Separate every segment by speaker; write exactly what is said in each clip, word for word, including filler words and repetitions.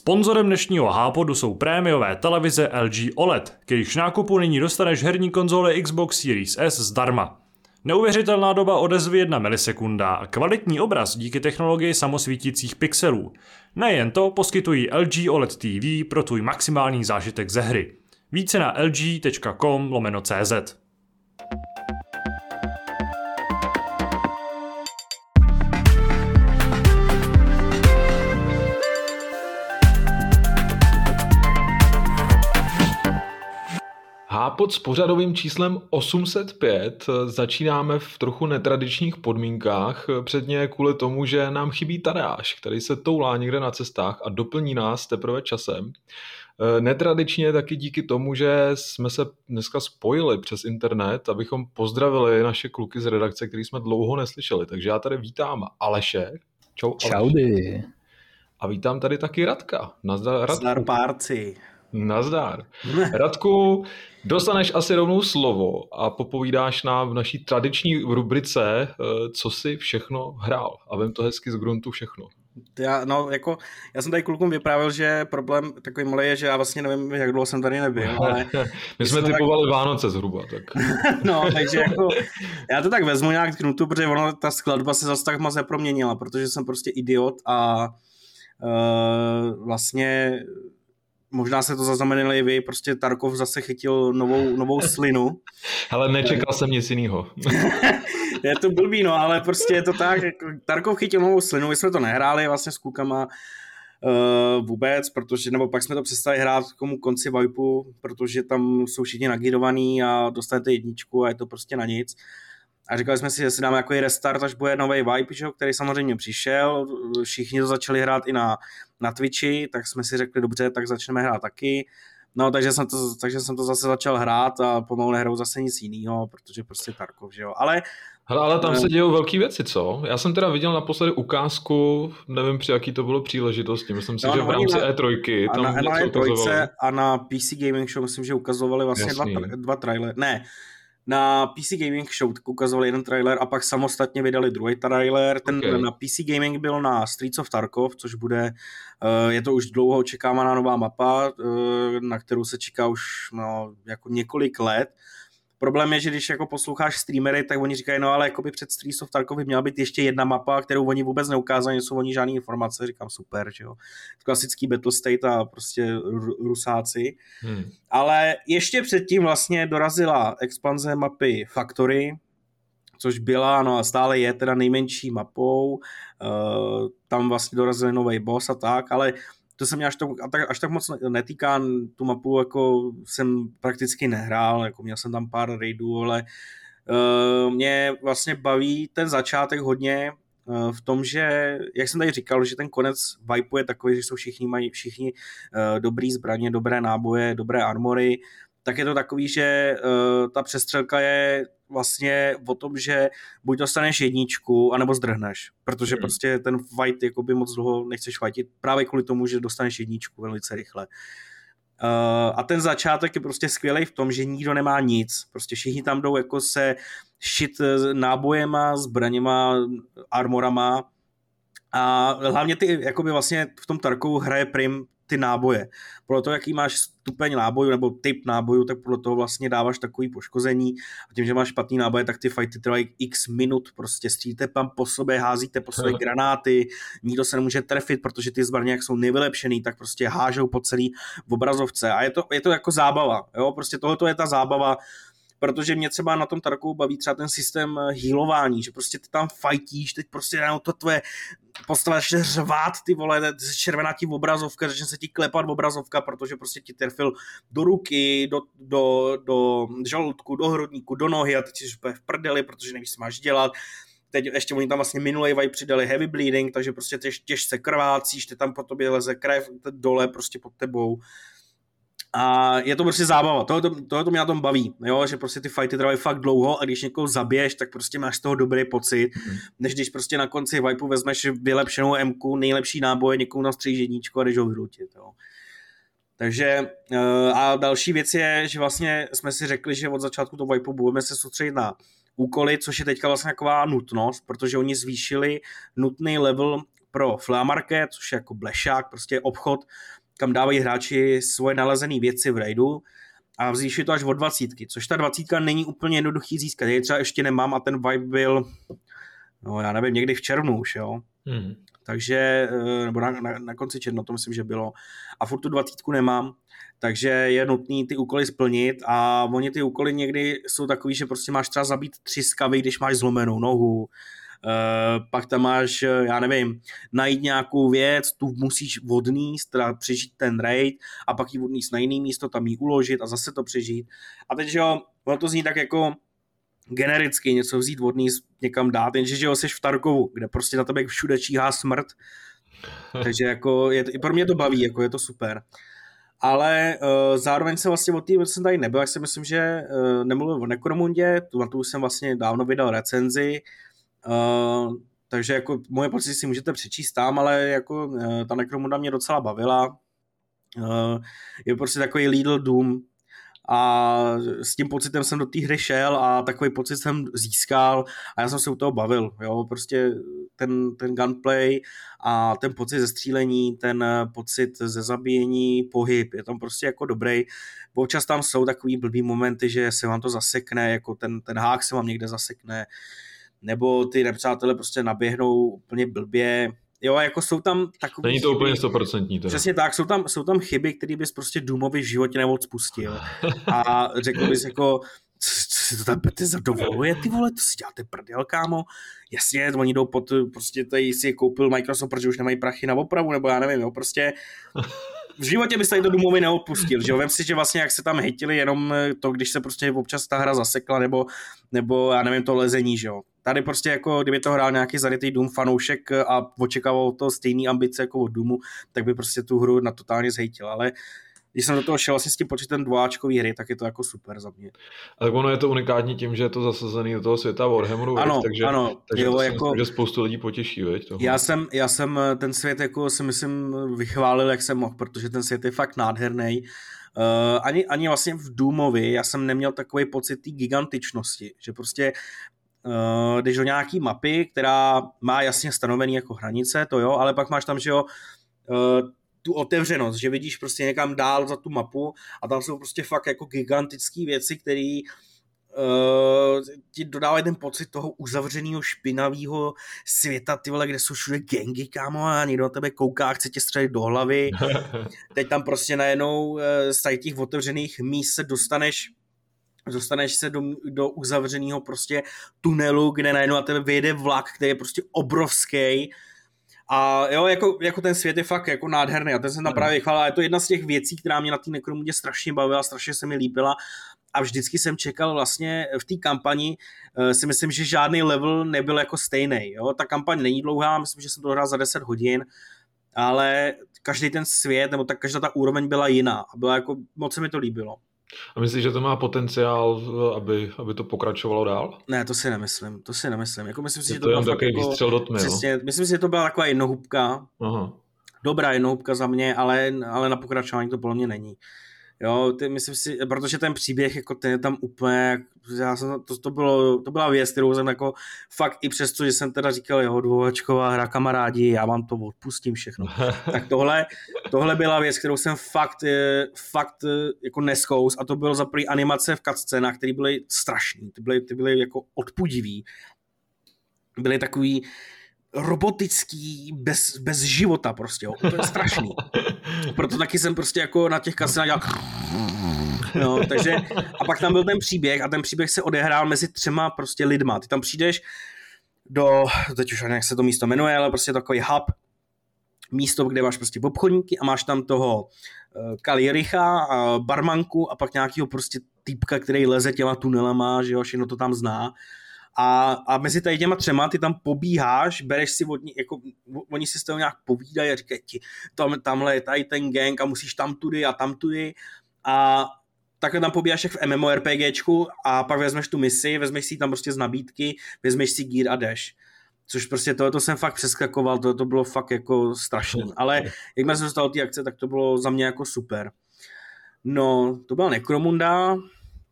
Speaker 1: Sponzorem dnešního Hápodu jsou prémiové televize L G O L E D, k jejichž nákupu nyní dostaneš herní konzole Xbox Series S zdarma. Neuvěřitelná doba odezvy jedna milisekunda a kvalitní obraz díky technologii samosvítících pixelů. Nejen to poskytují L G O L E D T V pro tvůj maximální zážitek ze hry. Více na lg.com lomeno cz.
Speaker 2: Hápod s pořadovým číslem osm set pět začínáme v trochu netradičních podmínkách, předně kvůli tomu, že nám chybí Tadeáš, který se toulá někde na cestách a doplní nás teprve časem. Netradičně taky díky tomu, že jsme se dneska spojili přes internet, abychom pozdravili naše kluky z redakce, který jsme dlouho neslyšeli. Takže já tady vítám Aleše. Čau, Aleš.
Speaker 3: Čaudy.
Speaker 2: A vítám tady taky Radka. Nazdar, Radku.
Speaker 4: Nazdar párci.
Speaker 2: Nazdar. Radku, dostaneš asi rovnou slovo a popovídáš nám v naší tradiční rubrice, co si všechno hrál. A vem to hezky z gruntu všechno.
Speaker 4: Já, no, jako, já jsem tady klukům vyprávěl, že problém takový malý je, že já vlastně nevím, jak dlouho jsem tady nebyl. Ale
Speaker 2: my jsme typovali tak... Vánoce zhruba. Tak.
Speaker 4: No, takže jako, já to tak vezmu nějak k knutu, protože ono, ta skladba se zase tak moc neproměnila, protože jsem prostě idiot a uh, vlastně... Možná se to zaznamenali vy, prostě Tarkov zase chytil novou, novou slinu.
Speaker 2: Ale nečekal jsem nic jinýho.
Speaker 4: Je to blbý, no, ale prostě je to tak, Tarkov chytil novou slinu, my jsme to nehráli vlastně s klukama uh, vůbec, protože, nebo pak jsme to přestali hrát k komu konci Vipeu, protože tam jsou všichni nagidovaný a dostanete jedničku a je to prostě na nic. A říkali jsme si, že si dáme jako restart, až bude nový Vipe, že, který samozřejmě přišel. Všichni to začali hrát i na, na Twitchi, tak jsme si řekli, dobře, tak začneme hrát taky. No, takže jsem to, takže jsem to zase začal hrát a pomalu nehraju zase nic jiného, protože prostě Tarkov, že jo. Ale,
Speaker 2: Hele, ale tam se dějou velké věci, co? Já jsem teda viděl naposledy ukázku, nevím při jaký to bylo příležitosti, myslím si, no, že v rámci na, E tři tam
Speaker 4: na,
Speaker 2: něco
Speaker 4: na
Speaker 2: ukazovali.
Speaker 4: A na P C Gaming Show myslím, že ukazovali vlastně dva, dva trailery. Ne, na P C Gaming Show ukazovali jeden trailer a pak samostatně vydali druhý trailer. Ten okay. Na P C Gaming byl na Streets of Tarkov, což bude, je to už dlouho očekávaná nová mapa, na kterou se čeká už no, jako několik let. Problém je, že když jako posloucháš streamery, tak oni říkají, no ale jakoby před Streets of Tarkov by měla být ještě jedna mapa, kterou oni vůbec neukázali, nejsou oni žádný informace, říkám super, že jo. Klasický Battle State a prostě rusáci. Hmm. Ale ještě předtím vlastně dorazila expanze mapy Factory, což byla, no a stále je teda nejmenší mapou, uh, tam vlastně dorazil nový boss a tak, ale to se mě až, to, až tak moc netýká, tu mapu jako jsem prakticky nehrál, jako měl jsem tam pár raidů, ale uh, mě vlastně baví ten začátek hodně uh, v tom, že, jak jsem tady říkal, že ten konec Vipeu je takový, že jsou všichni, mají všichni uh, dobrý zbraně, dobré náboje, dobré armory, tak je to takový, že uh, ta přestřelka je vlastně o tom, že buď dostaneš jedničku, anebo zdrhneš, protože mm. prostě ten fight jakoby moc dlouho nechceš fightit, právě kvůli tomu, že dostaneš jedničku velice rychle. Uh, a ten začátek je prostě skvělej v tom, že nikdo nemá nic, prostě všichni tam jdou jako se šit nábojema, zbraněma, armorama a hlavně ty, jakoby vlastně v tom Tarkovu hraje prim ty náboje. Podle toho, jaký máš stupeň nábojů nebo typ nábojů, tak podle toho vlastně dáváš takový poškození a tím, že máš špatný náboje, tak ty fighty trvají x minut, prostě střílíte tam po sobě, házíte po sobě granáty, nikdo se nemůže trefit, protože ty zbraně, jak jsou nevylepšený, tak prostě hážou po celý v obrazovce a je to, je to jako zábava, jo, prostě tohoto je ta zábava, protože mě třeba na tom Tarkovu baví třeba ten systém healování, že prostě ty tam fightíš, teď prostě no, to tvoje postava začne řvát, ty vole, červená ti obrazovka, začne se ti klepat obrazovka, protože prostě ti trefil do ruky, do, do, do žaludku, do hrudníku, do nohy a teď jsi úplně v prdeli, protože nevíš, co máš dělat. Teď ještě oni tam vlastně minulej Vipe přidali heavy bleeding, takže prostě těž, těžce krvácíš, ty tam po tobě leze krev dole prostě pod tebou. A je to prostě zábava, tohle to mě na tom baví, jo? Že prostě ty fighty trvají fakt dlouho a když někoho zabiješ, tak prostě máš z toho dobrý pocit, mm. než když prostě na konci Vipeu vezmeš vylepšenou emku, nejlepší náboje, někomu nastříš jedničku a jdeš ho vyrutit. Jo? Takže a další věc je, že vlastně jsme si řekli, že od začátku toho Vipeu budeme se soustředit na úkoly, což je teďka vlastně taková nutnost, protože oni zvýšili nutný level pro Flea Market, což je jako blešák, prostě obchod, kam dávají hráči svoje nalezené věci v raidu a vzíš to až od dvacítky, což ta dvacítka není úplně jednoduchý získat. Já třeba ještě nemám a ten vibe byl, no já nevím, někdy v červnu už, jo. Hmm. Takže, nebo na, na, na konci června to myslím, že bylo. A furt tu dvacítku nemám, takže je nutný ty úkoly splnit a oni ty úkoly někdy jsou takový, že prostě máš třeba zabít tři skavy, když máš zlomenou nohu, Uh, pak tam máš, já nevím, najít nějakou věc, tu musíš odníst, teda přežít ten raid a pak ji odníst na jiný místo, tam ji uložit a zase to přežít. A teď, že jo, ono to zní tak jako genericky něco vzít, odníst, někam dát, jenže, že jo, seš v Tarkovu, kde prostě na tebe všude číhá smrt. Takže jako, je to, i pro mě to baví, jako je to super. Ale uh, zároveň jsem vlastně od té věci jsem tady nebyl, jak si myslím, že uh, nemluvil o Necromundě, tu na tu jsem vlastně dávno vydal recenzi. Uh, takže jako moje pocity si můžete přečíst tam, ale jako uh, ta Necromunda mě docela bavila. Uh, je prostě takový Lidl Doom a s tím pocitem jsem do té hry šel a takový pocit jsem získal a já jsem se u toho bavil, jo, prostě ten, ten gunplay a ten pocit ze střílení, ten pocit ze zabíjení, pohyb, je tam prostě jako dobrý. Občas tam jsou takový blbý momenty, že se vám to zasekne, jako ten, ten hák se vám někde zasekne, nebo ty nepřátelé prostě naběhnou úplně blbě. Jo, jako jsou tam takové.
Speaker 2: Není to chyby, úplně stoprocentní.
Speaker 4: Přesně tak, jsou tam, jsou tam chyby, které bys prostě Doomovi v životě nemoc spustil. A řekl bys jako, co si to tam Bethesda dovoluje, ty vole, to si děláte prdel, kámo. Jasně, oni jdou pod, prostě tady si je koupil Microsoft, protože už nemají prachy na opravu, nebo já nevím, jo, prostě v životě bys tady to Doomovi neodpustil, že jo, vem si, že vlastně jak se tam hejtili jenom to, když se prostě občas ta hra zasekla, nebo, nebo já nevím, to lezení, že jo. Tady prostě jako, kdyby to hrál nějaký zarytý Doom fanoušek a očekával to stejný ambice jako od Doomu, tak by prostě tu hru na totálně zhejtil, ale když jsem do toho šel vlastně s tím počítem dvoáčkový hry, tak je to jako super za mě.
Speaker 2: Ale ono je to unikátní tím, že je to zasazený do toho světa Warhammeru,
Speaker 4: ano,
Speaker 2: takže,
Speaker 4: ano,
Speaker 2: takže
Speaker 4: jo,
Speaker 2: to
Speaker 4: jako,
Speaker 2: myslím, že spoustu lidí potěší, veď?
Speaker 4: Já jsem, já jsem ten svět jako si myslím vychválil, jak jsem mohl, protože ten svět je fakt nádherný. Uh, ani, ani vlastně v Doomovi já jsem neměl takový pocit té gigantičnosti, že prostě uh, jdeš do nějaký mapy, která má jasně stanovený jako hranice, to jo, ale pak máš tam, že jo, uh, tu otevřenost, že vidíš prostě někam dál za tu mapu a tam jsou prostě fakt jako gigantické věci, které uh, ti dodávají ten pocit toho uzavřeného špinavého světa, ty vole, kde jsou všude gangy, kámo, a někdo na tebe kouká a chce tě střelit do hlavy. Teď tam prostě najednou uh, z těch otevřených míst se dostaneš dostaneš se do, do uzavřeného prostě tunelu, kde najednou na tebe vyjede vlak, který je prostě obrovský. A jo, jako, jako ten svět je fakt jako nádherný a ten jsem tam právě chválil. A je to jedna z těch věcí, která mě na té Necromundě strašně bavila, strašně se mi líbila a vždycky jsem čekal vlastně v té kampani, uh, si myslím, že žádný level nebyl jako stejný. Jo? Ta kampaň není dlouhá, myslím, že jsem to hrál za deset hodin, ale každý ten svět, nebo tak každá ta úroveň byla jiná a byla jako, moc se mi to líbilo.
Speaker 2: A myslíš, že to má potenciál, aby, aby to pokračovalo dál?
Speaker 4: Ne, to si nemyslím, to si nemyslím. Jako myslím si,
Speaker 2: je
Speaker 4: že
Speaker 2: to,
Speaker 4: to
Speaker 2: jenom
Speaker 4: bylo
Speaker 2: takový
Speaker 4: jako,
Speaker 2: výstřel do tmy,
Speaker 4: přesně, no? Myslím si, že to byla taková jednohubka. Aha. Dobrá jednohubka za mě, ale, ale na pokračování to podle mě není. Jo, ty, myslím si, protože ten příběh, jako ten je tam úplně, já jsem, to, to, bylo, to byla věc, kterou jsem jako fakt i přesto, že jsem teda říkal, jo, dvouočková hra, kamarádi, já vám to odpustím všechno. Tak tohle, tohle byla věc, kterou jsem fakt, fakt jako neskous a to bylo za první animace v cutscénách, které byly strašný, ty byly, ty byly jako odpudivý. Byly takový robotický, bez, bez života prostě, jo. To je strašný. Proto taky jsem prostě jako na těch kasinách dělal no, takže a pak tam byl ten příběh a ten příběh se odehrál mezi třema prostě lidma. Ty tam přijdeš do, teď už jak se to místo jmenuje, ale prostě takový hub, místo, kde máš prostě obchodníky a máš tam toho uh, Kaliricha, uh, barmanku a pak nějakýho prostě týpka, který leze těma tunelama, že jo, všechno to tam zná. A, a mezi tady těma třema ty tam pobíháš, bereš si od ní, jako oni si s toho nějak povídají a říkají ti, tam, tamhle je tady ten gang a musíš tam tudy a tam tudy a takhle tam pobíháš jak v MMORPGčku a pak vezmeš tu misi, vezmeš si tam prostě z nabídky, vezmeš si gear a dash. Což prostě tohle jsem fakt přeskakoval, to, to bylo fakt jako strašný. Ale jakmile jsem dostal ty akce, tak to bylo za mě jako super. No, to byla Necromunda.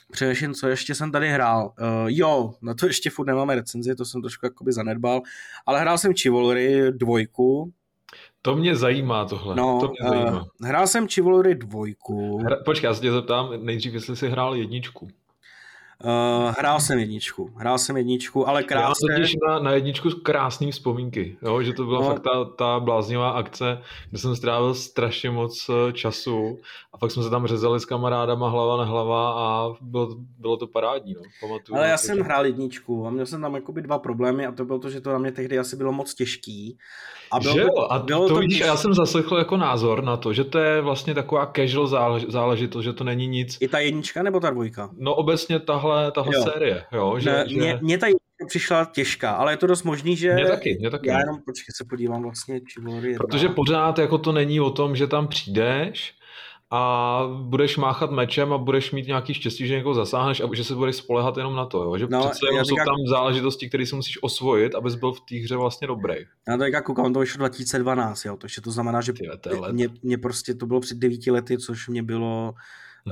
Speaker 4: Přemýšlím, co ještě jsem tady hrál. Uh, jo, na to ještě furt nemáme recenzi, to jsem trošku jakoby zanedbal, ale hrál jsem Chivalry dvojku.
Speaker 2: To mě zajímá tohle,
Speaker 4: no,
Speaker 2: to mě zajímá. Uh,
Speaker 4: hrál jsem Chivalry dvojku.
Speaker 2: Hra, počkej, já se tě zeptám nejdřív, jestli jsi hrál jedničku.
Speaker 4: Uh, hrál jsem jedničku, hrál jsem jedničku, ale krásně.
Speaker 2: Já totiž na, na jedničku krásný vzpomínky, jo? Že to byla no. fakt ta, ta bláznivá akce, kde jsem strávil strašně moc času a pak jsme se tam řezali s kamarádama hlava na hlava a bylo, bylo to parádní. No? Pamatuju,
Speaker 4: ale já jsem tam hrál jedničku a měl jsem tam jakoby dva problémy a to bylo to, že to na mě tehdy asi bylo moc těžký.
Speaker 2: A bylo že jo, a bylo to, to vidíš, těž... já jsem zaslechl jako názor na to, že to je vlastně taková casual záležitost, že to není nic.
Speaker 4: I ta jednička nebo ta dvojka?
Speaker 2: No obecně tahle, tahle jo. série, jo. Že,
Speaker 4: ne,
Speaker 2: že...
Speaker 4: Mě, mě ta jednička přišla těžká, ale je to dost možný, že...
Speaker 2: Mě taky, mě taky.
Speaker 4: Já jenom počkej, se podívám vlastně, Chivalry jedna.
Speaker 2: Protože pořád jako to není o tom, že tam přijdeš a budeš máchat mečem a budeš mít nějaký štěstí, že někoho zasáhneš a že se budeš spoléhat jenom na to, jo? Že no, přece jsou říkám... tam záležitosti, které si musíš osvojit, abys byl v té hře vlastně dobrý.
Speaker 4: Já to jak koukám, to vyšlo dva tisíce dvanáct, jo? Takže to znamená, že mě, mě prostě to bylo před devíti lety, což mě bylo uh,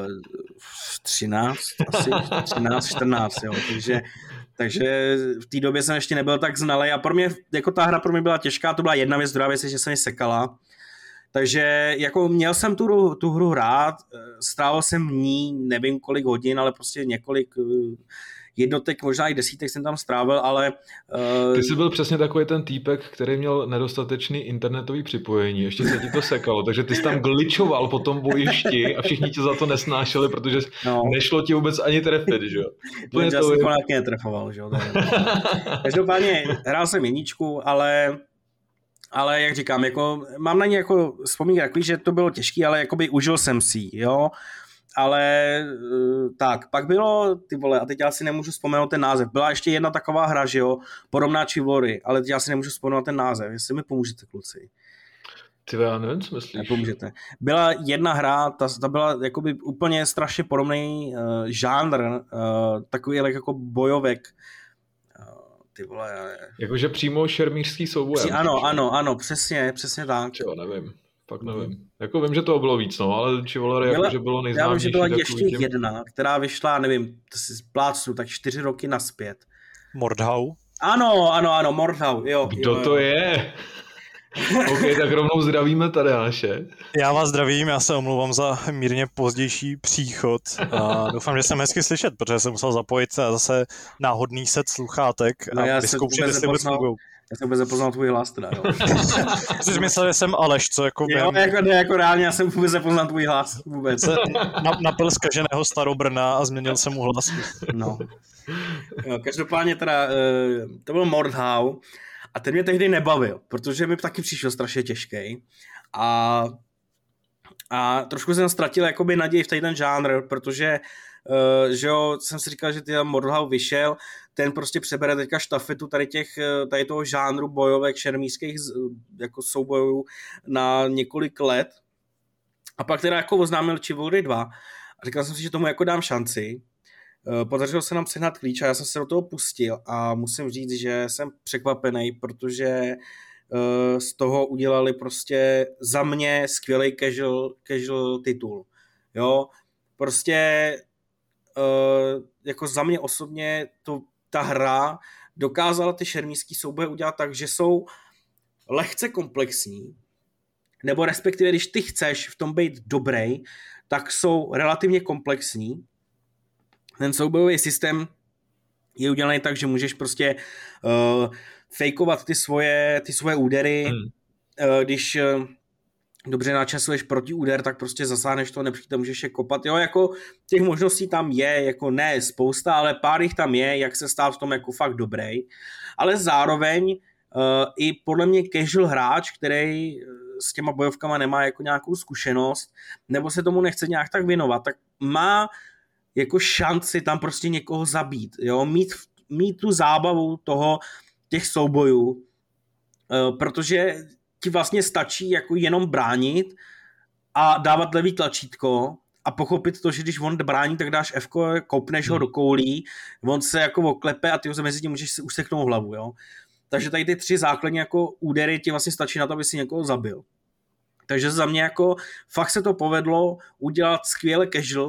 Speaker 4: třináct, asi třináct, čtrnáct, jo? Takže, takže v té době jsem ještě nebyl tak znalý a pro mě, jako ta hra pro mě byla těžká, to byla jedna věc, druhá věc je, že se mi sekala. Takže jako měl jsem tu, tu hru hrát, strávil jsem v ní nevím kolik hodin, ale prostě několik jednotek, možná i desítek jsem tam strávil, ale... Uh...
Speaker 2: Ty jsi byl přesně takový ten týpek, který měl nedostatečný internetový připojení, ještě se ti to sekalo, takže ty jsi tam glitchoval po tom bojišti a všichni tě za to nesnášeli, protože no. nešlo ti vůbec ani trefit, že jo?
Speaker 4: To já jsem to nějaký netrefoval, že jo? Každopádně hrál jsem jedničku, ale... Ale jak říkám, jako, mám na ně jako vzpomínky takový, že to bylo těžký, ale jakoby užil jsem si, jo. Ale tak, pak bylo, ty vole, a teď já si nemůžu vzpomenout ten název. Byla ještě jedna taková hra, že jo, podobná Chivalry, ale teď já si nemůžu vzpomenout ten název. Jestli mi pomůžete, kluci.
Speaker 2: Ty já nevím, co myslíš.
Speaker 4: Nepomůžete. Byla jedna hra, ta, ta byla jakoby úplně strašně podobný uh, žánr, uh, takový jako bojovek. Ty vole.
Speaker 2: Jakože přímo šermířský souboj.
Speaker 4: Při, ano, ano, ano, přesně, přesně tak.
Speaker 2: Čeho, nevím, fakt nevím. Mm. Jako vím, že toho bylo víc, no, ale Chivalry jakože bylo nejznámější.
Speaker 4: Já vím, že byla ještě těm... jedna, která vyšla, nevím, to si plácnu, tak čtyři roky naspět.
Speaker 1: Mordhau?
Speaker 4: Ano, ano, ano, Mordhau, jo.
Speaker 2: Kdo
Speaker 4: jo, jo.
Speaker 2: to je? OK, tak rovnou zdravíme Tadeáše.
Speaker 1: Já vás zdravím, já se omlouvám za mírně pozdější příchod a doufám, že jsem hezky slyšet, protože jsem musel zapojit zase náhodný set sluchátek
Speaker 4: no,
Speaker 1: a vyzkoušet, jestli vůbec fungují.
Speaker 4: Já jsem vůbec nepoznal tvůj hlas teda, jo.
Speaker 1: Jsi myslel, že jsem Aleš, co jako...
Speaker 4: Jo, během... jako, ne, jako reálně, já jsem vůbec nepoznal tvůj hlas, vůbec.
Speaker 1: Se na, napil zkaženého Starobrna a změnil jsem mu hlas.
Speaker 4: No. Jo, každopádně teda, to byl Mordhau a ten mě tehdy nebavil, protože mi taky přišel strašně těžký a, a trošku jsem ztratil jakoby naději v ten žánr, protože Uh, že jo, jsem si říkal, že ty Mordhau vyšel, ten prostě přebere teďka štafetu tady těch, tady toho žánru bojovek šermířských jako soubojů na několik let a pak teda jako oznámil Chivalry dva a říkal jsem si, že tomu jako dám šanci. Uh, podařilo se nám sehnat klíč a já jsem se do toho pustil a musím říct, že jsem překvapený, protože uh, z toho udělali prostě za mě skvělý casual, casual titul. Jo, prostě Uh, jako za mě osobně to, ta hra dokázala ty šermířský souboje udělat tak, že jsou lehce komplexní, nebo respektive, když ty chceš v tom být dobrý, tak jsou relativně komplexní. Ten soubojový systém je udělaný tak, že můžeš prostě uh, fejkovat ty svoje, ty svoje údery, hmm. uh, když uh, dobře načasuješ protiúder, tak prostě zasáhneš toho nepřítele, můžeš je kopat. Jo, jako těch možností tam je, jako ne spousta, ale pár jich tam je, jak se stát v tom jako fakt dobrý. Ale zároveň uh, i podle mě casual hráč, který s těma bojovkama nemá jako nějakou zkušenost, nebo se tomu nechce nějak tak věnovat, tak má jako šanci tam prostě někoho zabít. Jo, mít, mít tu zábavu toho, těch soubojů, uh, protože ti vlastně stačí jako jenom bránit a dávat levý tlačítko a pochopit to, že když on brání, tak dáš F-ko, koupneš ho do koulí, on se jako oklepe a ty ho mezi tím můžeš si useknout hlavu, jo. Takže tady ty tři základní jako údery ti vlastně stačí na to, aby si někoho zabil. Takže za mě jako fakt se to povedlo udělat skvěle casual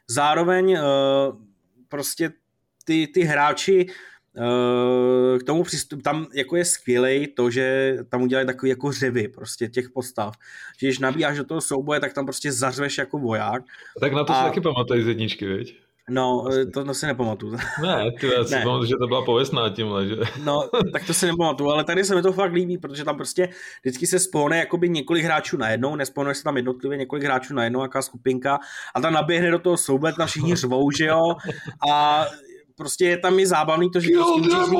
Speaker 4: zároveň uh, prostě ty, ty hráči k tomu přístup, tam jako je skvělej to, že tam udělají takový jako řevy prostě těch postav. Že když nabíjáš do toho souboje, tak tam prostě zařveš jako voják.
Speaker 2: Tak na to a... si taky pamatuješ z jedničky, viď?
Speaker 4: No, to, to si nepamatuju.
Speaker 2: Ne, ty já si pamatuju, že to byla pověstná tímhle, že?
Speaker 4: No, tak to si nepamatuju, ale tady se mi to fakt líbí, protože tam prostě vždycky se spawne jakoby několik hráčů najednou, nespawnuje se tam jednotlivě několik hráčů najednou, jaká skupinka a tam naběhne do toho souboje, tam všichni řvou, že jo? A prostě je tam i zábavný to, že
Speaker 2: Kill prostě můžeš...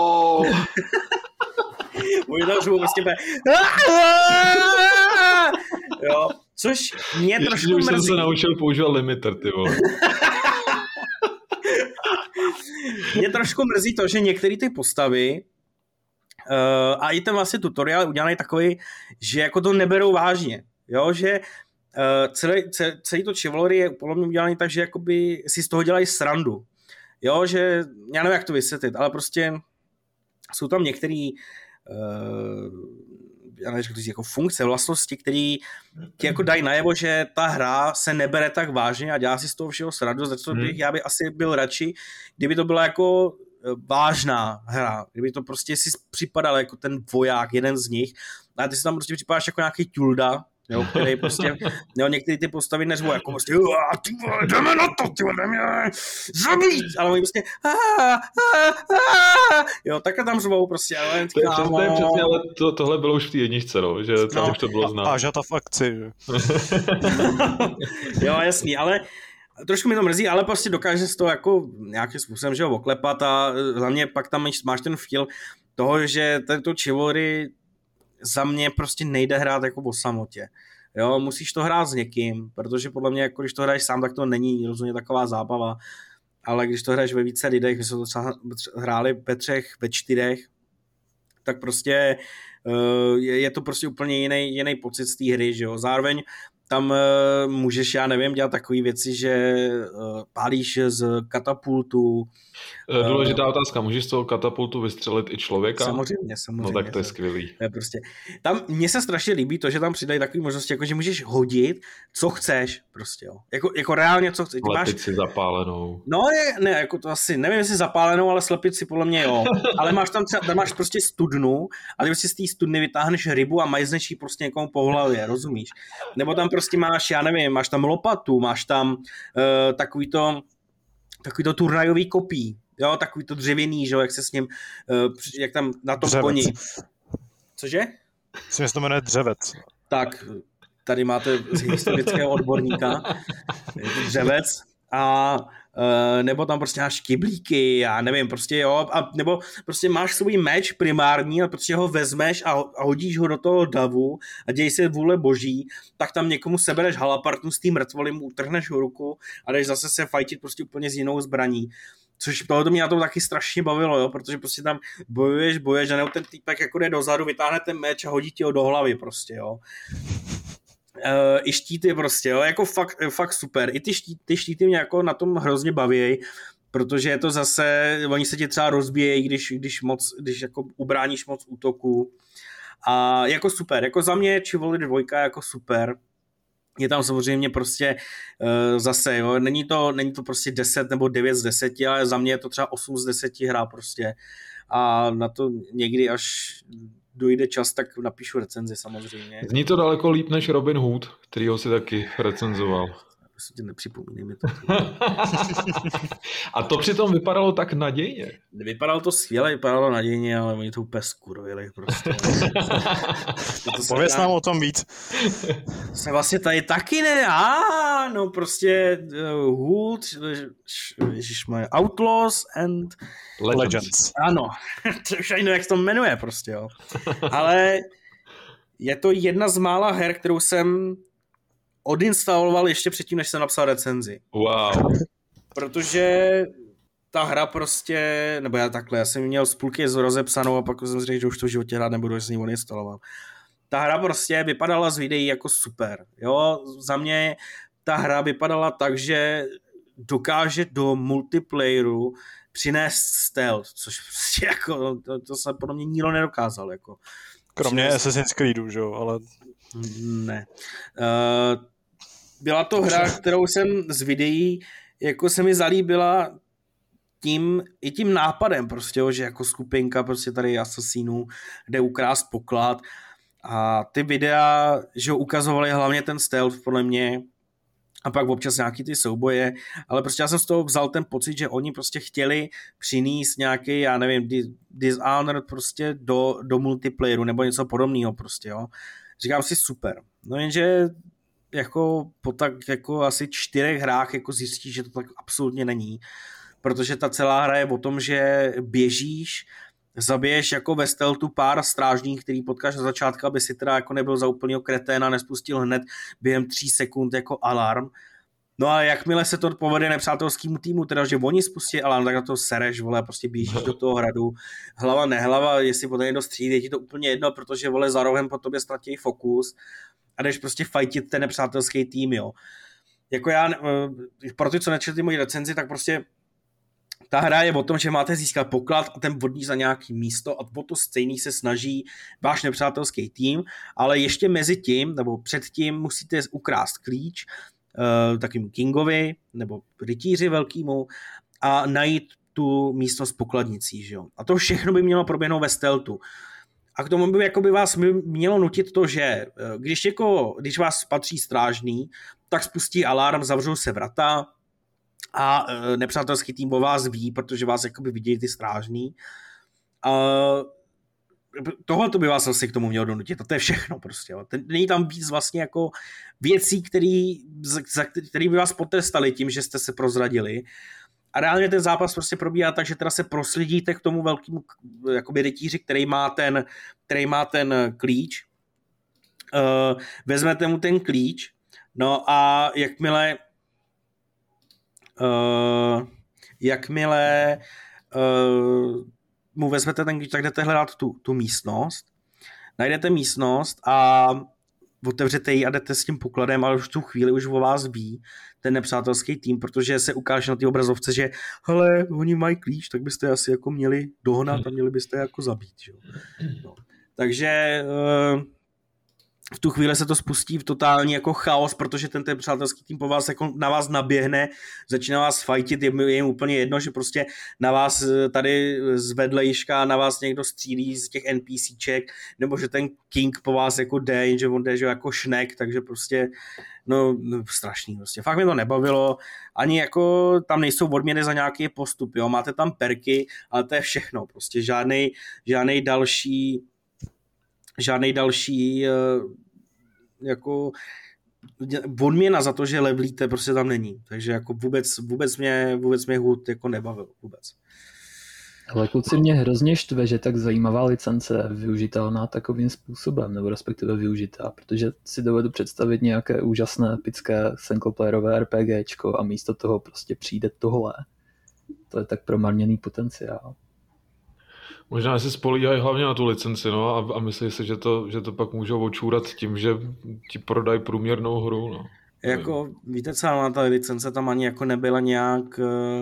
Speaker 4: Oni tam řvou prostě jo, což mě
Speaker 2: Ještě,
Speaker 4: trošku
Speaker 2: mrzí.
Speaker 4: Jsem
Speaker 2: se naučil používat limiter, ty vole.
Speaker 4: Mě trošku mrzí to, že některé ty postavy uh, a i ten vlastně tutoriál udělaný takový, že jako to neberou vážně, jo, že uh, celý, celý, celý to Chivalry je podle mě udělaný tak, že jakoby si z toho dělají srandu. Jo, že já nevím, jak to vysvětlit, ale prostě jsou tam některé uh, já nevím, jako funkce, vlastnosti, které ti jako dají najevo, že ta hra se nebere tak vážně a dělá si z toho všeho srandu, za co bych, hmm. já bych asi byl radši, kdyby to byla jako vážná hra, kdyby to prostě si připadal jako ten voják, jeden z nich, a ty si tam prostě připadáš jako nějaký Tulda, jo, který prostě, jo, některé ty postavy neřvou, jako prostě, ty vole, jdeme na to, ty vole, jdeme zabít, ale oni prostě, a, a, a, jo, takhle tam řvou prostě, ale
Speaker 2: to je přesně, přesně, ale to, tohle bylo už v té jedničce, no, že tam no, už to bylo znát.
Speaker 3: A žata v akci, že?
Speaker 4: Jo, jasný, ale trošku mi to mrzí, ale prostě dokáže z toho jako nějakým způsobem, že ho oklepat a hlavně pak tam máš ten feel toho, že tento Chivalry za mě prostě nejde hrát jako o samotě. Jo, musíš to hrát s někým, protože podle mě, jako když to hraješ sám, tak to není rozhodně taková zábava, ale když to hraješ ve více lidech, my jsme to třeba hráli ve třech, ve čtyřech, tak prostě je to prostě úplně jiný, jiný pocit z té hry, že jo. Zároveň tam uh, můžeš, já nevím, dělat takové věci, že uh, pálíš z katapultu.
Speaker 2: Důležitá uh, otázka, můžeš z toho katapultu vystřelit i člověka?
Speaker 4: Samozřejmě, samozřejmě.
Speaker 2: No tak to je skvělý.
Speaker 4: To je prostě. Tam mně se strašně líbí to, že tam přidají takové možnosti, jako že můžeš hodit, co chceš, prostě, jo. Jako, jako reálně, co chceš.
Speaker 2: Slepit
Speaker 4: máš...
Speaker 2: si zapálenou.
Speaker 4: No je, ne, jako to asi, nevím, jestli zapálenou, ale slepit si podle mě jo. Ale máš tam třeba, tam máš prostě studnu a ty si z té studny vytáhneš rybu a majzneš ji prostě někomu po hlavě, rozumíš? Nebo tam prostě máš, já nevím, máš tam lopatu, máš tam uh, takový to, takový to turnajový kopí, jo, takový to dřevěný, že jo, jak se s ním, uh, jak tam na tom
Speaker 3: Dřevec.
Speaker 4: koni. Cože?
Speaker 3: Myslím, že se to jmenuje dřevec.
Speaker 4: Tak, tady máte historického odborníka, je to dřevec a Uh, nebo tam prostě máš kyblíky, já nevím, prostě jo, a nebo prostě máš svůj meč primární a prostě ho vezmeš a, a hodíš ho do toho davu a děj se vůle boží, tak tam někomu sebereš halapartnu s tím mrtvolím, mu utrhneš ruku a jdeš zase se fajtit prostě úplně s jinou zbraní. Což tohle mě na tom taky strašně bavilo, jo, protože prostě tam bojuješ, bojuješ a nebo ten týpek jako jde dozadu, vytáhne ten meč a hodí ti ho do hlavy prostě, jo. Uh, i štíty prostě, jo, jako fakt, fakt super. I ty štíty, ty štíty mě jako na tom hrozně baví, protože je to zase, oni se ti třeba rozbíjejí, když, když moc, když jako ubráníš moc útoku. A jako super, jako za mě Chivalry dva jako super. Je tam samozřejmě prostě uh, zase, jo, není to, není to prostě deset nebo devět z deseti, ale za mě je to třeba osm z deseti hra prostě. A na to někdy až dojde čas, tak napíšu recenzi samozřejmě.
Speaker 2: Zní to daleko líp než Robin Hood, kterýho si taky recenzoval.
Speaker 4: Prostě tě nepřipomínej mi to.
Speaker 2: A to přitom vypadalo tak nadějně.
Speaker 4: Vypadalo to skvěle, vypadalo nadějně, ale oni to úplně skurvili prostě.
Speaker 3: Pověz nám o tom víc.
Speaker 4: Se vlastně tady taky ne, a no prostě uh, Hood, ježišmarja, Outlaws and
Speaker 2: Legends.
Speaker 3: Legends.
Speaker 4: Ano, to už ani nevím, jak se to jmenuje prostě, jo. Ale je to jedna z mála her, kterou jsem odinstaloval ještě předtím, než jsem napsal recenzi.
Speaker 2: Wow.
Speaker 4: Protože ta hra prostě, nebo já takhle, já jsem měl z půlky rozepsanou a pak jsem si řekl, že už to v životě hrát nebudu, že jsem ji odinstaloval. Ta hra prostě vypadala z videí jako super. Jo, za mě ta hra vypadala tak, že dokáže do multiplayeru přinést stealth, což prostě jako, to, to se podle mě nikdo nedokázal. Jako.
Speaker 3: Kromě přinést... Assassin's Creedu, že jo, ale...
Speaker 4: Ne. Uh, byla to hra, kterou jsem z videí, jako se mi zalíbila tím, i tím nápadem prostě, jo, že jako skupinka prostě tady asasínů jde ukrást poklad a ty videa, že ho ukazovali hlavně ten stealth podle mě a pak občas nějaký ty souboje, ale prostě já jsem z toho vzal ten pocit, že oni prostě chtěli přinést nějaký, já nevím, Dishonored prostě do, do multiplayeru nebo něco podobného prostě, jo. Říkám si super. No jenže jako po tak jako asi čtyřech hrách jako zjistíš, že to tak absolutně není. Protože ta celá hra je o tom, že běžíš, zabiješ jako ve stealthu pár strážních, který potkáš na začátku, aby si teda jako nebyl za úplnýho kreténa, nespustil hned během tří sekund jako alarm. No a jakmile se to povede nepřátelskému týmu, teda že oni spustí alarm, tak na to sereš, vole, prostě běžíš do toho hradu, hlava nehlava, jestli potom někdo střílí, je ti to úplně jedno, protože vole za rohem po tobě ztratí fokus a jdeš prostě fajtit ten nepřátelský tým, jo. Jako já, pro ty, co nečetli moji recenzi, tak prostě ta hra je o tom, že máte získat poklad a ten vodní za nějaký místo a o to stejný se snaží váš nepřátelský tým, ale ještě mezi tím, nebo předtím musíte ukrást klíč uh, takovým kingovi nebo rytíři velkýmu a najít tu místnost pokladnicí, že jo. A to všechno by mělo proběhnout ve stealthu. A k tomu by, jako by vás mělo nutit to, že když, jako, když vás patří strážný, tak spustí alarm, zavřou se vrata, a nepřátelský tým o vás ví, protože vás jakoby vidějí ty strážný. A tohle to by vás asi k tomu mělo donutit. A to je všechno prostě. Jo. Není tam víc vlastně jako věcí, který, za který by vás potrestali tím, že jste se prozradili. A reálně ten zápas prostě probíhá tak, že teda se proslidíte k tomu velkému jakoby rytíři, který má ten, který má ten klíč. Uh, vezmete mu ten klíč, no a jakmile Uh, jakmile uh, mu vezmete ten klíč, tak jdete hledat tu, tu místnost, najdete místnost a otevřete ji a jdete s tím pokladem, ale už v tu chvíli už o vás ví ten nepřátelský tým, protože se ukáže na té obrazovce, že hele, oni mají klíč, tak byste asi jako měli dohnat a měli byste jako zabít. Že? No. Takže uh, v tu chvíli se to spustí v totální jako chaos, protože ten, ten přátelský tým po vás jako na vás naběhne, začíná vás fajtit, je, je jim úplně jedno, že prostě na vás tady z vedlejška na vás někdo střílí z těch NPCček, nebo že ten King po vás jako jde, jenže on jde že jako šnek, takže prostě no, no strašný prostě. Fakt mě to nebavilo, ani jako tam nejsou odměny za nějaký postup, jo, máte tam perky, ale to je všechno, prostě žádnej, žádnej další žádnej další jako odměna za to, že levelíte, prostě tam není. Takže jako vůbec, vůbec mě, vůbec mě hud jako nebavil. Vůbec.
Speaker 5: Ale kluci, mě hrozně štve, že tak zajímavá licence je využitelná takovým způsobem, nebo respektive využitá, protože si dovedu představit nějaké úžasné, epické singleplayerové RPGčko a místo toho prostě přijde tohle. To je tak promarněný potenciál.
Speaker 2: Možná se spolíhají hlavně na tu licenci, no, a, a myslí si, že to, že to pak můžou očůrat tím, že ti prodají průměrnou hru, no.
Speaker 4: Jako, víte co, na ta licence tam ani jako nebyla nějak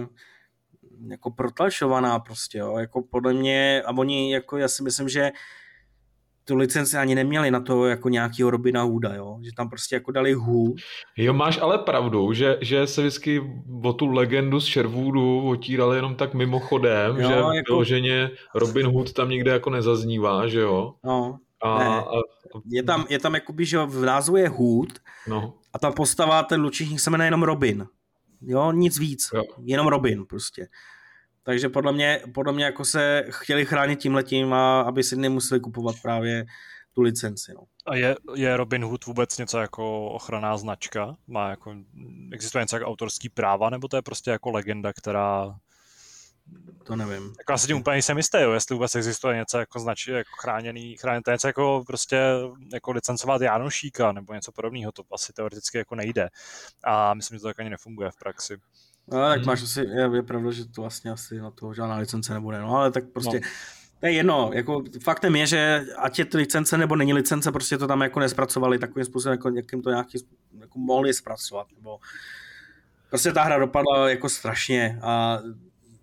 Speaker 4: jako protlačovaná prostě, jo, jako podle mě, a oni jako, já si myslím, že tu licenci ani neměli na to jako nějakýho Robina Hooda, jo? Že tam prostě jako dali Hood.
Speaker 2: Jo, máš ale pravdu, že, že se vždycky o tu legendu z Sherwoodu otírali jenom tak mimochodem, jo, že jako... vyloženě Robin Hood tam nikde jako nezaznívá, že jo?
Speaker 4: No,
Speaker 2: a,
Speaker 4: ne.
Speaker 2: a...
Speaker 4: Je tam, je tam jakoby, že v názvu je Hood,
Speaker 2: no.
Speaker 4: A ta postava, ten lučišník se jmenuje jenom Robin. Jo, nic víc, jo. Jenom Robin prostě. Takže podle mě, podle mě jako se chtěli chránit tímhletím, a aby si nemuseli kupovat právě tu licenci. No.
Speaker 3: A je, je Robin Hood vůbec něco jako ochranná značka? Má jako, existuje něco jako autorský práva, nebo to je prostě jako legenda, která...
Speaker 4: To nevím.
Speaker 3: Jako já se tím úplně nejsem jistý, jo, jestli vůbec existuje něco jako značky, jako chráněný, chráněný, to je něco jako prostě jako licencovat Jánošíka nebo něco podobného, to asi teoreticky jako nejde. A myslím, že to tak ani nefunguje v praxi.
Speaker 4: No, tak máš asi, je, je pravda, že to vlastně asi na to žádná licence nebude, no, ale tak prostě, no. To je jedno, jako faktem je, že ať je to licence nebo není licence, prostě to tam jako nespracovali takovým způsobem, jako někým to nějaký, jako mohli zpracovat, nebo prostě ta hra dopadla jako strašně a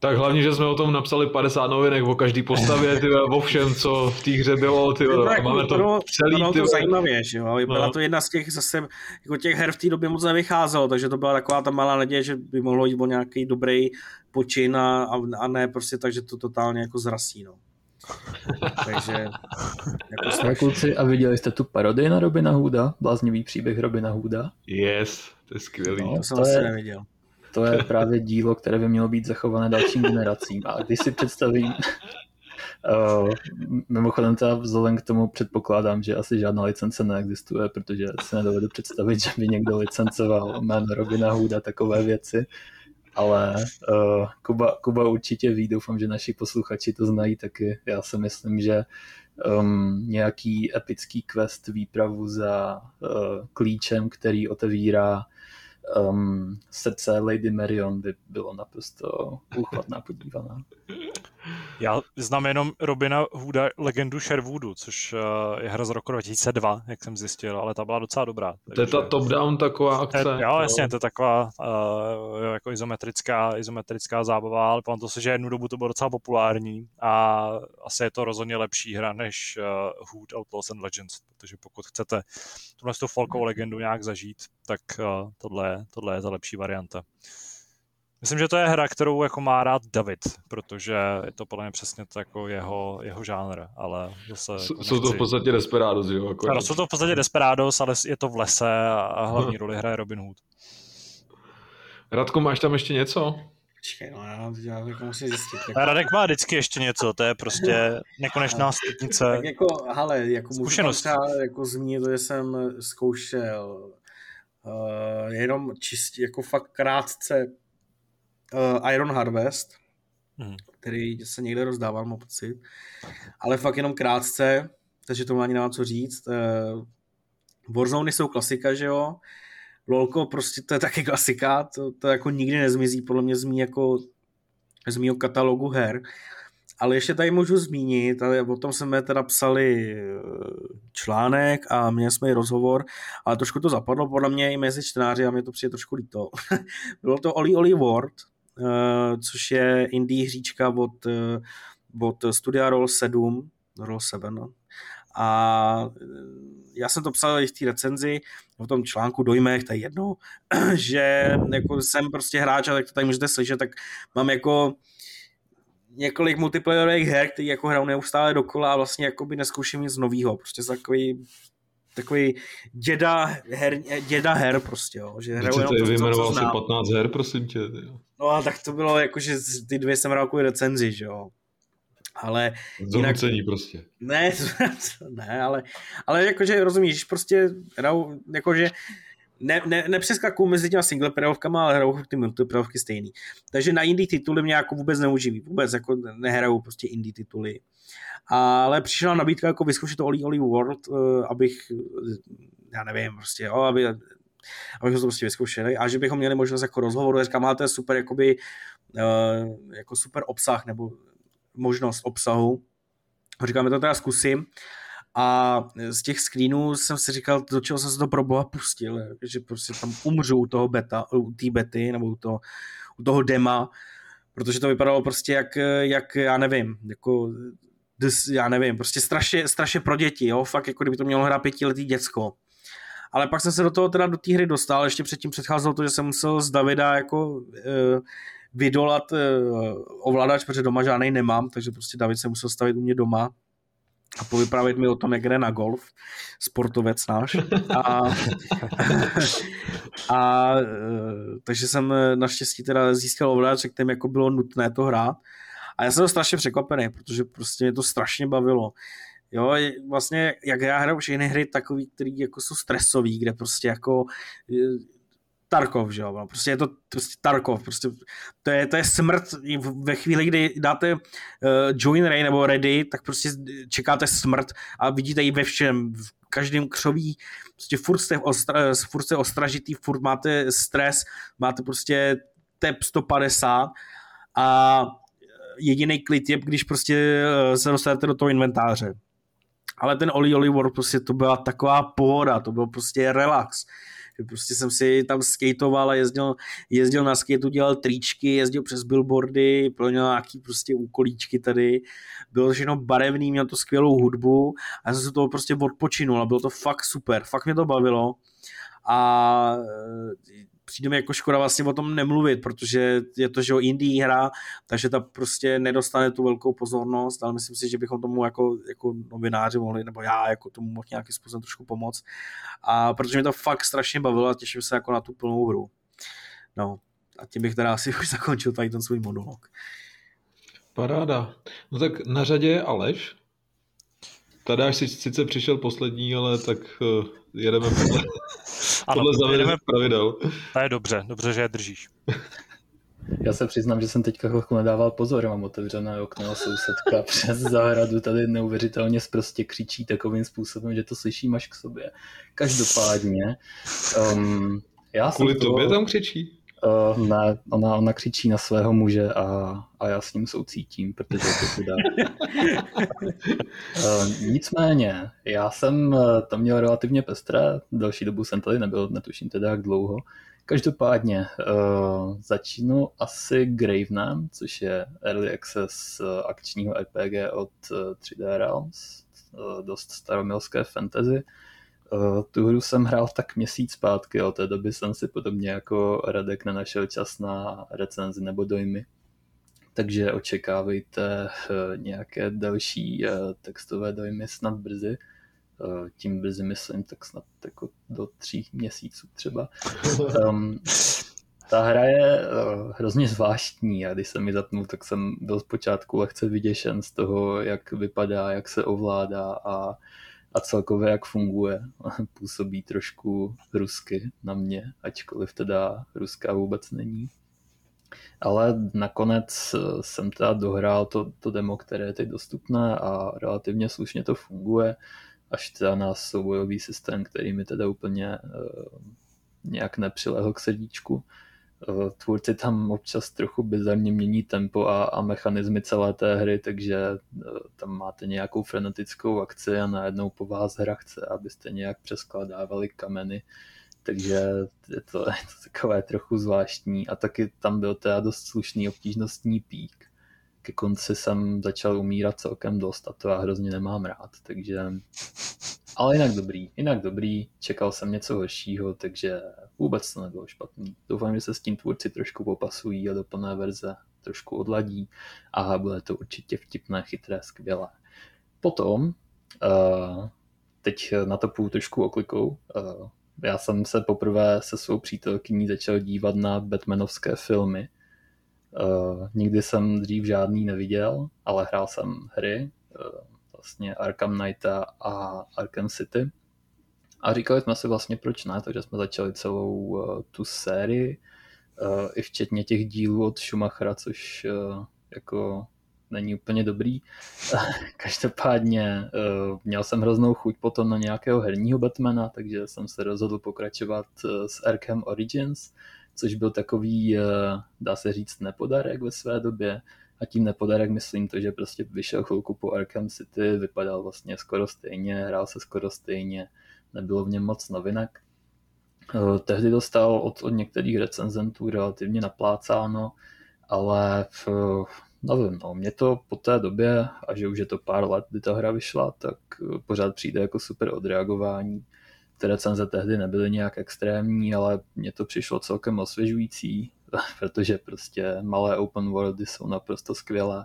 Speaker 2: Tak hlavně, že jsme o tom napsali padesát novinek o každý postavě, ty o všem, co v té hře bylo, ty
Speaker 4: no,
Speaker 2: a máme to
Speaker 4: bylo,
Speaker 2: celý.
Speaker 4: bylo to zajímavě, že jo, byla
Speaker 2: no.
Speaker 4: to jedna z těch zase, jako těch her v té době moc nevycházelo, takže to byla taková ta malá naděje, že by mohlo jít o nějaký dobrý počin a, a ne prostě tak, že to totálně jako zrasí, no. Takže
Speaker 5: jako strašný. Kluci, a viděli jste tu parodii na Robina Hooda? Bláznivý příběh Robina Hooda?
Speaker 2: Yes, to je skvělý.
Speaker 4: No, to jsem asi neviděl.
Speaker 5: To je právě dílo, které by mělo být zachované dalším generacím. A když si představím, uh, mimochodem teda vzhledem k tomu předpokládám, že asi žádná licence neexistuje, protože si nedovedu představit, že by někdo licencoval jméno Robina Hooda, takové věci. Ale uh, Kuba, Kuba určitě ví, doufám, že naši posluchači to znají taky. Já si myslím, že um, nějaký epický quest výpravu za uh, klíčem, který otevírá Um, srdce Lady Marion by bylo naprosto úchvatná podívaná.
Speaker 3: Já znám jenom Robina Hooda, legendu Sherwoodu, což je hra z roku dva tisíce dva, jak jsem zjistil, ale ta byla docela dobrá.
Speaker 2: Takže... To je ta top-down taková akce.
Speaker 3: Je, jo, jasně, to je taková uh, jako izometrická, izometrická zábava, ale pamatuju si, že jednu dobu to bylo docela populární a asi je to rozhodně lepší hra než uh, Hood, Outlaws and Legends, protože pokud chcete tuhle tu folkovou legendu nějak zažít, tak uh, tohle, tohle je ta lepší varianta. Myslím, že to je hra, kterou jako má rád David, protože je to podle mě přesně to jako jeho, jeho žánr, ale zase... Jako
Speaker 2: jsou to v podstatě Desperados, jo? Jako
Speaker 3: ano, jsou to v podstatě Desperados, ale je to v lese a hlavní roli hraje Robin Hood.
Speaker 2: Radko, máš tam ještě něco?
Speaker 4: Počkej, no já, já jako musím zjistit.
Speaker 3: Jako... Radek má vždycky ještě něco, to je prostě nekonečná stupnice.
Speaker 4: Tak jako, hele, jako můžu tam třeba jako zmínit, že jsem zkoušel uh, jenom čistě, jako fakt krátce Uh, Iron Harvest, hmm. který se někde rozdával, mám pocit, ale fakt jenom krátce, takže tomu ani nemám co říct. Uh, Warzone jsou klasika, že jo? LOLko prostě to je taky klasika, to, to jako nikdy nezmizí, podle mě z mý jako z mýho katalogu her. Ale ještě tady můžu zmínit, ale o tom jsme teda psali článek a měli jsme i rozhovor, ale trošku to zapadlo podle mě i mezi čtenáři a mě to přijde trošku líto. Bylo to Oli Oli World, což je indie hříčka od, od studia Roll sedm, Roll sedm, no. A já jsem to psal i v té recenzi, v tom článku dojmech, to je jedno, že jako jsem prostě hráč, a tak to tady můžete slyšet, tak mám jako několik multiplayerových her, který jako hrajou neustále dokola a vlastně jakoby neskouším nic novýho, prostě takový takový děda her, děda her prostě, jo. Že hrajou jenom to,
Speaker 2: vyjmenoval si patnáct her, prosím tě. Jo.
Speaker 4: No a tak to bylo jako, že ty dvě jsem hrál jako recenzi, že jo. Ale
Speaker 2: jinak... prostě.
Speaker 4: Ne, ne, ale, ale jakože rozumíš, prostě hrajou, jakože ne, ne, nepřeskakuju mezi těma singleplayovkama, ale hrajou ty multiplayovky stejný. Takže na indie tituly mě jako vůbec neuživí, vůbec jako nehrajou prostě indie tituly. Ale přišla nabídka jako vyzkoušet to Oli Oli World, uh, abych, já nevím, prostě, jo, aby, abych to prostě vyzkoušeli a že bychom měli možnost jako rozhovoru, říkám, máte super, jakoby, uh, jako super obsah nebo možnost obsahu. Říkáme to teda zkusím a z těch screenů jsem si říkal, do čeho jsem se to pro boha pustil, že prostě tam umřu u toho beta, u té bety nebo u toho, u toho dema, protože to vypadalo prostě jak, jak já nevím, jako já nevím, prostě strašně, strašně pro děti, jo, fakt jako kdyby to mělo hrát pětiletý děcko. Ale pak jsem se do toho teda do té hry dostal, ještě předtím předcházelo to, že jsem musel z Davida jako e, vydolat e, ovladač, protože doma žádnej nemám, takže prostě David se musel stavit u mě doma a povyprávět mi o tom, jak jde na golf, sportovec náš. A, a e, takže jsem naštěstí teda získal ovladač, kterým jako bylo nutné to hrát. A já jsem to strašně překvapený, protože prostě mě to strašně bavilo. Jo, vlastně, jak já hraju všechny hry takový, který jako jsou stresový, kde prostě jako Tarkov, že jo, prostě je to prostě Tarkov, prostě to je, to je smrt ve chvíli, kdy dáte uh, join Ray nebo ready, tak prostě čekáte smrt a vidíte ji ve všem, v každém křoví, prostě furt jste, ostra, furt jste ostražitý, furt máte stres, máte prostě tep sto padesát a jediný klid je, když prostě se dostanete do toho inventáře. Ale ten Oli Oli World prostě to byla taková pohoda, to byl prostě relax. Prostě jsem si tam skateoval a jezdil, jezdil na skateu, dělal tričky, jezdil přes billboardy, plnil nějaký prostě úkolíčky tady. Bylo všechno barevný, měl to skvělou hudbu a já jsem se toho prostě odpočinul a bylo to fakt super, fakt mě to bavilo. A přijde mi jako škoda vlastně o tom nemluvit, protože je to, že jo, indie hra, takže ta prostě nedostane tu velkou pozornost, ale myslím si, že bychom tomu jako, jako novináři mohli, nebo já jako tomu mohl nějakým způsobem trošku pomoct. A protože mě to fakt strašně bavilo a těším se jako na tu plnou hru. No, a tím bych teda asi už zakončil tady ten svůj monolog.
Speaker 2: Paráda. No tak na řadě je Aleš. Tady až si sice přišel poslední, ale tak uh, jedeme podle, podle zavedených pravidel.
Speaker 3: To je dobře, dobře, že je držíš.
Speaker 5: Já se přiznám, že jsem teďka chvilku nedával pozor, mám otevřené okno a sousedka přes zahradu tady neuvěřitelně sprostě křičí takovým způsobem, že to slyším až k sobě. Každopádně, um, já
Speaker 2: Kvůli
Speaker 5: jsem
Speaker 2: tobě
Speaker 5: toho,
Speaker 2: tam křičí?
Speaker 5: Uh, ne, ona, ona křičí na svého muže a, a já s ním soucítím, protože to teda... uh, nicméně, já jsem to měl relativně pestré, další dobu jsem tady nebyl, netuším teda jak dlouho. Každopádně uh, začínu asi Gravenem, což je Early Access akčního R P G od uh, tři dé Realms, uh, dost staromilské fantasy. Uh, tu hru jsem hrál tak měsíc zpátky, od té doby jsem si podobně jako Radek nenašel čas na recenzi nebo dojmy. Takže očekávejte uh, nějaké další uh, textové dojmy snad brzy. Uh, tím brzy myslím tak snad jako do tří měsíců třeba. Um, ta hra je uh, hrozně zvláštní a když jsem ji zapnul, tak jsem byl zpočátku lehce vyděšen z toho, jak vypadá, jak se ovládá a a celkově jak funguje. Působí trošku rusky na mě, ačkoliv teda ruská vůbec není. Ale nakonec jsem teda dohrál to, to demo, které je teď dostupné a relativně slušně to funguje, až teda na soubojový systém, který mi teda úplně uh, nějak nepřilehl k srdíčku. Tvůrci tam občas trochu bizarně mění tempo a, a mechanismy celé té hry, takže tam máte nějakou frenetickou akci a najednou po vás hra chce, abyste nějak přeskládávali kameny, takže je to, je to takové trochu zvláštní a taky tam byl teda dost slušný obtížnostní pík. Ke konci jsem začal umírat celkem dost a to já hrozně nemám rád, takže... Ale jinak dobrý, jinak dobrý, čekal jsem něco horšího, takže vůbec to nebylo špatný. Doufám, že se s tím tvůrci trošku popasují a do plné verze trošku odladí a bude to určitě vtipné, chytré, skvělé. Potom, uh, teď na to půjdu trošku oklikou, uh, já jsem se poprvé se svou přítelkyní začal dívat na Batmanovské filmy. Uh, nikdy jsem dřív žádný neviděl, ale hrál jsem hry, uh, vlastně Arkham Knighta a Arkham City. A říkali jsme si vlastně proč ne, takže jsme začali celou uh, tu sérii, uh, i včetně těch dílů od Schumachera, což uh, jako není úplně dobrý. Každopádně uh, měl jsem hroznou chuť potom na nějakého herního Batmana, takže jsem se rozhodl pokračovat uh, s Arkham Origins, což byl takový, uh, dá se říct, nepodarek ve své době. A tím nepodarek myslím to, že prostě vyšel chvilku po Arkham City, vypadal vlastně skoro stejně, hrál se skoro stejně, nebylo v něm moc novinek. Uh, tehdy dostal od, od některých recenzentů relativně naplácáno, ale v, nevím, no, mě to po té době, a že už je to pár let, kdy ta hra vyšla, tak pořád přijde jako super odreagování. Ty recenze tehdy nebyly nějak extrémní, ale mně to přišlo celkem osvěžující, protože prostě malé open worldy jsou naprosto skvělé.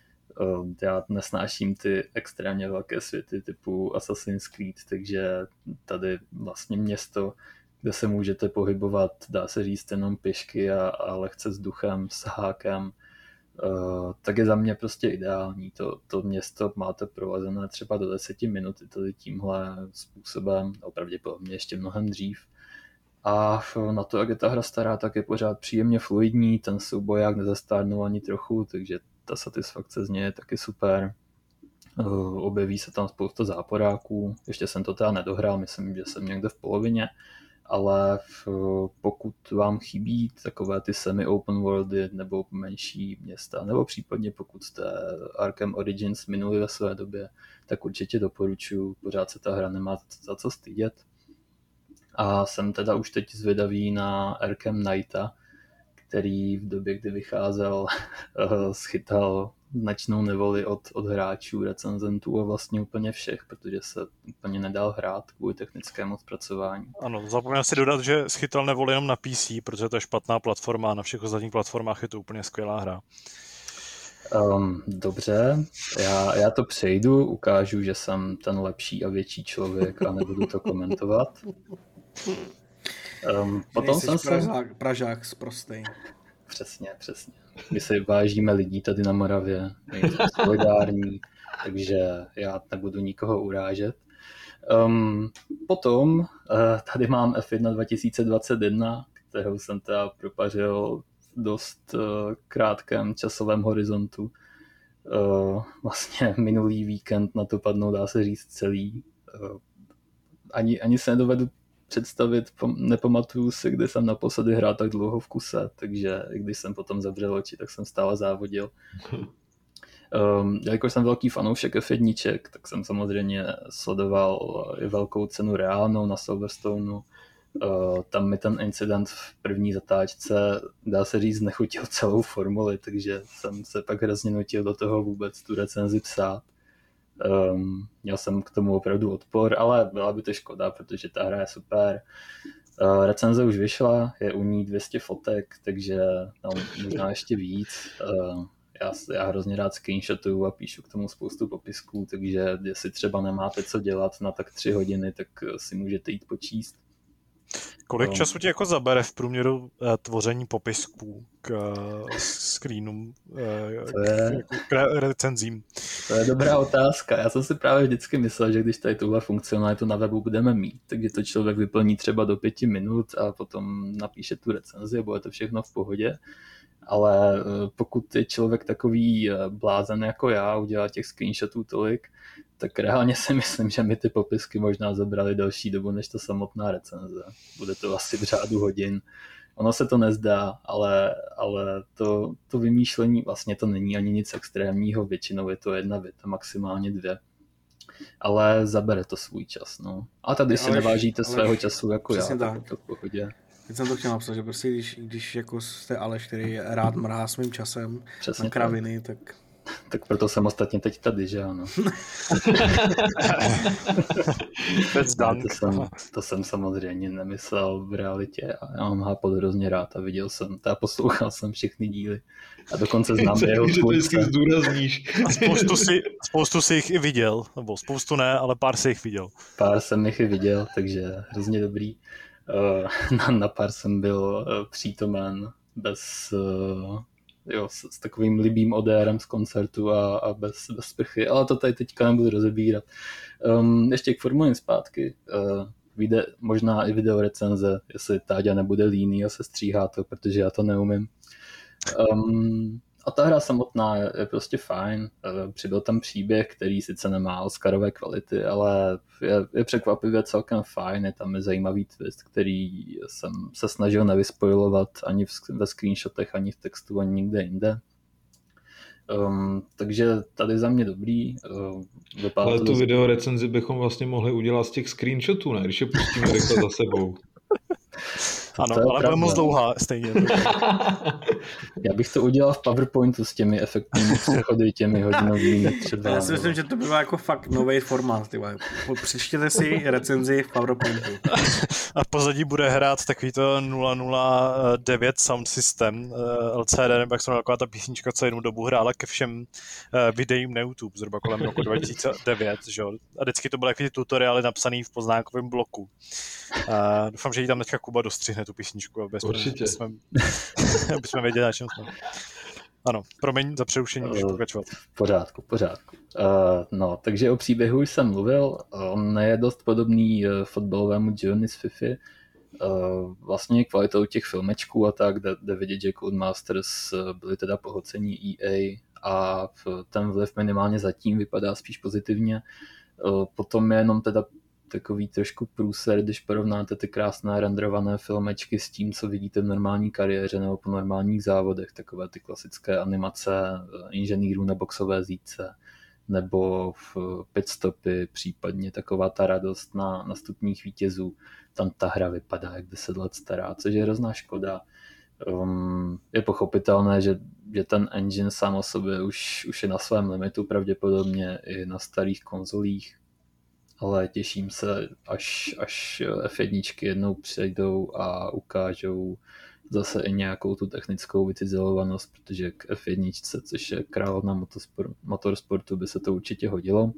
Speaker 5: Já nesnáším ty extrémně velké světy typu Assassin's Creed, takže tady vlastně město, kde se můžete pohybovat, dá se říct jenom pěšky a, a lehce vzduchem, s hákem, uh, tak je za mě prostě ideální. To, to město máte provazené třeba do deseti minut tady tímhle způsobem, opravděpodobně ještě mnohem dřív. A na to, jak je ta hra stará, tak je pořád příjemně fluidní, ten souboják nezastárnul ani trochu, takže ta satisfakce z něj je taky super. Uh, objeví se tam spousta záporáků, ještě jsem to teda nedohrál, myslím, že jsem někde v polovině, ale v, pokud vám chybí takové ty semi-open worldy nebo menší města, nebo případně pokud jste Arkham Origins minuli ve své době, tak určitě doporučuji, pořád se ta hra nemá za co stydět. A jsem teda už teď zvědavý na Arkham Knighta, který v době, kdy vycházel, schytal značnou nevoli od, od hráčů, recenzentů a vlastně úplně všech, protože se úplně nedal hrát kvůli technickému zpracování.
Speaker 3: Ano, zapomněl si dodat, že schytal nevoli jenom na P C, protože to je špatná platforma a na všech ostatních platformách je to úplně skvělá hra.
Speaker 5: Um, dobře, já, já to přejdu, ukážu, že jsem ten lepší a větší člověk a nebudu to komentovat. Um, potom jsem
Speaker 4: pražák, se... Pražák sprostej.
Speaker 5: Přesně, přesně. My se vážíme lidí tady na Moravě, my jsme solidární, takže já nebudu nikoho urážet. Um, potom uh, tady mám F jedna dva tisíce dvacet jedna, kterou jsem teda propařil v dost uh, krátkém časovém horizontu. Uh, vlastně minulý víkend na to padnou, dá se říct, celý. Uh, ani, ani se nedovedu představit, nepamatuju si, kdy jsem naposledy hrál tak dlouho v kuse, takže když jsem potom zavřel oči, tak jsem stále závodil. Um, jelikož jsem velký fanoušek F jedna, tak jsem samozřejmě sledoval i velkou cenu reálnou na Silverstoneu. Uh, tam mi ten incident v první zatáčce, dá se říct, nechutil celou formuli, takže jsem se pak hrozně nutil do toho vůbec tu recenzi psát. Um, měl jsem k tomu opravdu odpor, ale byla by to škoda, protože ta hra je super. Uh, recenze už vyšla, je u ní dvě stě fotek, takže no, možná ještě víc. Uh, já, já hrozně rád screenshotuju a píšu k tomu spoustu popisků, takže jestli třeba nemáte co dělat na tak tři hodiny, tak si můžete jít počíst.
Speaker 3: Kolik um, času ti jako zabere v průměru uh, tvoření popisků k uh, screenům, uh,
Speaker 5: je,
Speaker 3: k, k recenzím?
Speaker 5: To je dobrá otázka. Já jsem si právě vždycky myslel, že když tady tuhle funkcionalitu na webu budeme mít, takže to člověk vyplní třeba do pěti minut a potom napíše tu recenzi a bude to všechno v pohodě. Ale pokud je člověk takový blázen jako já, udělá těch screenshotů tolik, tak reálně si myslím, že mi ty popisky možná zabrali delší dobu než ta samotná recenze. Bude to asi v řádu hodin. Ono se to nezdá, ale, ale to, to vymýšlení vlastně to není ani nic extrémního, většinou je to jedna věta, maximálně dvě. Ale zabere to svůj čas. No. A tady si ale, nevážíte ale, svého času jako já, tak je to v pohodě.
Speaker 4: Teď jsem to chtěl napsat, že prostě když, když jako jste Aleš, který rád mrhá svým časem přesně na kraviny, tak... tak...
Speaker 5: Tak proto jsem ostatně teď tady, že ano. to, jsem, to jsem samozřejmě nemyslel v realitě a já mám Hápot hrozně rád a viděl jsem, a poslouchal jsem všechny díly a dokonce znám jeho tvůrce.
Speaker 3: A spoustu si, spoustu si jich i viděl, nebo spoustu ne, ale pár si jich viděl.
Speaker 5: Pár jsem jich i viděl, takže hrozně dobrý. Uh, na, na pár jsem byl uh, přítomen bez... Uh, Jo, s, s takovým libým odérem z koncertu a, a bez, bez sprchy, ale to tady teďka nebudu rozebírat. Um, ještě k formulím zpátky. Uh, vyjde možná i video recenze, jestli Táďa nebude líný a se stříhá to, protože já to neumím. Um, a ta hra samotná je, je prostě fajn. Uh, přibyl tam příběh, který sice nemá oscarové kvality, ale je, je překvapivě celkem fajn. Je tam zajímavý twist, který jsem se snažil nevyspoilovat ani v, ve screenshotech, ani v textu, ani nikde jinde. Um, takže tady za mě dobrý. Uh,
Speaker 2: ale tu video recenzi bychom vlastně mohli udělat z těch screenshotů, ne? Když je pustíme rychle za sebou.
Speaker 3: Ano, ale bude moc dlouhá stejně.
Speaker 5: Já bych to udělal v PowerPointu s těmi efektními přechody, těmi hodinovými třeba.
Speaker 4: Já si myslím, že to bylo jako fakt nový formát. Tyhle. Přečtěte si recenzi v PowerPointu.
Speaker 3: A v pozadí bude hrát takový to nula nula devět Sound System L C D, nebo jak se taková ta písnička, co jednu dobu hrála ke všem videím na YouTube, zhruba kolem roku dva tisíce devět. Že? A vždycky to byly takový tutoriály napsaný v poznámkovém bloku. A doufám, že jí tam teďka Kuba dostřihne tu písničku, aby jsme, jsme, aby jsme věděli, na čem jsme. Ano, promiň za přerušení, můžu pokračovat.
Speaker 5: V pořádku, v pořádku. Uh, no, takže o příběhu už jsem mluvil. On je dost podobný uh, fotbalovému Journey z FIFA. Uh, vlastně kvalitou těch filmečků a tak, jde, jde vidět, že Codemasters uh, byli teda pohlcení E A a ten vliv minimálně zatím vypadá spíš pozitivně. Uh, potom je jenom teda takový trošku průser, když porovnáte ty krásné renderované filmečky s tím, co vidíte v normální kariéře nebo po normálních závodech, takové ty klasické animace inženýrů na boxové zítce, nebo v pitstopy, případně taková ta radost na, na stupních vítězů. Tam ta hra vypadá jak deset let stará, což je hrozná škoda. Um, je pochopitelné, že, že ten engine sám o sobě už, už je na svém limitu pravděpodobně i na starých konzolích, ale těším se, až, až F jedna jednou přejdou a ukážou zase i nějakou tu technickou vycizelovanost, protože k F jedna, což je královna motospor, motorsportu, by se to určitě hodilo.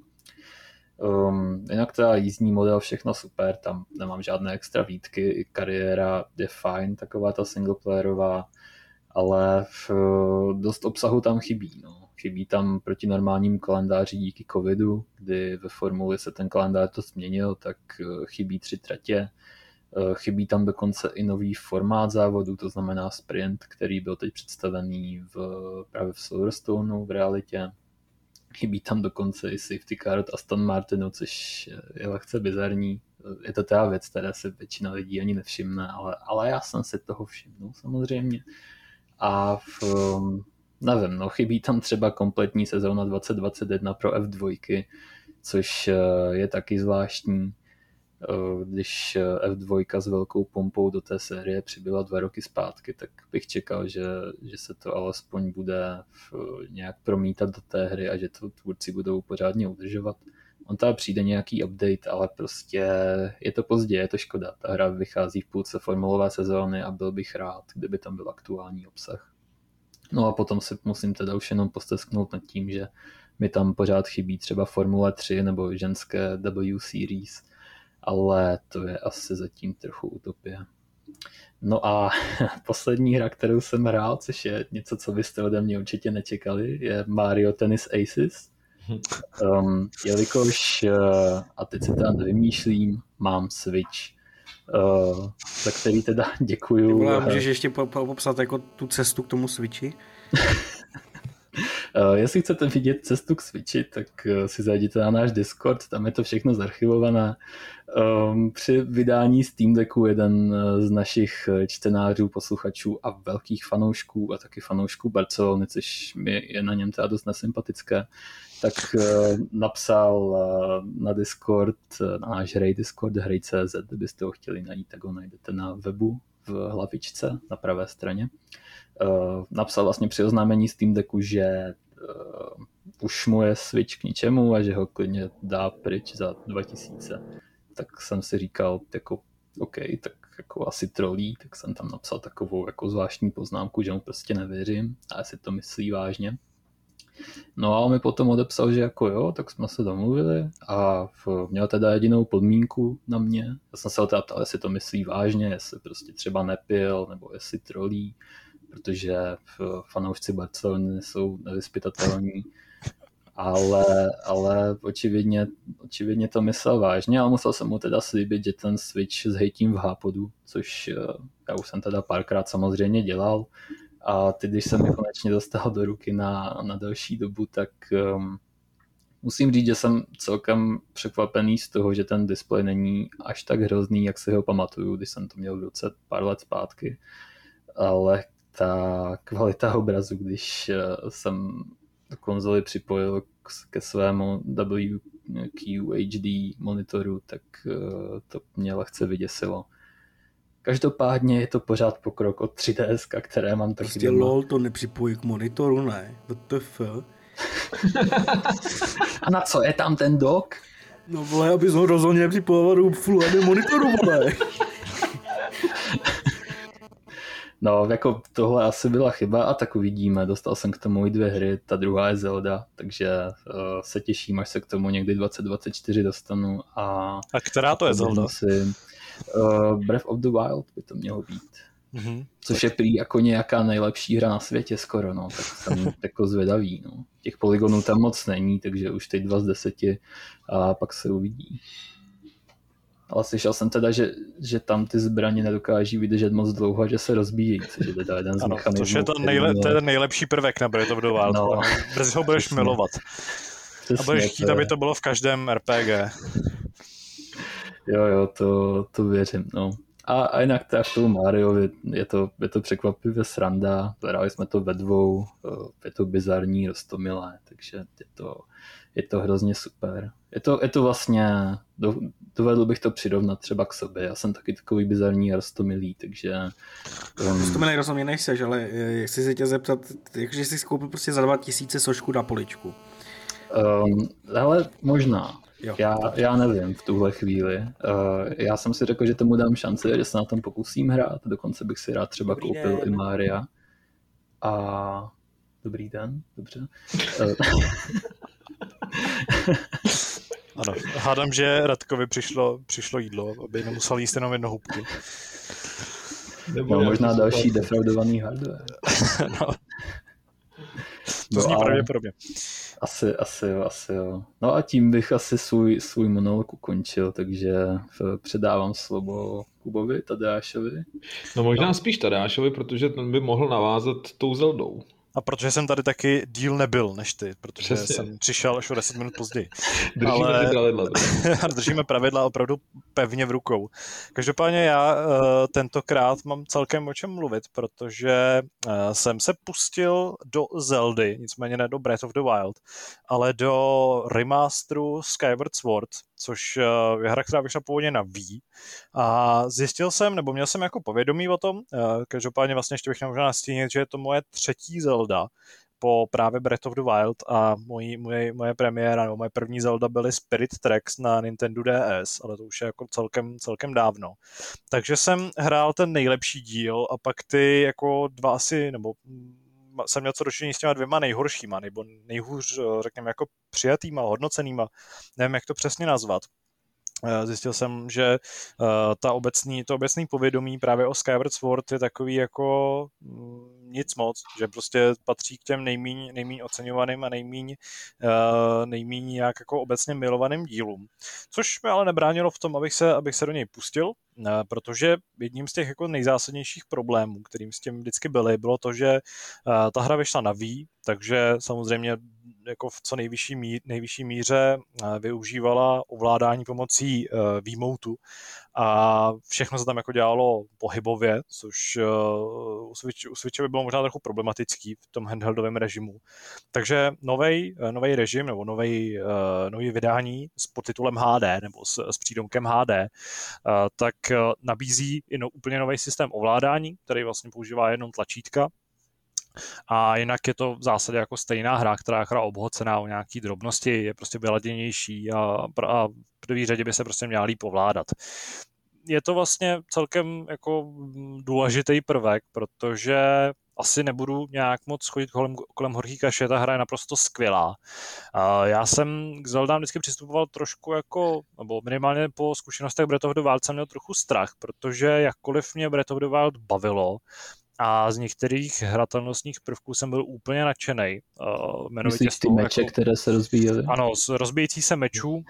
Speaker 5: Um, jinak teda jízdní model, všechno super, tam nemám žádné extra výtky, i kariéra je fajn, taková ta singleplayerová, ale v, dost obsahu tam chybí. No. Chybí tam proti normálním kalendáři díky covidu, kdy ve formuli se ten kalendář to změnil, tak chybí tři tratě. Chybí tam dokonce i nový formát závodu, to znamená sprint, který byl teď představený v, právě v Silverstoneu v realitě. Chybí tam dokonce i safety car od Aston Martinu, což je lehce bizarní. Je to teda věc, která se většina lidí ani nevšimne, ale, ale já jsem si toho všimnul samozřejmě. A v, nevím, no, chybí tam třeba kompletní sezóna dvacet dvacet jedna pro F dva, což je taky zvláštní. Když F dva s velkou pompou do té série přibyla dva roky zpátky, tak bych čekal, že, že se to alespoň bude nějak promítat do té hry a že to tvůrci budou pořádně udržovat. On tam přijde nějaký update, ale prostě je to pozdě, je to škoda. Ta hra vychází v půlce formulové sezóny a byl bych rád, kdyby tam byl aktuální obsah. No a potom si musím teda už jenom postesknout nad tím, že mi tam pořád chybí třeba Formule tři nebo ženské W Series, ale to je asi zatím trochu utopie. No a poslední hra, kterou jsem hrál, což je něco, co byste ode mě určitě nečekali, je Mario Tennis Aces. Um, jelikož, uh, a teď si teda nevymýšlím, mám Switch, uh, za který teda děkuju.
Speaker 4: Vole, můžeš ještě popsat jako tu cestu k tomu Switchi?
Speaker 5: Uh, jestli chcete vidět cestu k Switchi, tak uh, si zajděte na náš Discord, tam je to všechno zarchivované. Um, při vydání Steam Decku jeden z našich čtenářů, posluchačů a velkých fanoušků a taky fanoušků Barcelony, což mi je na něm teda dost nesympatické, tak uh, napsal uh, na Discord, na náš hrej Discord, hrej tečka cé zet, kdybyste ho chtěli najít, tak ho najdete na webu v hlavičce na pravé straně. Uh, napsal vlastně při oznámení Steam Decku, že uh, už mu je Switch k ničemu a že ho klidně dá pryč za dva tisíce. Tak jsem si říkal, jako OK, tak jako asi trolí, tak jsem tam napsal takovou jako zvláštní poznámku, že mu prostě nevěřím a jestli to myslí vážně. No a on mi potom odepsal, že jako jo, tak jsme se domluvili a měl teda jedinou podmínku na mě. Já jsem se ho teda ptal, jestli to myslí vážně, jestli prostě třeba nepil nebo jestli trolí, protože fanoušci Barcelony jsou nevyzpytatelní. Ale, ale očividně, očividně to myslel vážně, ale musel jsem mu teda slíbit, že ten Switch zhejtím v hápodu, což já už jsem teda párkrát samozřejmě dělal. A teď, když jsem mi konečně dostal do ruky na, na další dobu, tak um, musím říct, že jsem celkem překvapený z toho, že ten displej není až tak hrozný, jak si ho pamatuju, když jsem to měl v ruce pár let zpátky. Ale ta kvalita obrazu, když uh, jsem konzoli připojil ke svému W Q H D monitoru, tak uh, to mě lehce vyděsilo. Každopádně je to pořád pokrok od tři D S, které mám taky
Speaker 4: prostě doma. LOL to nepřipojí k monitoru, ne? W T F.
Speaker 5: A na co je tam ten dock?
Speaker 4: No vole, abys ho rozhodně nepřipojoval do Full H D monitoru, vole.
Speaker 5: No, jako tohle asi byla chyba a tak uvidíme. Dostal jsem k tomu i dvě hry, ta druhá je Zelda, takže uh, se těším, až se k tomu někdy dvacet dvacet čtyři dostanu. A,
Speaker 3: a která to je Zelda?
Speaker 5: Si, uh, Breath of the Wild by to mělo být. Mm-hmm. Což je prý jako nějaká nejlepší hra na světě skoro, no, tak jsem jako zvědavý. No. Těch polygonů tam moc není, takže už teď dva z deseti a pak se uvidí. Ale slyšel jsem teda, že, že tam ty zbraně nedokáží vydržet moc dlouho, že se rozbíjí, což je teda jeden z
Speaker 3: ano,
Speaker 5: mechanismů.
Speaker 3: Což je to, nejle, to je ten nejlepší prvek na Breath of the Wild. No, brzy ho budeš přesně milovat. Přesně, a budeš chtít, aby to bylo v každém R P G.
Speaker 5: Jo, jo, to, to věřím, no. A, a jinak tak tou Mariovi je to, je to překvapivě sranda, hráli jsme to ve dvou, je to bizarní, roztomilé, takže je to, je to hrozně super. Je to, je to vlastně, do, dovedl bych to přirovnat třeba k sobě, já jsem taky takový bizarní a roztomilý, takže...
Speaker 4: Um... Roztomilý rozumně nejseš, ale chci se tě zeptat, jakže jsi koupil prostě za dva tisíce sošku na poličku.
Speaker 5: Um, ale možná.
Speaker 4: Jo.
Speaker 5: Já, já nevím v tuhle chvíli. Uh, já jsem si řekl, že tomu dám šanci, že se na tom pokusím hrát. Dokonce bych si rád třeba Dobrý koupil den. i Mária. A dobrý den, dobře.
Speaker 3: Ano, hádám, že Radkovi přišlo, přišlo jídlo, aby nemusel jíst jenom jedno hubku.
Speaker 5: Nebo no, možná další defraudovaný hardware.
Speaker 3: No. To zní no, pravděpodobně.
Speaker 5: Asi, asi jo, asi jo. No a tím bych asi svůj, svůj monolog ukončil, takže předávám slovo Kubovi, Tadeášovi.
Speaker 2: No možná no. spíš Tadeášovi, protože ten by mohl navázat tou Zeldou.
Speaker 3: A protože jsem tady taky díl nebyl než ty, protože Přesně. jsem přišel až o deset minut později.
Speaker 2: Držíme Ale... pravidla.
Speaker 3: Držíme pravidla opravdu pevně v rukou. Každopádně já uh, tentokrát mám celkem o čem mluvit, protože uh, jsem se pustil do Zeldy, nicméně ne do Breath of the Wild, ale do remasteru Skyward Sword, což uh, je hra, která vyšla původně na Wii. A zjistil jsem, nebo měl jsem jako povědomí o tom, uh, každopádně vlastně ještě bych možná nastínit, že je to moje třetí Zelda po právě Breath of the Wild a mojí, moje, moje premiéra, nebo moje první Zelda byly Spirit Tracks na Nintendo D S, ale to už je jako celkem, celkem dávno. Takže jsem hrál ten nejlepší díl a pak ty jako dva asi, nebo jsem měl co dočinění s těma dvěma nejhoršíma, nebo nejhůř, řekněme, jako přijatýma, hodnocenýma, nevím, jak to přesně nazvat. Zjistil jsem, že uh, ta obecný, to obecný povědomí právě o Skyward Sword je takový jako mm, nic moc, že prostě patří k těm nejmíň, nejmíň oceňovaným a nejmíň, uh, nejmíň nějak jako obecně milovaným dílům. Což mi ale nebránilo v tom, abych se, abych se do něj pustil, uh, protože jedním z těch jako nejzásadnějších problémů, kterým s tím vždycky byly, bylo to, že uh, ta hra vyšla na Wii, takže samozřejmě jako v co nejvyšší, mí, nejvyšší míře využívala ovládání pomocí uh, Wiimotu a všechno se tam jako dělalo pohybově, což uh, u, Switch, u Switche by bylo možná trochu problematický v tom handheldovém režimu. Takže novej, novej režim nebo novej, uh, nový vydání s podtitulem H D nebo s, s přídomkem H D, uh, tak uh, nabízí i no, úplně nový systém ovládání, který vlastně používá jenom tlačítka. A jinak je to v zásadě jako stejná hra, která je hra obohacená o nějaký drobnosti, je prostě vyladěnější a, a v první řadě by se prostě měla líp ovládat. Je to vlastně celkem jako důležitý prvek, protože asi nebudu nějak moc chodit kolem, kolem horký kaše, ta hra je naprosto skvělá. Já jsem k Zeldám vždycky přistupoval trošku jako, nebo minimálně po zkušenostech Breath of the Wild jsem měl trochu strach, protože jakkoliv mě Breath of the Wild bavilo, a z některých hratelnostních prvků jsem byl úplně nadšenej. Uh,
Speaker 5: Myslíš ty meče, jako, které se rozbíjely?
Speaker 3: Ano, z rozbíjecí se mečů,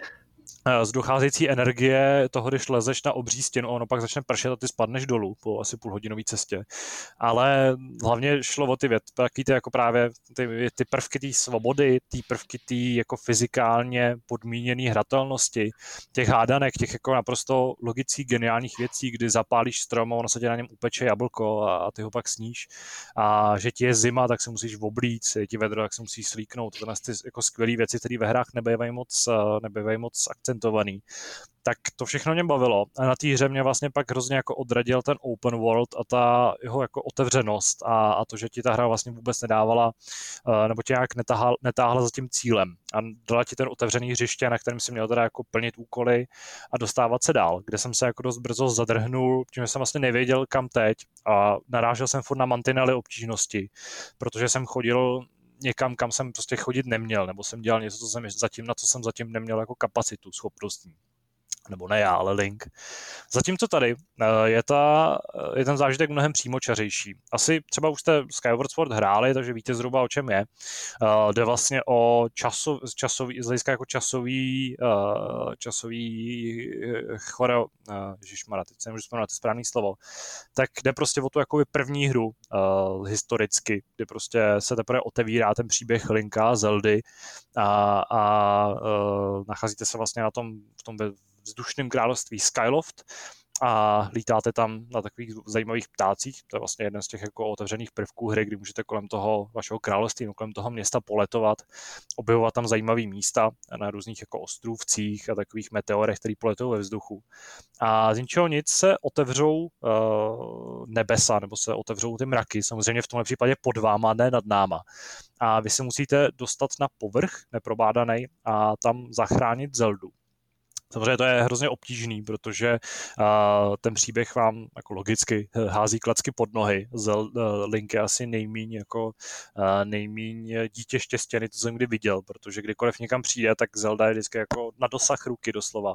Speaker 3: z docházející energie toho, když lezeš na obří stěnu, ono pak začne pršet a ty spadneš dolů po asi půlhodinové cestě. Ale hlavně šlo o ty věc, taky ty jako právě ty, ty prvky té svobody, ty prvky té jako fyzikálně podmíněné hratelnosti, těch hádanek, těch jako naprosto logických, geniálních věcí, kdy zapálíš strom a ono se tě na něm upeče jablko a, a ty ho pak sníš. A že ti je zima, tak se musíš oblíct, je ti vedro, tak se musíš slíknout. To jsou ty jako skvělé věci, které ve hrách nebývají moc, nebývají moc akcentovaný. Tak to všechno mě bavilo. A na té hře mě vlastně pak hrozně jako odradil ten open world a ta jeho jako otevřenost a, a to, že ti ta hra vlastně vůbec nedávala, nebo tě nějak netáhla, netáhla za tím cílem. A dala ti ten otevřený hřiště, na kterém si měl teda jako plnit úkoly a dostávat se dál, kde jsem se jako dost brzo zadrhnul, tím jsem vlastně nevěděl, kam teď a narážel jsem furt na mantinely obtížnosti, protože jsem chodil někam, kam jsem prostě chodit neměl, nebo jsem dělal něco, co jsem zatím, na co jsem zatím neměl jako kapacitu, schopnostní. Nebo ne já, ale Link. Zatímco tady je, ta, je ten zážitek mnohem přímočařejší. Asi třeba už jste Skyward Sword hráli, takže víte zhruba, o čem je. Uh, jde vlastně o časov, časový, z hlediska jako časový, uh, časový choreo, uh, ježišmarja, teď se nemůžu vzpomínat to správné slovo, tak jde prostě o tu jakoby první hru uh, historicky, kdy prostě se teprve otevírá ten příběh Linka a Zeldy a, a uh, nacházíte se vlastně na tom, v tom vzdušném království Skyloft a lítáte tam na takových zajímavých ptácích. To je vlastně jeden z těch jako otevřených prvků hry, kdy můžete kolem toho vašeho království, kolem toho města poletovat, objevovat tam zajímavé místa na různých jako ostrůvcích a takových meteorech, které poletou ve vzduchu. A z ničeho nic se otevřou uh, nebesa, nebo se otevřou ty mraky, samozřejmě v tomhle případě pod váma, ne nad náma. A vy se musíte dostat na povrch neprobádaný a tam zachránit Zeldu. Samozřejmě to je hrozně obtížný, protože uh, ten příběh vám jako logicky hází klacky pod nohy. Zel, uh, Link je asi nejmíň jako uh, nejmíň dítě štěstěný, to jsem kdy viděl, protože kdykoliv někam přijde, tak Zelda je vždycky jako na dosah ruky doslova.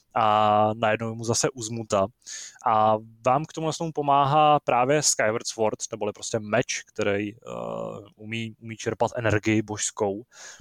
Speaker 3: A najednou mu zase uzmuta. A vám k tomu pomáhá právě Skyward Sword, neboli prostě meč, který uh, umí, umí čerpat energii božskou.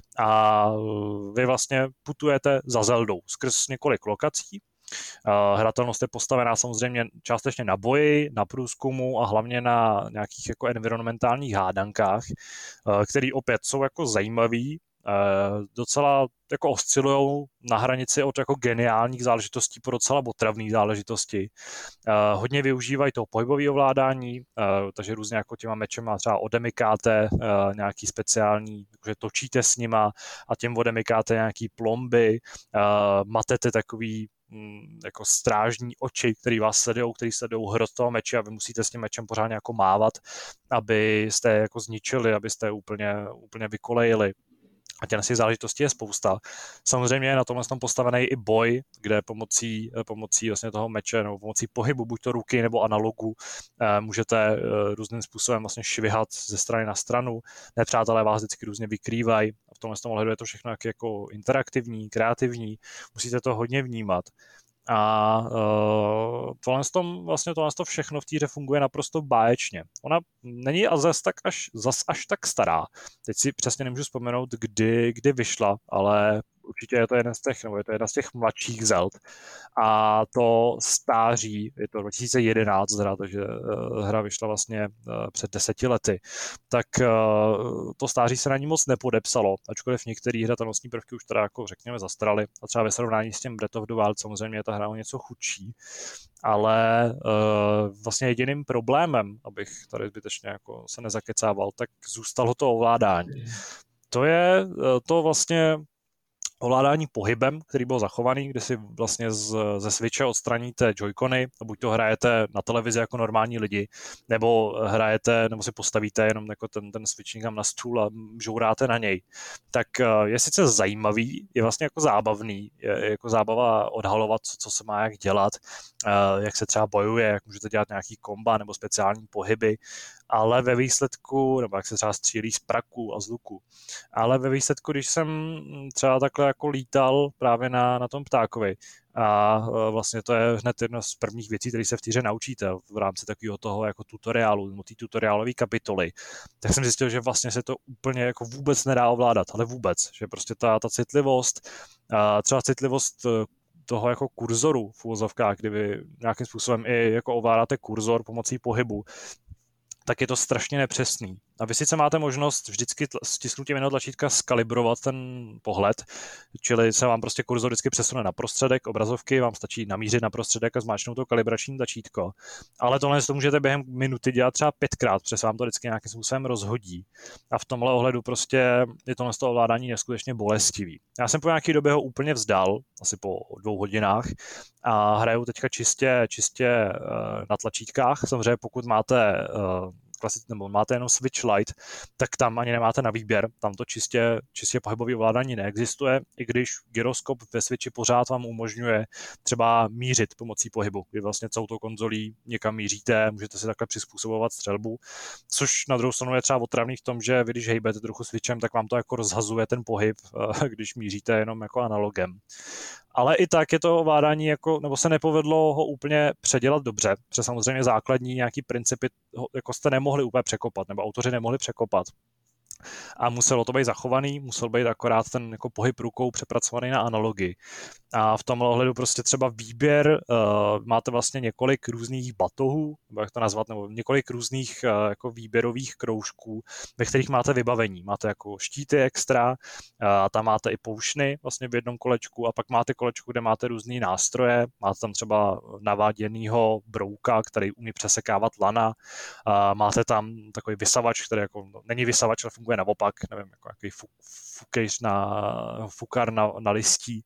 Speaker 3: A vy vlastně putujete za Zeldou skrz několik lokací. Uh, hratelnost je postavená samozřejmě částečně na boji, na průzkumu a hlavně na nějakých jako environmentálních hádankách, uh, které opět jsou jako zajímavý, uh, docela jako oscilujou na hranici od jako geniálních záležitostí po docela otravných záležitosti. Uh, hodně využívají toho pohybové ovládání, uh, takže různě jako těma mečema třeba odemykáte uh, nějaký speciální, že točíte s nima a těm odemykáte nějaký plomby, uh, matete takový jako strážní oči, který vás sledují, který sledují hrot toho meče a vy musíte s tím mečem pořádně jako mávat, abyste jako zničili, abyste úplně, úplně vykolejili. A těch těch záležitostí je spousta. Samozřejmě je na tomhle tom postavený i boj, kde pomocí, pomocí vlastně toho meče nebo pomocí pohybu, buď to ruky nebo analogu, můžete různým způsobem vlastně švihat ze strany na stranu. Nepřátelé vás vždycky různě vykrývají. A v tomhle tom ohledu je to všechno jako interaktivní, kreativní. Musíte to hodně vnímat. A uh, tohle tom, vlastně tohle to všechno v té hře funguje naprosto báječně. Ona není a zas, tak až, zas až tak stará. Teď si přesně nemůžu vzpomenout, kdy, kdy vyšla, ale určitě je to jeden z těch, nebo je to jedna z těch mladších Zeld. A to stáří, je to dva tisíce jedenáct hra, takže uh, hra vyšla vlastně uh, před deseti lety, tak uh, to stáří se na ní moc nepodepsalo, ačkoliv některé hratelnostní prvky už teda jako řekněme zastraly a třeba ve srovnání s tím Breath of the Wild samozřejmě je ta hra o něco chudší, ale uh, vlastně jediným problémem, abych tady zbytečně jako se nezakecával, tak zůstalo to ovládání. To je uh, to vlastně ovládání pohybem, který byl zachovaný, kde si vlastně z, ze Switche odstraníte joycony, a buď to hrajete na televizi jako normální lidi, nebo hrajete, nebo si postavíte jenom jako ten, ten Switch někam na stůl a žouráte na něj. Tak je sice zajímavý, je vlastně jako zábavný, je jako zábava odhalovat, co, co se má jak dělat, jak se třeba bojuje, jak můžete dělat nějaký komba nebo speciální pohyby, ale ve výsledku, nebo jak se třeba střílí z praku a z luku, ale ve výsledku, když jsem třeba takhle jako lítal právě na, na tom ptákovi a vlastně to je hned jedna z prvních věcí, které se v té hře naučíte v rámci takového toho jako tutoriálu, nebo té tutoriálové kapitoly, tak jsem zjistil, že vlastně se to úplně jako vůbec nedá ovládat, ale vůbec, že prostě ta, ta citlivost, třeba citlivost toho jako kurzoru v uvozovkách, kdy vy nějakým způsobem i jako ovládáte kurzor pomocí pohybu, tak je to strašně nepřesný. A vy sice máte možnost vždycky stisknutím jednoho tlačítka skalibrovat ten pohled, čili se vám prostě kurzor vždycky přesune na prostředek obrazovky, vám stačí namířit na prostředek a zmáčknout to kalibrační tlačítko. Ale tohle to můžete během minuty dělat třeba pětkrát, protože se vám to vždycky nějakým způsobem rozhodí. A v tomhle ohledu prostě je tohle z toho ovládání neskutečně bolestivý. Já jsem po nějaké době ho úplně vzdal, asi po dvou hodinách, a hraju teďka čistě, čistě uh, na tlačítkách. Samozřejmě pokud máte uh, klasic, nebo máte jenom Switch Lite, tak tam ani nemáte na výběr, tam to čistě, čistě pohybové ovládání neexistuje, i když gyroskop ve Switchi pořád vám umožňuje třeba mířit pomocí pohybu, kdy vlastně celou tou konzolí někam míříte, můžete si takhle přizpůsobovat střelbu, což na druhou stranu je třeba otravný v tom, že vy když hejbete trochu Switchem, tak vám to jako rozhazuje ten pohyb, když míříte jenom jako analogem. Ale i tak je to ovládání, jako, nebo se nepovedlo ho úplně předělat dobře, protože samozřejmě základní nějaký principy jako jste nemohli úplně překopat, nebo autoři nemohli překopat. A muselo to být zachovaný, musel být akorát ten jako pohyb rukou přepracovaný na analogy. A v tomhle ohledu prostě třeba výběr, uh, máte vlastně několik různých batohů, nebo jak to nazvat, nebo několik různých uh, jako výběrových kroužků, ve kterých máte vybavení. Máte jako štíty extra, uh, a tam máte i poušny vlastně v jednom kolečku a pak máte kolečku, kde máte různý nástroje, máte tam třeba naváděnýho brouka, který umí přesekávat lana, uh, máte tam takový vysavač, který jako, no, není vysavač, ale funguje naopak, nevím, jako jaký fukejš na, fukar na, na listí.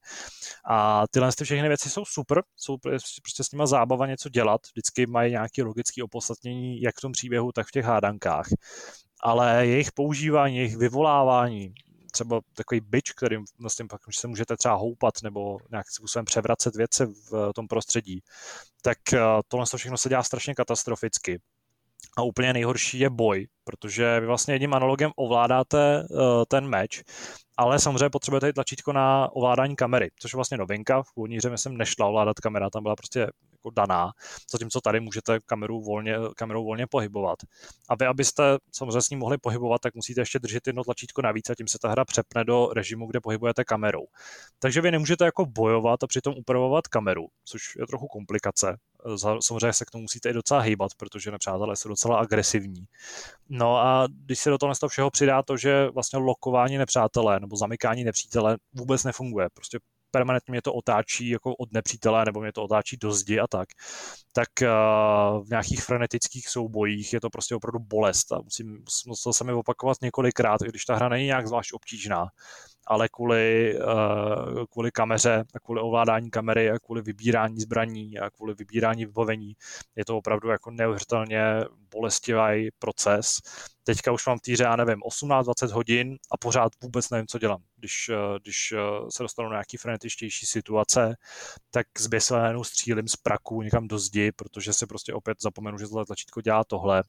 Speaker 3: A tyhle všechny věci jsou super, jsou prostě s nima zábava něco dělat, vždycky mají nějaké logické opodstatnění jak v tom příběhu, tak v těch hádankách. Ale jejich používání, jejich vyvolávání, třeba takový bič, kterým vlastně pak se můžete třeba houpat nebo nějakým způsobem převracet věci v tom prostředí, tak tohle všechno se dělá strašně katastroficky. A úplně nejhorší je boj, protože vy vlastně jedním analogem ovládáte uh, ten meč, ale samozřejmě potřebujete i tlačítko na ovládání kamery, což je vlastně novinka. V původní hře jsem nešla ovládat kamera, tam byla prostě jako daná, zatímco tady můžete kameru volně, kamerou volně pohybovat. A vy, abyste samozřejmě s ní mohli pohybovat, tak musíte ještě držet jedno tlačítko navíc a tím se ta hra přepne do režimu, kde pohybujete kamerou. Takže vy nemůžete jako bojovat a přitom upravovat kameru, což je trochu komplikace. Samozřejmě se k tomu musíte i docela hejbat, protože nepřátelé jsou docela agresivní. No a když se do toho z toho všeho přidá to, že vlastně lokování nepřátelé nebo zamykání nepřítele vůbec nefunguje. Prostě permanentně mě to otáčí jako od nepřítele nebo mě to otáčí do zdi a tak, tak uh, v nějakých frenetických soubojích je to prostě opravdu bolest a musím, musel se mi opakovat několikrát, když ta hra není nějak zvlášť obtížná, ale kvůli, uh, kvůli kameře a kvůli ovládání kamery a kvůli vybírání zbraní a kvůli vybírání vybavení je to opravdu jako neuvěřitelně bolestivý proces. Teďka už mám v týře, já nevím, osmnáct dvacet hodin a pořád vůbec nevím, co dělám. Když, když se dostanu na nějaký frenetičtější situace, tak zběsilenou střílím z praku někam do zdi, protože se prostě opět zapomenu, že tohle tlačítko dělá tohle.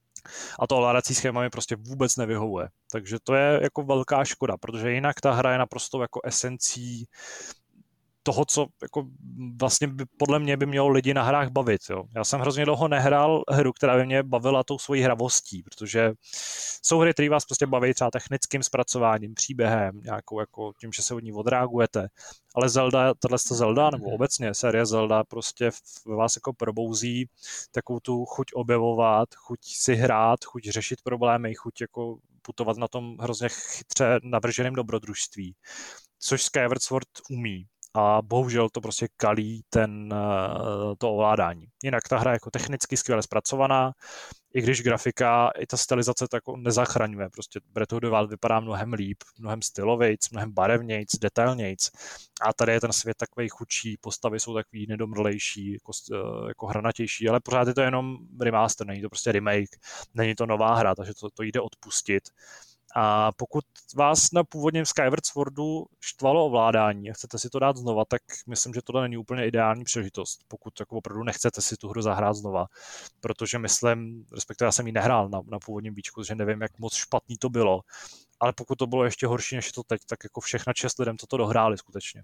Speaker 3: A to ovládací schéma mi prostě vůbec nevyhovuje. Takže to je jako velká škoda, protože jinak ta hra je naprosto jako esencí toho, co jako vlastně by, podle mě by mělo lidi na hrách bavit. Jo. Já jsem hrozně dlouho nehrál hru, která by mě bavila tou svojí hravostí, protože jsou hry, které vás prostě baví třeba technickým zpracováním, příběhem, nějakou jako tím, že se od ní odreagujete. Ale Zelda, tato Zelda, nebo obecně série Zelda prostě v vás jako probouzí takovou tu chuť objevovat, chuť si hrát, chuť řešit problémy, chuť jako putovat na tom hrozně chytře navrženém dobrodružství, což Skyward Sword umí. A bohužel to prostě kalí ten, to ovládání. Jinak ta hra je jako technicky skvěle zpracovaná, i když grafika, i ta stylizace to jako nezachraňuje. Prostě Breath of the Wild vypadá mnohem líp, mnohem stylovějc, mnohem barevnějc, detailnějc. A tady je ten svět takovej chudší, postavy jsou takový nedomrlejší, jako, jako hranatější, ale pořád je to jenom remaster, není to prostě remake, není to nová hra, takže to, to jde odpustit. A pokud vás na původním Skyward Swordu štvalo ovládání a chcete si to dát znova, tak myslím, že tohle není úplně ideální příležitost, pokud jako opravdu nechcete si tu hru zahrát znova, protože myslím, respektive já jsem ji nehrál na, na původním víčku, že nevím, jak moc špatný to bylo, ale pokud to bylo ještě horší, než je to teď, tak jako všechna čest lidem toto dohráli skutečně.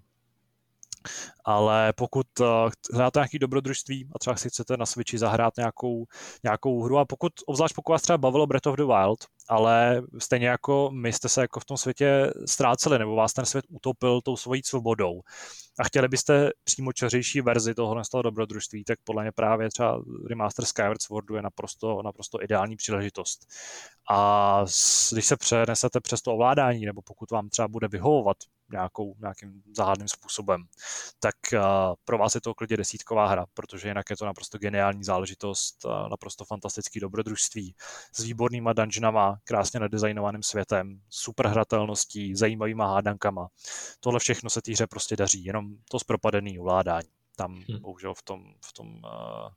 Speaker 3: Ale pokud uh, hledáte nějaké dobrodružství a třeba si chcete na Switchi zahrát nějakou, nějakou hru a pokud, obzvlášť pokud vás třeba bavilo Breath of the Wild, ale stejně jako my jste se jako v tom světě ztráceli, nebo vás ten svět utopil tou svojí svobodou a chtěli byste přímo čařejší verzi tohohle z toho dobrodružství, tak podle mě právě třeba remaster Skyward Swordu je naprosto, naprosto ideální příležitost. A když se přenesete přes to ovládání, nebo pokud vám třeba bude vyhovovat nějakou, nějakým záhadným způsobem, tak uh, pro vás je to klidně desítková hra, protože jinak je to naprosto geniální záležitost, uh, naprosto fantastický dobrodružství s výbornýma dungeonama, krásně nadizajnovaným světem, super hratelností, zajímavýma hádankama. Tohle všechno se té hře prostě daří, jenom to zpropadený ovládání. Tam hmm. bohužel v tom, v tom, uh,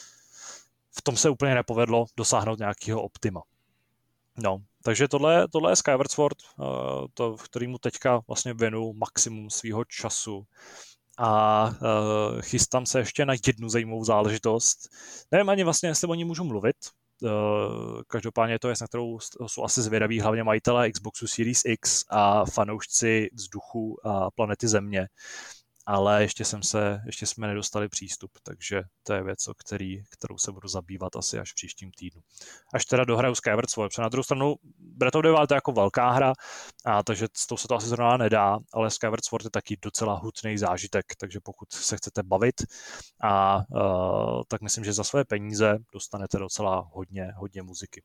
Speaker 3: v tom se úplně nepovedlo dosáhnout nějakého optima. No, takže tohle, tohle je Skyward Sword, to, kterému teďka vlastně věnuju maximum svýho času. A uh, chystám se ještě na jednu zajímavou záležitost. Nevím ani vlastně, jestli o ní můžu mluvit. Uh, každopádně je to věc, na kterou jsou asi zvědaví hlavně majitelé Xboxu Series X a fanoušci vzduchu a planety Země. ale ještě jsem se, ještě jsme nedostali přístup, takže to je věc, o který, kterou se budu zabývat asi až v příštím týdnu. Až teda dohraju Skyward Sword, protože na druhou stranu Breath of the Wild je jako velká hra, a takže s tou se to asi zrovna nedá, ale Skyward Sword je taky docela hutný zážitek, takže pokud se chcete bavit, a uh, tak myslím, že za své peníze dostanete docela hodně, hodně muziky.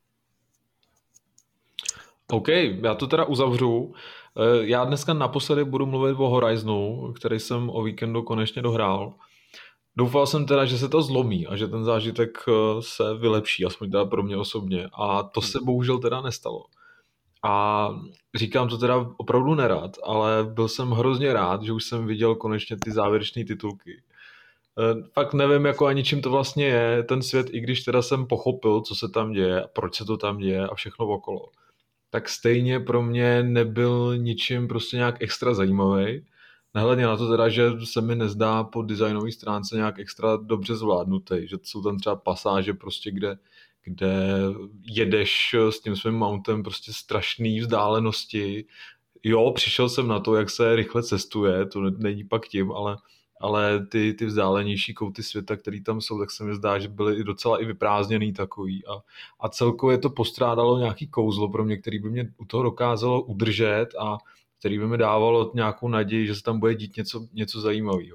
Speaker 2: OK, já to teda uzavřu. Já dneska naposledy budu mluvit o Horizonu, který jsem o víkendu konečně dohrál. Doufal jsem teda, že se to zlomí a že ten zážitek se vylepší, aspoň teda pro mě osobně. A to se bohužel teda nestalo. A říkám to teda opravdu nerad, ale byl jsem hrozně rád, že už jsem viděl konečně ty závěrečné titulky. Fakt nevím, jako ani čím to vlastně je, ten svět, i když teda jsem pochopil, co se tam děje, proč se to tam děje a všechno okolo, tak stejně pro mě nebyl ničím prostě nějak extra zajímavý. Nehledně na to teda, že se mi nezdá po designové stránce nějak extra dobře zvládnutý, že jsou tam třeba pasáže prostě, kde, kde jedeš s tím svým mountem prostě strašný vzdálenosti. Jo, přišel jsem na to, jak se rychle cestuje, to není pak tím, ale ale ty, ty vzdálenější kouty světa, které tam jsou, tak se mi zdá, že byly i docela i vyprázdněný takový. A, a celkově to postrádalo nějaký kouzlo pro mě, který by mě u toho dokázalo udržet a který by mi dávalo nějakou naději, že se tam bude dít něco, něco zajímavého.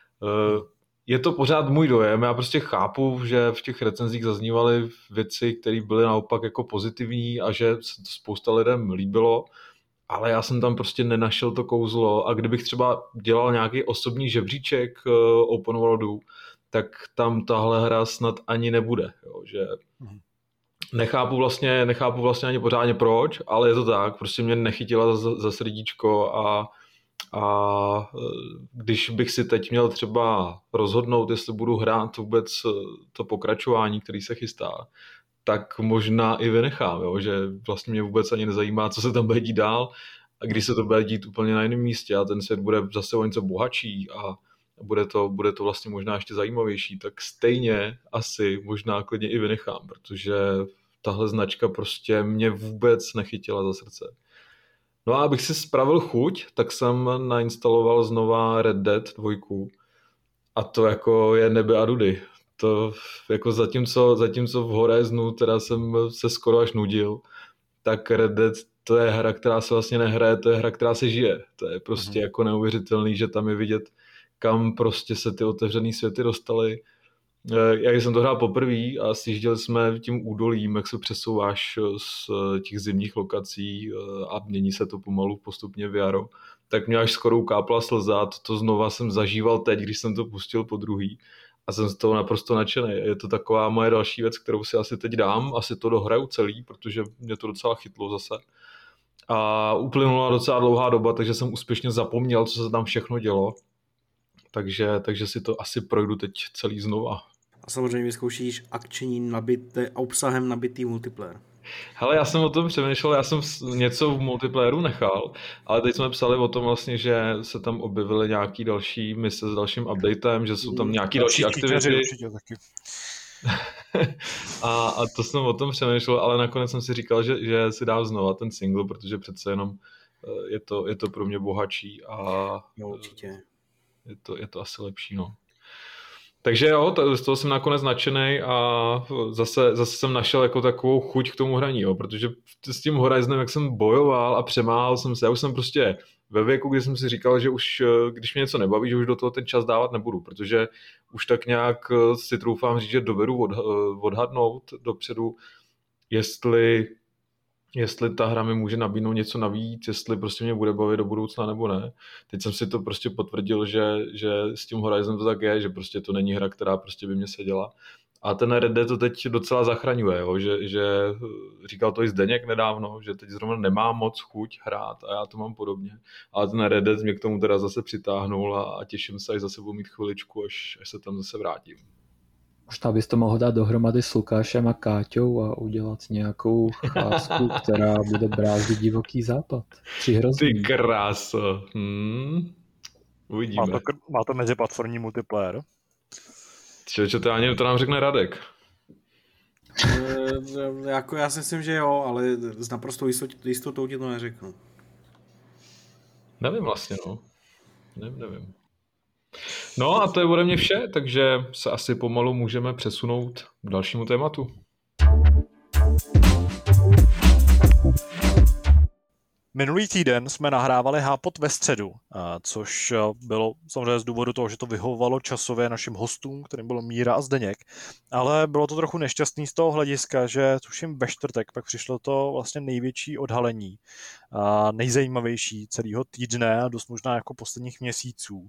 Speaker 2: Je to pořád můj dojem, já prostě chápu, že v těch recenzích zaznívaly věci, které byly naopak jako pozitivní a že se to spousta lidem líbilo, ale já jsem tam prostě nenašel to kouzlo a kdybych třeba dělal nějaký osobní žebříček uh, open worldu, tak tam tahle hra snad ani nebude. Jo, že nechápu vlastně, nechápu vlastně ani pořádně proč, ale je to tak, prostě mě nechytila za, za srdíčko a, a když bych si teď měl třeba rozhodnout, jestli budu hrát vůbec to pokračování, který se chystá, tak možná i vynechám, jo? Že vlastně mě vůbec ani nezajímá, co se tam bude dít dál a když se to bude dít úplně na jiném místě a ten svět bude zase o něco bohatší a bude to, bude to vlastně možná ještě zajímavější, tak stejně asi možná klidně i vynechám, protože tahle značka prostě mě vůbec nechytila za srdce. No a abych si spravil chuť, tak jsem nainstaloval znova Red Dead dva a to jako je nebe a dudy. To jako zatímco, zatímco v Horizonu teda jsem se skoro až nudil, tak Red Dead to je hra, která se vlastně nehraje, to je hra, která se žije. To je prostě mm. jako neuvěřitelný, že tam je vidět, kam prostě se ty otevřený světy dostaly. Já jsem to hrál poprvé a sjížděli jsme tím údolím, jak se přesouváš z těch zimních lokací a mění se to pomalu postupně v jaro. Tak mě až skoro ukápla slza, to, to znova jsem zažíval teď, když jsem to pustil po druhý. A jsem z toho naprosto nadšený. Je to taková moje další věc, kterou si asi teď dám, asi to dohraju celý, protože mě to docela chytlo zase. A uplynula docela dlouhá doba, takže jsem úspěšně zapomněl, co se tam všechno dělo. Takže, takže si to asi projdu teď celý znova.
Speaker 4: A samozřejmě vyzkoušíš akční nabité, obsahem nabitý multiplayer.
Speaker 2: Hele, já jsem o tom přemýšlel, já jsem něco v multiplayeru nechal, ale teď jsme psali o tom vlastně, že se tam objevily nějaký další mise s dalším updatem, že jsou tam nějaký další, další aktivity.
Speaker 3: Určitě taky.
Speaker 2: a, a to jsem o tom přemýšlel, ale nakonec jsem si říkal, že, že si dám znova ten single, protože přece jenom je to, je to pro mě bohatší a
Speaker 4: no, určitě.
Speaker 2: Je to, je to asi lepší, no. Takže jo, z toho jsem nakonec nadšenej a zase, zase jsem našel jako takovou chuť k tomu hraní, jo, protože s tím Horizonem, jak jsem bojoval a přemáhal jsem se, já už jsem prostě ve věku, kdy jsem si říkal, že už, když mě něco nebaví, že už do toho ten čas dávat nebudu, protože už tak nějak si troufám říct, že dovedu odhadnout dopředu, jestli jestli ta hra mi může nabídnout něco navíc, jestli prostě mě bude bavit do budoucna nebo ne. Teď jsem si to prostě potvrdil, že, že s tím Horizonem to tak je, že prostě to není hra, která prostě by mě seděla. A ten Red Dead to teď docela zachraňuje, jo? Že, že říkal to i Zdeněk nedávno, že teď zrovna nemá moc chuť hrát a já to mám podobně. Ale ten Red Dead mě k tomu teda zase přitáhnul a, a těším se, až zase budu mít chviličku, až, až se tam zase vrátím.
Speaker 5: Možná bys to mohl dát dohromady s Lukášem a Káťou a udělat nějakou cházku, která bude brázdit divoký západ. Přihrozný.
Speaker 2: Ty kráso. Hmm. Uvidíme.
Speaker 3: Má to, má to meziplatformní multiplayer?
Speaker 2: Čo, to ani to nám řekne Radek.
Speaker 4: E, jako já si myslím, že jo, ale s naprostou jistotou ti to neřeknu.
Speaker 2: Nevím vlastně, no. Ne, nevím. No a to je ode mě vše, takže se asi pomalu můžeme přesunout k dalšímu tématu.
Speaker 3: Minulý týden jsme nahrávali Hápot ve středu, což bylo samozřejmě z důvodu toho, že to vyhovovalo časově našim hostům, kterým bylo Míra a Zdeněk, ale bylo to trochu nešťastný z toho hlediska, že tuším ve čtvrtek pak přišlo to vlastně největší odhalení, nejzajímavější celého týdne a dost možná jako posledních měsíců.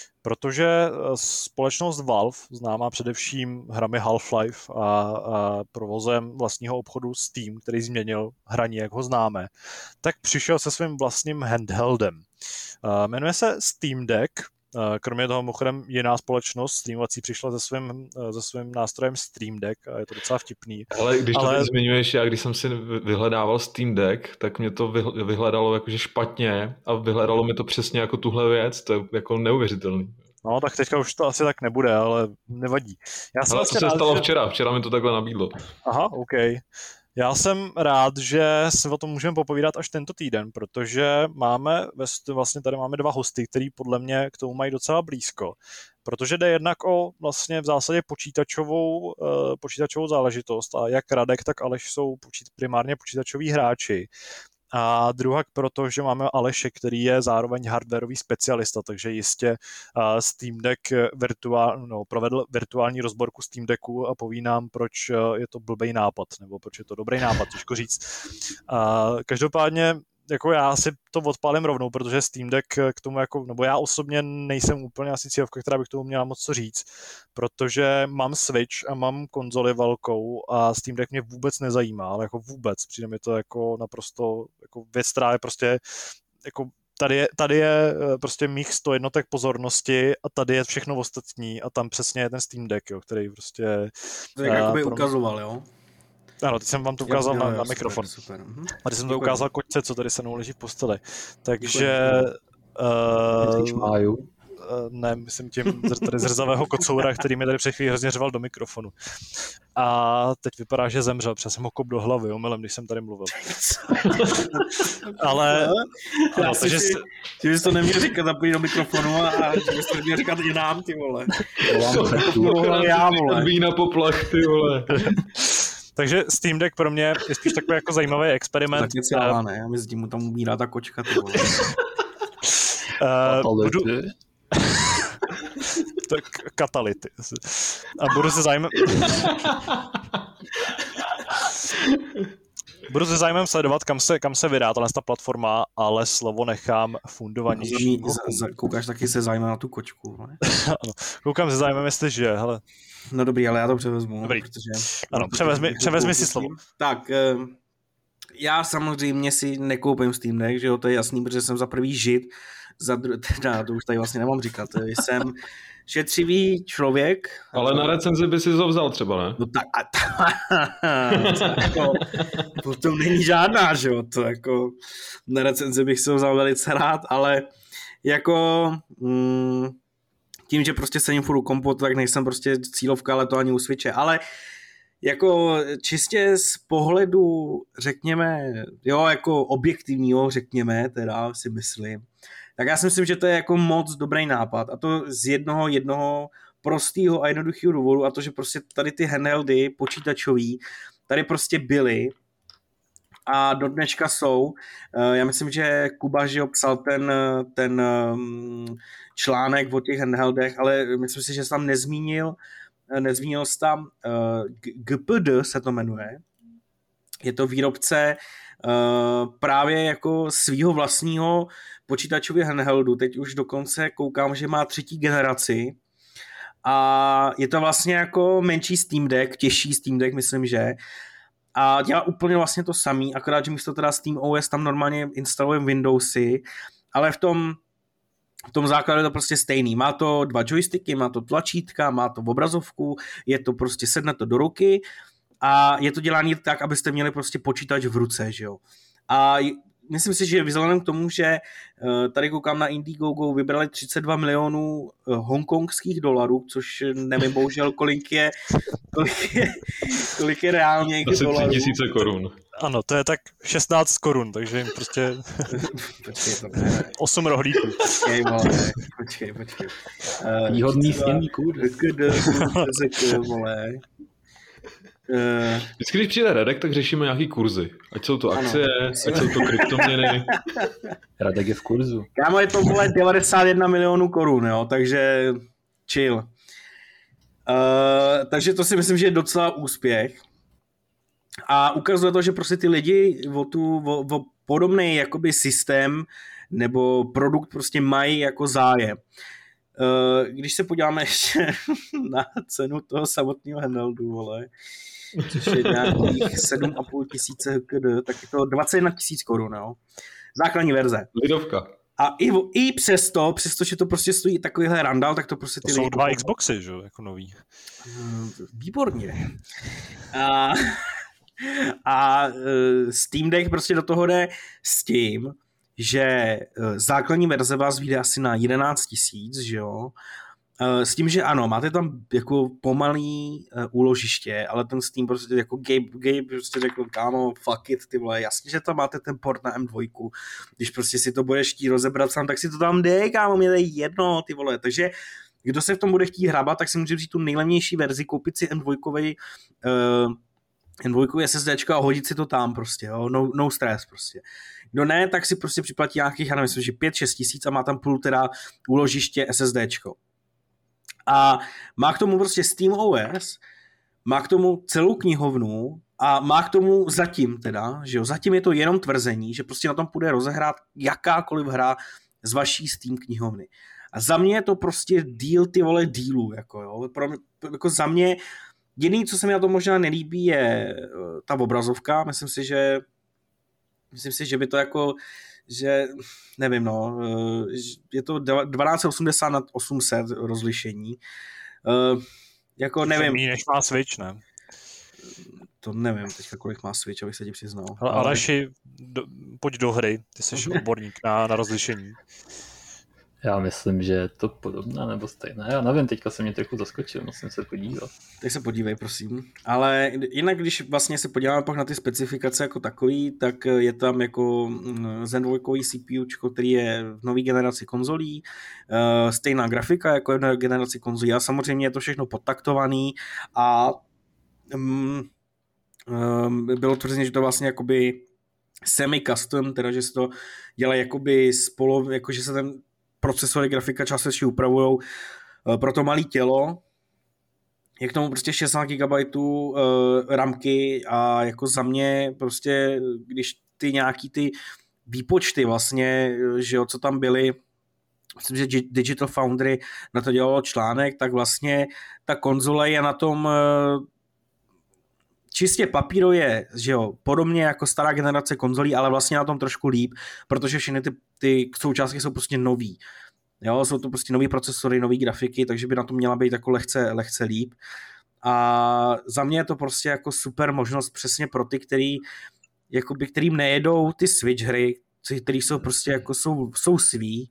Speaker 3: Protože společnost Valve, známá především hrami Half-Life a, a provozem vlastního obchodu Steam, který změnil hraní, jak ho známe, tak přišel se svým vlastním handheldem. Jmenuje se Steam Deck. Kromě toho mimochodem jiná společnost streamovací přišla se svým, se svým nástrojem Stream Deck a je to docela vtipný.
Speaker 2: Ale když
Speaker 3: Ale...
Speaker 2: to zmiňuješ, já když jsem si vyhledával Steam Deck, tak mě to vyhledalo jakože špatně a vyhledalo mi to přesně jako tuhle věc, to je jako neuvěřitelný.
Speaker 3: No, tak teďka už to asi tak nebude, ale nevadí. Já jsem
Speaker 2: ale
Speaker 3: vlastně
Speaker 2: to se
Speaker 3: rád,
Speaker 2: stalo
Speaker 3: že...
Speaker 2: včera, včera mi to takhle nabídlo.
Speaker 3: Aha, OK. Já jsem rád, že si o tom můžeme popovídat až tento týden, protože máme, vlastně tady máme dva hosty, který podle mě k tomu mají docela blízko, protože jde jednak o vlastně v zásadě počítačovou, počítačovou záležitost a jak Radek, tak Aleš jsou počít, primárně počítačoví hráči. A druhá proto, že máme Aleše, který je zároveň hardwareový specialista, takže jistě uh, Steam Deck virtuál, no, provedl virtuální rozborku Steam Decku a poví nám, proč je to blbej nápad, nebo proč je to dobrý nápad, těžko říct. Uh, každopádně jako já si to odpálím rovnou, protože Steam Deck k tomu jako, nebo já osobně nejsem úplně asi cílovka, která by k tomu měla moc co říct, protože mám Switch a mám konzoli velkou a Steam Deck mě vůbec nezajímá, ale jako vůbec, přijde mi to jako naprosto jako věc, která je prostě jako Tady je, tady je prostě mých sto jednotek pozornosti a tady je všechno ostatní a tam přesně je ten Steam Deck, jo, který prostě...
Speaker 4: To jak jakoby ukazoval, jo?
Speaker 3: Ano, teď jsem vám to ukázal jo, jo, na, na mikrofon. Super, super. Mhm. A teď jsem to ukázal kočce, co tady se mnou leží v posteli. Takže... Uh, ne, myslím tím tady zrzavého kocoura, který mi tady před chvílí hrozně řval do mikrofonu. A teď vypadá, že zemřel, protože jsem ho kop do hlavy, omylem, když jsem tady mluvil. Ale...
Speaker 4: No, takže si, ty bys to neměl říkat zapojit do mikrofonu a, a ty bys to neměl říkat i nám, ty vole.
Speaker 2: Já, vole. Vína poplach, ty vole.
Speaker 3: Takže Steam Deck pro mě je spíš takový jako zajímavý experiment.
Speaker 4: Tak je celá, ne? Já myslím, mu tam umírá ta kočka, ty vole.
Speaker 3: Uh, budu... tak katality. A budu se zájmem... budu se zájmem sledovat, kam se, kam se vydá ta platforma, ale slovo nechám fundovanější.
Speaker 4: Koukáš taky se zájmem na tu kočku, ne?
Speaker 3: Ano, koukám se zájmem, jestli žije, hele.
Speaker 4: No dobrý, ale já to převezmu.
Speaker 3: Dobrý.
Speaker 4: Protože...
Speaker 3: Ano, převezmi, převezmi si slovo.
Speaker 4: Tak, já samozřejmě si nekoupím Steam Deck, že jo, to je jasný, protože jsem za prvý žid, za druhý, teda, to už tady vlastně nemám říkat, jsem šetřivý člověk.
Speaker 2: Ale na recenzi by si to vzal třeba, ne?
Speaker 4: No tak, a to jako, potom není žádná, že jo, to jako, na recenzi bych si ho vzal velice rád, ale jako, mm, tím, že prostě sedím furt u kompotu, tak nejsem prostě cílovka, ale to ani u Switche, ale jako čistě z pohledu, řekněme, jo, jako objektivního, řekněme, teda si myslím, tak já si myslím, že to je jako moc dobrý nápad a to z jednoho, jednoho prostého a jednoduchého důvodu a to, že prostě tady ty handheldy počítačový tady prostě byly a do dneška jsou. Já myslím, že Kuba, že psal ten, ten článek o těch handheldech, ale myslím si, že se tam nezmínil nezmínil jsi tam G P D se to jmenuje. Je to výrobce právě jako svýho vlastního počítačového handheldu. Teď už dokonce koukám, že má třetí generaci a je to vlastně jako menší Steam Deck, těžší Steam Deck, myslím, že. A dělá úplně vlastně to samý, akorát, že místo teda Steam O S tam normálně instalujeme Windowsy, ale v tom V tom základu je to prostě stejný. Má to dva joysticky, má to tlačítka, má to obrazovku, je to prostě, sedne to do ruky a je to dělané tak, abyste měli prostě počítač v ruce, že jo. A myslím si, že vzhledem k tomu, že tady koukám na Indiegogo, vybrali třicet dva milionů hongkongských dolarů, což nevím bohužel, kolik je, kolik je, kolik je reálně
Speaker 2: asi
Speaker 4: dolarů.
Speaker 2: tři tisíce korun.
Speaker 3: Ano, to je tak šestnáct korun, takže jim prostě
Speaker 4: počkej, to ne.
Speaker 3: osm rohlíků.
Speaker 4: Počkej, vole, počkej, počkej. Uh,
Speaker 5: Výhodný snědní kurz.
Speaker 4: vole.
Speaker 2: Uh, Vždycky, když přijde Radek, tak řešíme nějaký kurzy. Ať jsou to akcie, ano, ať jsou to kryptoměny.
Speaker 5: Radek je v kurzu.
Speaker 4: Kámo, je to vole devadesát jedna milionů korun, jo, takže chill. Uh, takže to si myslím, že je docela úspěch. A ukazuje to, že prostě ty lidi o, tu, o, o podobný jakoby systém nebo produkt prostě mají jako zájem. Uh, když se podíváme ještě na cenu toho samotného handheldu, vole, což je nějakých sedm a půl tisíce H K D, tak je to dvacet jedna tisíc korun, jo. Základní verze.
Speaker 2: Lidovka.
Speaker 4: A i, i přesto, přesto, že to prostě stojí takovýhle randál, tak to prostě ty
Speaker 3: to jsou
Speaker 4: lidi...
Speaker 3: dva Xboxy, že jo, jako nový.
Speaker 4: Výborně. A, a Steam Deck prostě do toho jde s tím, že základní verze vás vyjde asi na jedenáct tisíc, že jo. S tím, že ano, máte tam jako pomalý uh, úložiště, ale ten Steam prostě jako Gabe, Gabe prostě řekl, kámo, fuck it, ty vole, jasně, že tam máte ten port na M dva, když prostě si to budeš chtít rozebrat sám, tak si to tam dej, kámo, mě dej jedno, ty vole, takže kdo se v tom bude chtít hrabat, tak si může vzít tu nejlevnější verzi, koupit si M dva uh, M dva SSDčko a hodit si to tam prostě, jo, no, no stress prostě. Kdo ne, tak si prostě připlatí nějakých, já nevím, že pět šest tisíc a má tam půl teda úložiště SSDčko. A má k tomu prostě SteamOS, má k tomu celou knihovnu a má k tomu zatím teda, že jo, zatím je to jenom tvrzení, že prostě na tom půjde rozehrát jakákoliv hra z vaší Steam knihovny. A za mě je to prostě deal, ty vole, dealů, jako jo, Pro mě, jako za mě jediný, co se mi na to možná nelíbí, je ta obrazovka, myslím si, že myslím si, že by to jako že nevím, no, je to dvanáct osmdesát na osm set rozlišení. Uh, jako nevím.
Speaker 3: Méně než má Switch, ne?
Speaker 4: To nevím teďka, kolik má Switch, abych se ti přiznal.
Speaker 3: Ale Aleši, do, pojď do hry, ty jsi odborník na, na rozlišení.
Speaker 5: Já myslím, že je to podobné nebo stejné. Já nevím, teďka se mě trochu zaskočil, musím se podívat.
Speaker 4: Tak se podívej, prosím. Ale jinak, když vlastně se podíváme pak na ty specifikace jako takový, tak je tam jako Zen dva C P U, který je v nové generaci konzolí, stejná grafika jako je v generaci konzolí a samozřejmě je to všechno podtaktovaný a um, um, bylo tvrzené, že to vlastně jakoby semi-custom, teda že se to dělá jakoby spolu, jako že se ten procesory, grafika částečně upravujou pro to malé tělo. Je k tomu prostě šedesát gigabajtů uh, ramky a jako za mě prostě, když ty nějaký ty výpočty vlastně, že jo, co tam byly, myslím, že Digital Foundry na to dělalo článek, tak vlastně ta konzole je na tom uh, čistě papírově, že jo, podobně jako stará generace konzolí, ale vlastně na tom trošku líp, protože všechny ty, ty součástky jsou prostě nový. Jo, jsou to prostě nový procesory, nový grafiky, takže by na to měla být jako lehce, lehce líp. A za mě je to prostě jako super možnost přesně pro ty, který, jakoby, kterým nejedou ty Switch hry, který jsou prostě jako jsou, jsou svý.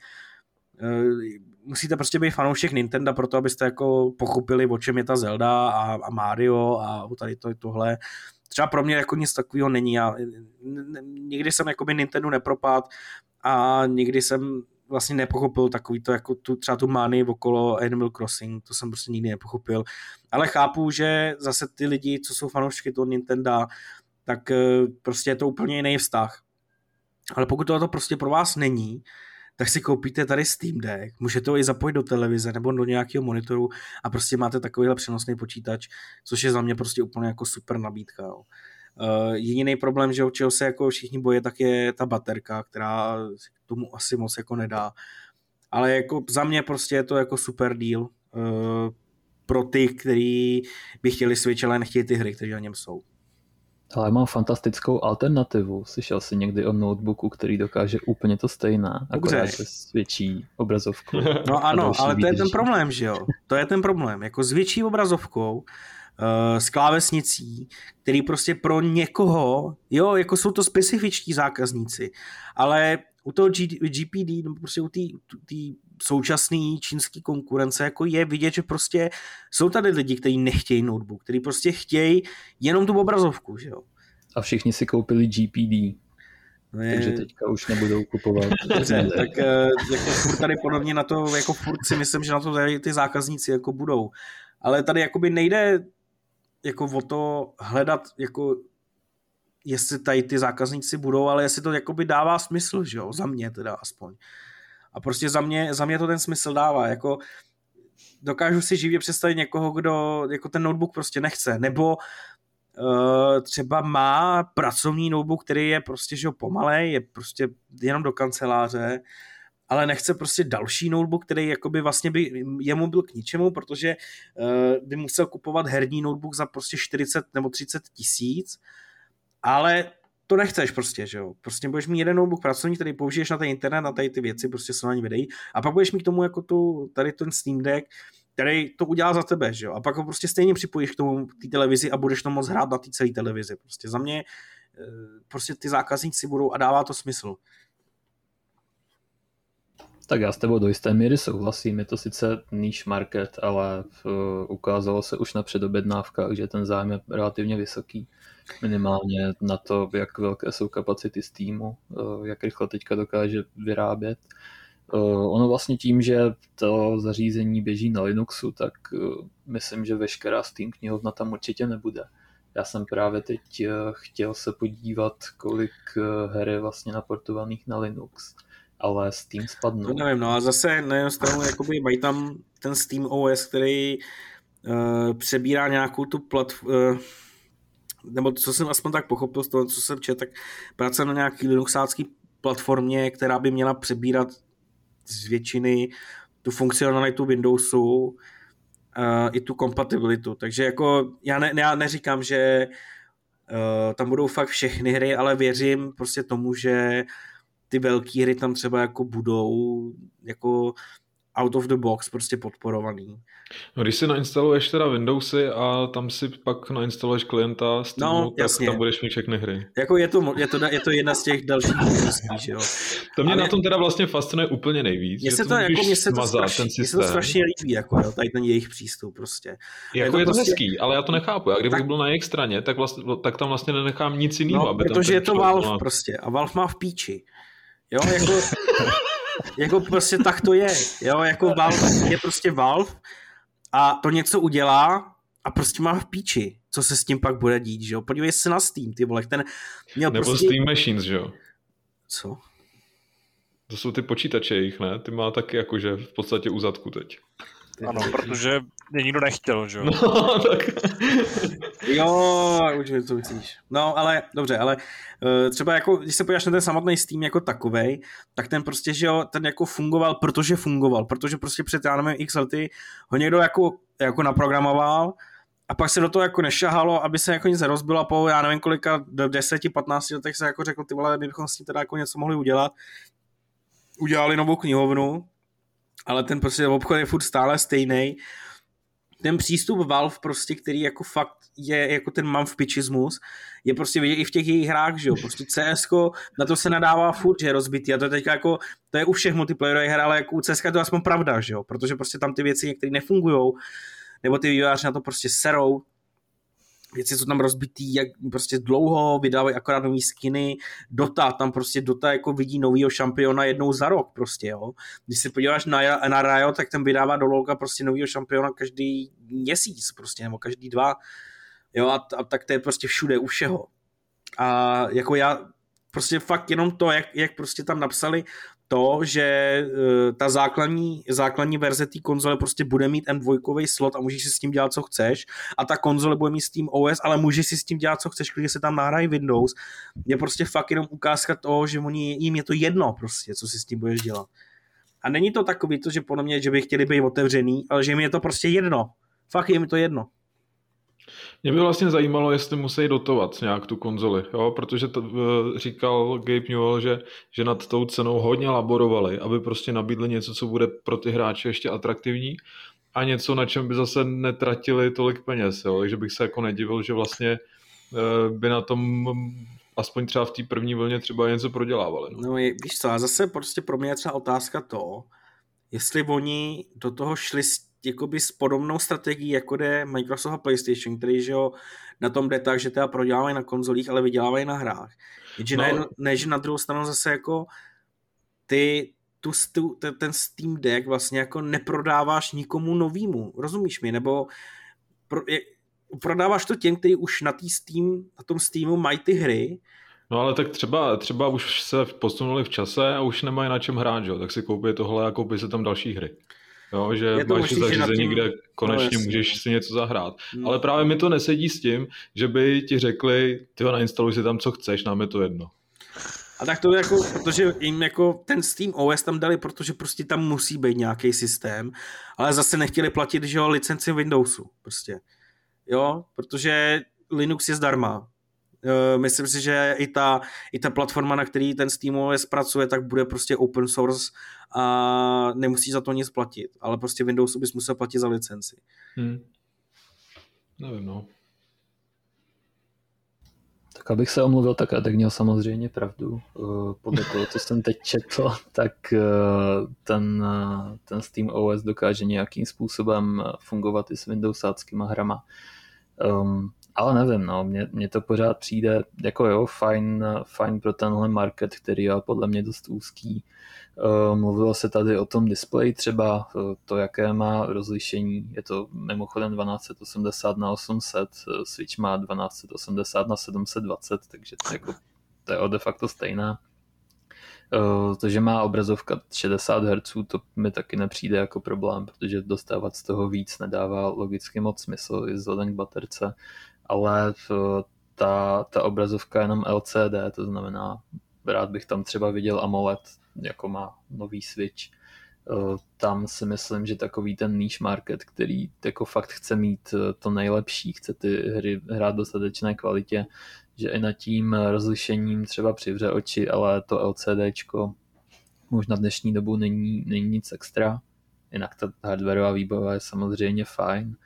Speaker 4: Musíte prostě být fanoušek Nintendo pro to, abyste jako pochopili, o čem je ta Zelda a, a Mario a tady to, tohle. Třeba pro mě jako nic takového není. Já, nikdy jsem jakoby Nintendo nepropad a nikdy jsem vlastně nepochopil takový to, jako tu, třeba tu manii okolo Animal Crossing, to jsem prostě nikdy nepochopil. Ale chápu, že zase ty lidi, co jsou fanoušky toho Nintendo, tak prostě je to úplně jiný vztah. Ale pokud to prostě pro vás není, tak si koupíte tady Steam Deck, můžete ho i zapojit do televize nebo do nějakého monitoru a prostě máte takovýhle přenosný počítač, což je za mě prostě úplně jako super nabídka. Jo. Uh, jediný problém, že o čeho se jako všichni bojí, tak je ta baterka, která tomu asi moc jako nedá. Ale jako za mě prostě je to jako super deal uh, pro ty, kteří by chtěli Switch, ale nechtějí ty hry, které na něm jsou.
Speaker 5: Ale mám fantastickou alternativu. Slyšel jsi někdy o notebooku, který dokáže úplně to stejné, akorát s větší obrazovkou.
Speaker 4: No ano, ale to výdrží. Je ten problém, že jo? To je ten problém. Jako s větší obrazovkou, uh, s klávesnicí, který prostě pro někoho, jo, jako jsou to specifičtí zákazníci, ale u toho G, GPD, nebo prostě u té současné čínské konkurence, jako je vidět, že prostě jsou tady lidi, kteří nechtějí notebook, kteří prostě chtějí jenom tu obrazovku, že jo.
Speaker 5: A všichni si koupili G P D. No je... Takže teďka už nebudou kupovat.
Speaker 4: Dobře, tak jako furt tady podobně na to, jako furt si myslím, že na to tady ty zákazníci jako budou. Ale tady jakoby nejde jako o to hledat, jako jestli tady ty zákazníci budou, ale jestli to jakoby dává smysl, že jo, za mě teda aspoň. A prostě za mě, za mě to ten smysl dává, jako dokážu si živě představit někoho, kdo jako ten notebook prostě nechce, nebo uh, třeba má pracovní notebook, který je prostě, že jo, pomalej, je prostě jenom do kanceláře, ale nechce prostě další notebook, který jakoby vlastně by jemu byl k ničemu, protože uh, by musel kupovat herní notebook za prostě čtyřicet nebo třicet tisíc, ale to nechceš prostě, že jo. Prostě budeš mít jeden notebook pracovní, který použiješ na ten internet, na tady ty věci, prostě se na ní videí, a pak budeš mít k tomu jako tu, tady ten Steam Deck, který to udělá za tebe, že jo. A pak ho prostě stejně připojíš k tomu té televizi a budeš to moc hrát na té celé televizi. Prostě za mě prostě ty zákazníci budou a dává to smysl.
Speaker 5: Tak já s tebou do jisté míry souhlasím, je to sice niche market, ale uh, ukázalo se už na předobjednávkách, že ten zájem je relativně vysoký. Minimálně na to, jak velké jsou kapacity Steamu, uh, jak rychle teďka dokáže vyrábět. Uh, ono vlastně tím, že to zařízení běží na Linuxu, tak uh, myslím, že veškerá Steam knihovna tam určitě nebude. Já jsem právě teď uh, chtěl se podívat, kolik uh, her je vlastně naportovaných na Linux. Ale Steam spadnou.
Speaker 4: No nevím, no a zase na jednu stranu jakoby mají tam ten Steam O S, který uh, přebírá nějakou tu platformu, uh, nebo co jsem aspoň tak pochopil z toho, co jsem četl, tak práce na nějaký linuxácký platformě, která by měla přebírat z většiny tu funkcionalitu Windowsu, uh, i tu kompatibilitu. Takže jako já, ne, já neříkám, že uh, tam budou fakt všechny hry, ale věřím prostě tomu, že ty velké hry tam třeba jako budou jako out of the box prostě podporovaný.
Speaker 2: No když si nainstaluješ teda Windowsy a tam si pak nainstaluješ klienta Steamu, no, tak jasně. Tam budeš mít všechny hry.
Speaker 4: Jako je to, je to, je to jedna z těch dalších možností, že jo.
Speaker 2: To mě Ale... na tom teda vlastně fascinuje úplně nejvíc.
Speaker 4: Mně se to, jako, mně se to, strašně, mně se to strašně líbí, jako jo, tady ten jejich přístup prostě.
Speaker 2: Jako je to, je to prostě... hezký, ale já to nechápu. Já kdybych tak... byl na jejich straně, tak, vlastně, tak tam vlastně nenechám nic jiného.
Speaker 4: No,
Speaker 2: aby
Speaker 4: protože
Speaker 2: tam
Speaker 4: je to Valve má... prostě a Valve má v píči. Jo, jako, jako prostě tak to je, jo, jako Valve je prostě Valve a to něco udělá a prostě má v píči, co se s tím pak bude dít, že jo, podívej se na Steam, ty vole, ten měl
Speaker 2: Nebo
Speaker 4: prostě...
Speaker 2: Steam Machines, že jo.
Speaker 4: Co?
Speaker 2: To jsou ty počítače jejich, ne? Ty má taky jakože v podstatě u zadku teď.
Speaker 3: Ano, protože mě nikdo nechtěl, že jo.
Speaker 2: No, tak...
Speaker 4: Jo, už to myslíš. No, ale dobře, ale uh, třeba jako, když se podíváš na ten samotný Steam jako takovej, tak ten prostě, že jo, ten jako fungoval, protože fungoval, protože prostě před, já nevím, x lety ho někdo jako, jako naprogramoval a pak se do toho jako nešahalo, aby se jako nic nerozbilo a po, já nevím kolika, do deseti patnácti letech se jako řekl, ty vole, my bychom s tím teda jako něco mohli udělat. Udělali novou knihovnu, ale ten prostě obchod je furt stále stejný. Ten přístup Valve prostě, který jako fakt je jako ten mám v pičismus, je prostě vidět i v těch jejich hrách, že jo, prostě C S ko, na to se nadává furt, že je rozbitý a to je teďka jako, to je u všech multiplayerových her, ale jako u C S ka je to aspoň pravda, že jo, protože prostě tam ty věci některé nefungujou, nebo ty vývojáři na to prostě serou, věci jsou tam rozbitý, jak prostě dlouho, vydávají akorát nový skiny, Dota, tam prostě Dota jako vidí novýho šampiona jednou za rok prostě, jo. Když se podíváš na, na Riot, tak ten vydává do LoLka prostě novýho šampiona každý měsíc prostě, nebo každý dva, jo, a, a tak to je prostě všude, u všeho. A jako já, prostě fakt jenom to, jak, jak prostě tam napsali to, že uh, ta základní, základní verze té konzole prostě bude mít M dva slot a můžeš si s tím dělat, co chceš. A ta konzole bude mít Steam O S, ale můžeš si s tím dělat, co chceš, když se tam nahrají Windows. Je prostě fakt jenom ukázka toho, že oni, jim je to jedno prostě, co si s tím budeš dělat. A není to takový to, že podle mě, že by chtěli být otevřený, ale že jim je to prostě jedno. Fakt je mi to jedno.
Speaker 2: Mě by vlastně zajímalo, jestli musí dotovat nějak tu konzoli, jo? Protože to, uh, říkal Gabe Newell, že, že nad tou cenou hodně laborovali, aby prostě nabídli něco, co bude pro ty hráče ještě atraktivní a něco, na čem by zase netratili tolik peněz, jo? Takže bych se jako nedivil, že vlastně uh, by na tom aspoň třeba v té první vlně třeba něco prodělávali. No,
Speaker 4: no je, víš co, a zase prostě pro mě je třeba otázka to, jestli oni do toho šli s jakoby s podobnou strategií, jako jde Microsoft a PlayStation, který že jo, na tom jde tak, že teda prodělávají na konzolích, ale vydělávají na hrách. Jenže no. ne, ne, že na druhou stranu zase jako ty tu, tu, ten Steam Deck vlastně jako neprodáváš nikomu novýmu, rozumíš mi? Nebo pro, je, prodáváš to těm, kteří už na, tý Steam, na tom Steamu mají ty hry.
Speaker 2: No ale tak třeba, třeba už se posunuli v čase a už nemají na čem hrát, jo? Tak si koupí tohle a koupí se tam další hry. Jo, že máš možný, zařízení, tím... kde konečně no, můžeš si něco zahrát. Hmm. Ale právě mi to nesedí s tím, že by ti řekli, tyjo, nainstaluj si tam, co chceš, nám je to jedno.
Speaker 4: A tak to je jako, protože jim jako ten Steam O S tam dali, protože prostě tam musí být nějaký systém, ale zase nechtěli platit, že jo, licenci Windowsu, prostě. Jo, protože Linux je zdarma. Myslím si, že i ta, i ta platforma, na který ten Steam O S pracuje, tak bude prostě open source a nemusí za to nic platit, ale prostě Windowsu bys musel platit za licenci.
Speaker 2: Hmm. Nevím, no.
Speaker 5: Tak abych se omluvil, tak Adek měl samozřejmě pravdu. Podle toho, co jsem teď četl, tak ten, ten Steam O S dokáže nějakým způsobem fungovat i s Windowsáckýma hrama. Um, ale nevím, no, mně, mně to pořád přijde jako jo, fajn, fajn pro tenhle market, který je podle mě dost úzký. Uh, mluvilo se tady o tom displeji třeba, uh, to jaké má rozlišení, je to mimochodem dvanáct osmdesát na osm set, uh, Switch má dvanáct osmdesát na sedm set dvacet, takže to, jako, to je de facto stejná. Uh, to, že má obrazovka šedesát hertzů, to mi taky nepřijde jako problém, protože dostávat z toho víc nedává logicky moc smysl i vzhledem k baterce, ale uh, ta, ta obrazovka je jenom L C D, to znamená, rád bych tam třeba viděl AMOLED, jako má nový Switch. Tam si myslím, že takový ten niche market, který jako fakt chce mít to nejlepší, chce ty hry hrát v dostatečné kvalitě, že i nad tím rozlišením třeba přivře oči, ale to LCDčko už na dnešní dobu není, není nic extra. Jinak ta hardwareová výbava je samozřejmě fajn,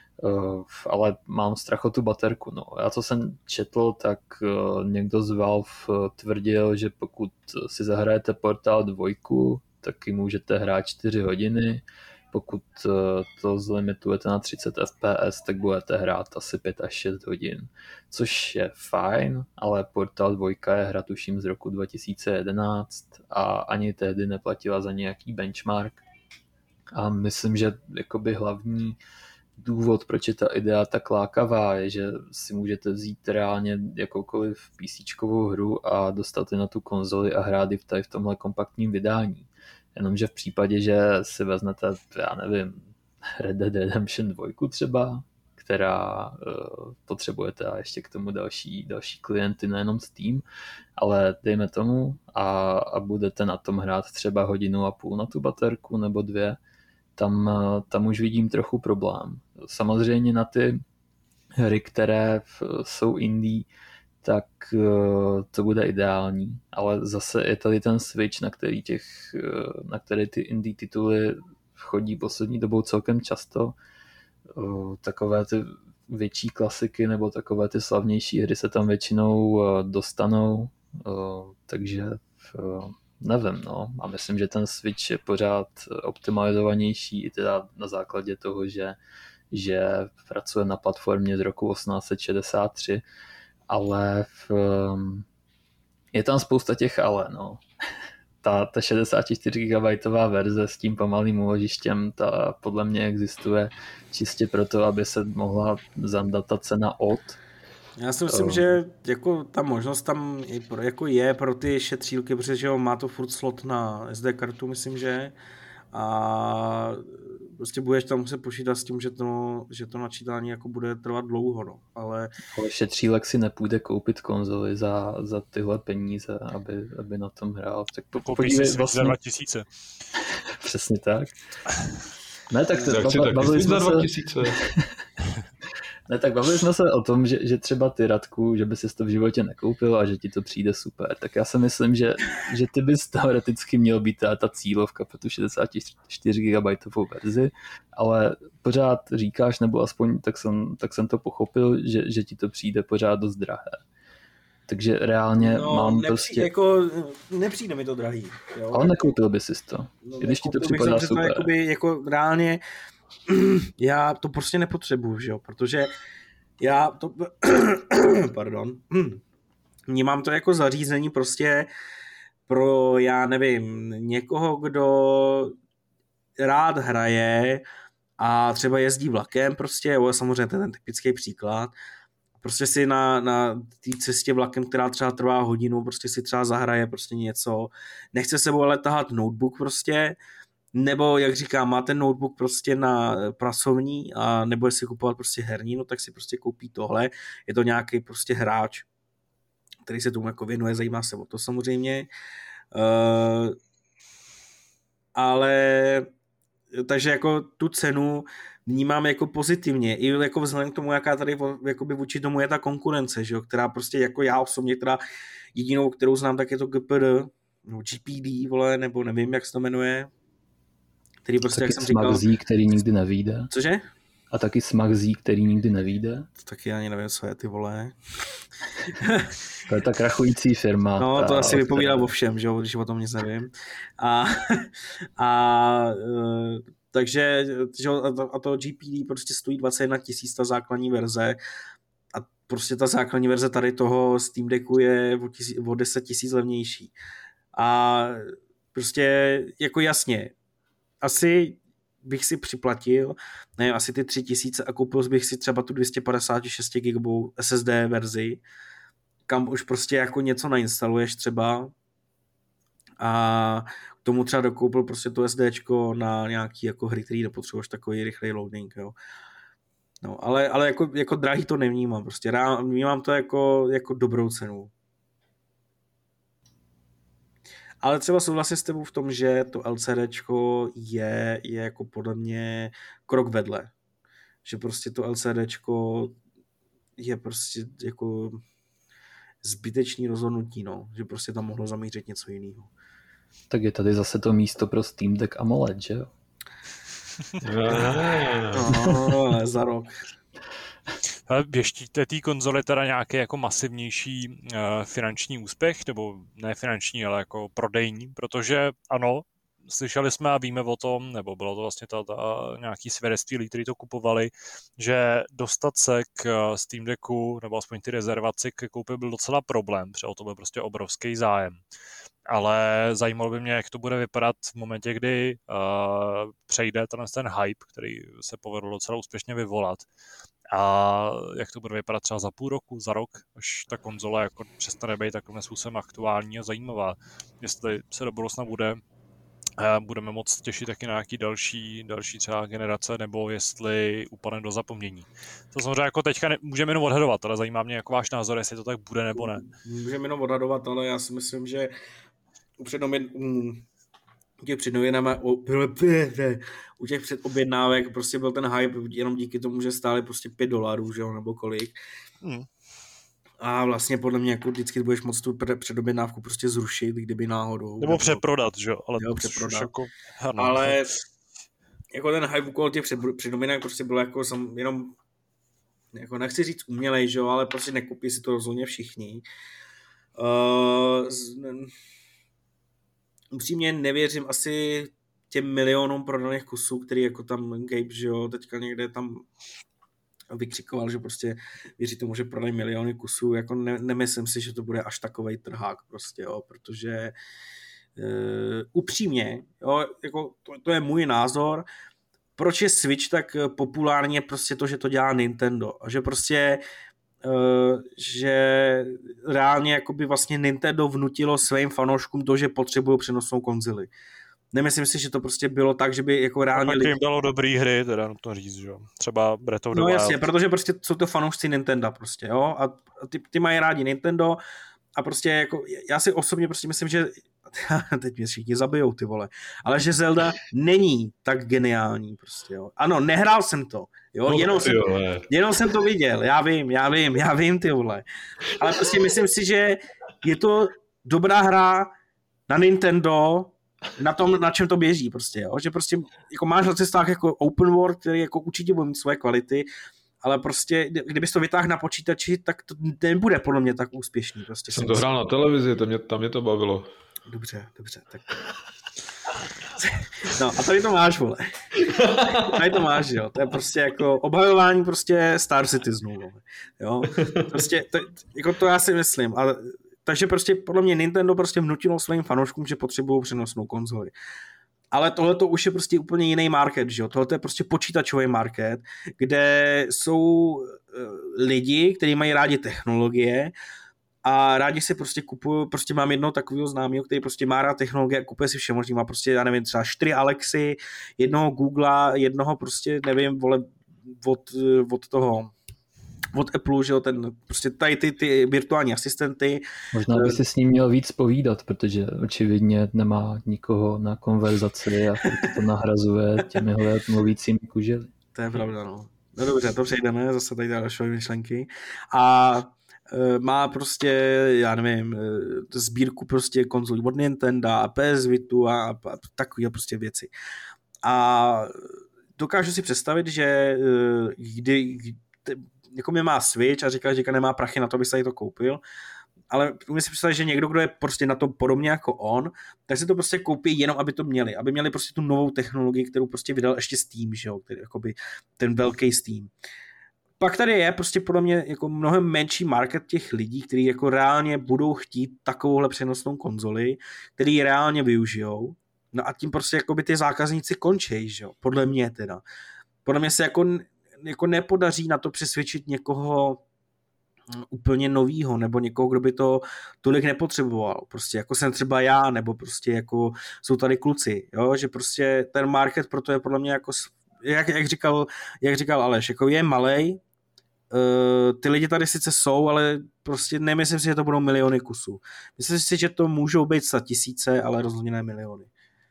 Speaker 5: ale mám strach o tu baterku. No. Já co jsem četl, tak někdo z Valve tvrdil, že pokud si zahrajete Portal dva, tak ji můžete hrát čtyři hodiny. Pokud to zlimitujete na třicet F P S, tak budete hrát asi pět až šest hodin. Což je fajn, ale Portal dva je hra tuším z roku dva tisíce jedenáct a ani tehdy neplatila za nějaký benchmark. A myslím, že jakoby hlavní důvod, proč je ta idea tak lákavá, je, že si můžete vzít reálně jakoukoliv PCčkovou hru a dostat ji na tu konzoli a hrát ji v, tady v tomhle kompaktním vydání. Jenomže v případě, že si vezmete, já nevím, Red Dead Redemption dva třeba, která uh, potřebujete a ještě k tomu další, další klienty, nejenom Steam, ale dejme tomu a, a budete na tom hrát třeba hodinu a půl na tu baterku nebo dvě, tam, tam už vidím trochu problém. Samozřejmě na ty hry, které jsou indie, tak to bude ideální, ale zase je tady ten Switch, na který, těch, na který ty indie tituly chodí poslední dobou celkem často. Takové ty větší klasiky nebo takové ty slavnější hry se tam většinou dostanou, takže nevím, no. A myslím, že ten Switch je pořád optimalizovanější i teda na základě toho, že, že pracuje na platformě z roku osmnáct set šedesát tři, ale v, je tam spousta těch ale, no. Ta, ta šedesát čtyři gigabajtová verze s tím pomalým úložištěm, ta podle mě existuje čistě proto, aby se mohla zandat ta cena od.
Speaker 4: Já si myslím, um, že jako ta možnost tam je pro, jako je pro ty šetřílky, protože jo, má to furt slot na S D kartu, myslím, že a prostě budeš tam muset počítat s tím, že to, že to načítání jako bude trvat dlouho, no. Ale...
Speaker 5: ale šetřílek si nepůjde koupit konzoli za, za tyhle peníze, aby, aby na tom hrál. Tak
Speaker 3: to koupíš si vlastně... za dva tisíce.
Speaker 5: Přesně tak. Ne, tak,
Speaker 2: tak
Speaker 5: ba- bavili jsme
Speaker 2: za dva tisíce.
Speaker 5: Ne, tak bavili jsme se o tom, že, že třeba ty, Radku, že by si to v životě nekoupil a že ti to přijde super. Tak já si myslím, že, že ty bys teoreticky měl být ta, ta cílovka pro tu šedesát čtyři gigabajtovou verzi, ale pořád říkáš, nebo aspoň tak jsem, tak jsem to pochopil, že, že ti to přijde pořád dost drahé. Takže reálně
Speaker 4: no,
Speaker 5: mám
Speaker 4: nepřijde,
Speaker 5: prostě...
Speaker 4: Jako, nepřijde mi to drahý. Jo?
Speaker 5: Ale nekoupil by si to.
Speaker 4: No,
Speaker 5: když ti to připadá super.
Speaker 4: Jakoby, jako reálně já to prostě nepotřebuju, že jo, protože já to, pardon, vnímám to jako zařízení prostě pro, já nevím, někoho, kdo rád hraje a třeba jezdí vlakem prostě, jo, samozřejmě ten, ten typický příklad, prostě si na, na té cestě vlakem, která třeba trvá hodinu, prostě si třeba zahraje prostě něco, nechce sebou ale tahat notebook prostě, nebo jak říkám, má ten notebook prostě na pracovní a nebo si kupovat prostě herní, no tak si prostě koupí tohle, je to nějaký prostě hráč, který se tomu jako věnuje, zajímá se o to samozřejmě, uh, ale takže jako tu cenu vnímám jako pozitivně, i jako vzhledem k tomu, jaká tady jakoby vůči tomu je ta konkurence, že jo, která prostě jako já osobně, která jedinou, kterou znám, tak je to G P D, no G P D, vole, nebo nevím, jak se to jmenuje, který prostě,
Speaker 5: taky
Speaker 4: jak jsem říkal...
Speaker 5: Smagzí, který nikdy nevyjde.
Speaker 4: Cože?
Speaker 5: A taky Smagzí, který nikdy nevyjde.
Speaker 4: Taky ani nevím, co je, ty vole.
Speaker 5: To je ta krachující firma.
Speaker 4: No,
Speaker 5: ta,
Speaker 4: to asi vypovídá o všem, že jo, když o tom nic nevím. A, a uh, takže že, a, to, a to G P D prostě stojí dvacet jedna tisíc, ta základní verze. A prostě ta základní verze tady toho Steam Decku je o, tisíc, o deset tisíc levnější. A prostě jako jasně, asi bych si připlatil, ne, asi ty tři tisíce a koupil bych si třeba tu dvě stě padesát šest gigabů S S D verzi, kam už prostě jako něco nainstaluješ třeba a k tomu třeba dokoupil prostě to SDčko na nějaký jako hry, který nepotřebuješ, takový rychlej loading, jo. No, ale, ale jako, jako drahý to nevnímám, prostě vnímám to jako, jako dobrou cenu. Ale třeba souhlasím s tebou v tom, že to LCDčko je, je jako podle mě krok vedle. Že prostě to LCDčko je prostě jako zbytečný rozhodnutí, no. Že prostě tam mohlo zamířit něco jiného.
Speaker 5: Tak je tady zase to místo pro Steam Deck AMOLED, že jo?
Speaker 4: No, za rok.
Speaker 3: Běží té konzole teda nějaký jako masivnější uh, finanční úspěch, nebo ne finanční, ale jako prodejní, protože ano, slyšeli jsme a víme o tom, nebo bylo to vlastně ta, ta nějaký svědectví lidí, kteří to kupovali, že dostat se k Steam Decku, nebo aspoň ty rezervaci k koupi byl docela problém, protože o to byl prostě obrovský zájem. Ale zajímalo by mě, jak to bude vypadat v momentě, kdy uh, přejde ten, ten hype, který se povedl docela úspěšně vyvolat. A jak to bude vypadat třeba za půl roku, za rok, až ta konzole jako přestane být takovým způsobem aktuální a zajímavá. Jestli se do budoucna bude, budeme moct těšit taky na nějaký další, další třeba generace, nebo jestli upadne do zapomnění. To samozřejmě jako teďka ne, můžeme jenom odhadovat, ale zajímá mě jako váš názor, jestli to tak bude nebo ne.
Speaker 4: Můžeme jenom odhadovat, ale já si myslím, že u přednomin, u těch přednovinama, u těch předobjednávek prostě byl ten hype jenom díky tomu, že stály prostě pět dolarů, že jo, nebo kolik. Hmm. A vlastně podle mě jako vždycky budeš moct tu předobjednávku prostě zrušit, kdyby náhodou.
Speaker 3: Nebo přeprodat, že jo? Ale,
Speaker 4: jo, přeprodat.
Speaker 3: Jako,
Speaker 4: ale jako ten hype okolo těch předobjednávek prostě byl jako sam, jenom, jako nechci říct umělej, že jo, ale prostě nekupí si to rozhodně všichni. Uh, z, upřímně nevěřím asi těm milionům prodaných kusů, který jako tam Gabe, že jo, teďka někde tam vykřikoval, že prostě věří tomu, že prodají miliony kusů, jako ne, nemyslím si, že to bude až takovej trhák prostě, jo, protože uh, upřímně, jo, jako to, to je můj názor, proč je Switch tak populárně prostě to, že to dělá Nintendo a že prostě Uh, že reálně jakoby vlastně Nintendo vnutilo svým fanouškům to, že potřebují přenosnou konzoli. Nemyslím si, že to prostě bylo tak, že by jako reálně...
Speaker 3: A taky jim dalo dobrý hry, teda nutno říct, že jo. Třeba Breath of the
Speaker 4: No
Speaker 3: Wild.
Speaker 4: jasně, protože prostě jsou to fanoušci Nintendo prostě, jo. A ty, ty mají rádi Nintendo a prostě jako, já si osobně prostě myslím, že teď mě všichni zabijou, ty vole, ale že Zelda není tak geniální prostě, jo. Ano, nehrál jsem to, jo,
Speaker 2: no,
Speaker 4: jenom, jsem, jenom jsem to viděl, já vím, já vím, já vím, ty vole, ale prostě myslím si, že je to dobrá hra na Nintendo, na tom, na čem to běží prostě, jo, že prostě jako máš na cestách jako open world, který jako určitě bude mít svoje kvality, ale prostě, kdybys to vytáhl na počítači, tak to nebude podle mě tak úspěšný. Prostě
Speaker 2: jsem to hrál na televizi, tam mě, tam mě to bavilo.
Speaker 4: Dobře, dobře. Tak. No a tady to máš, vole. Tady to máš, jo. To je prostě jako obhajování prostě Star Citizenů, vole. Jo. Prostě, to, jako to já si myslím. A, takže prostě podle mě Nintendo prostě vnutilo svým fanouškům, že potřebují přenosnou konzoli. Ale tohle to už je prostě úplně jiný market, že jo. Tohle je prostě počítačový market, kde jsou lidi, kteří mají rádi technologie, a rádi si prostě kupuju, prostě mám jednoho takového známého, který prostě má rád technologie a kupuje si všemožný, má prostě, já nevím, třeba čtyři Alexy, jednoho Googlea, jednoho prostě, nevím, vole, od, od toho, od Apple, že jo, ten, prostě tady ty, ty virtuální asistenty.
Speaker 5: Možná by si s ním měl víc povídat, protože očividně nemá nikoho na konverzaci a to nahrazuje těmihle mluvícími kužely.
Speaker 4: To je pravda, no. No dobře, to přejdeme, zase tady další myšlenky. A má prostě, já nevím, sbírku prostě konzolí od Nintendo a P S Vitu a, a takové prostě věci. A dokážu si představit, že kdy, kdy jako mě má Switch a říká, že nemá prachy na to, aby se to koupil, ale umím si představit, že někdo, kdo je prostě na tom podobně jako on, tak si to prostě koupí jenom, aby to měli, aby měli prostě tu novou technologii, kterou prostě vydal ještě Steam, že jo, který, jakoby ten velký Steam. Pak tady je prostě podle mě jako mnohem menší market těch lidí, kteří jako reálně budou chtít takovouhle přenosnou konzoli, který reálně využijou. No a tím prostě jakoby ty zákazníci končí, že jo? Podle mě teda. Podle mě se jako, jako nepodaří na to přesvědčit někoho úplně novýho, nebo někoho, kdo by to tolik nepotřeboval. Prostě jako jsem třeba já, nebo prostě jako jsou tady kluci, jo? Že prostě ten market proto je podle mě jako Jak, jak, říkal, jak říkal Aleš, jako je malej, uh, ty lidi tady sice jsou, ale prostě nemyslím si, že to budou miliony kusů. Myslím si, že to můžou být sta tisíce, ale rozhodně ne miliony.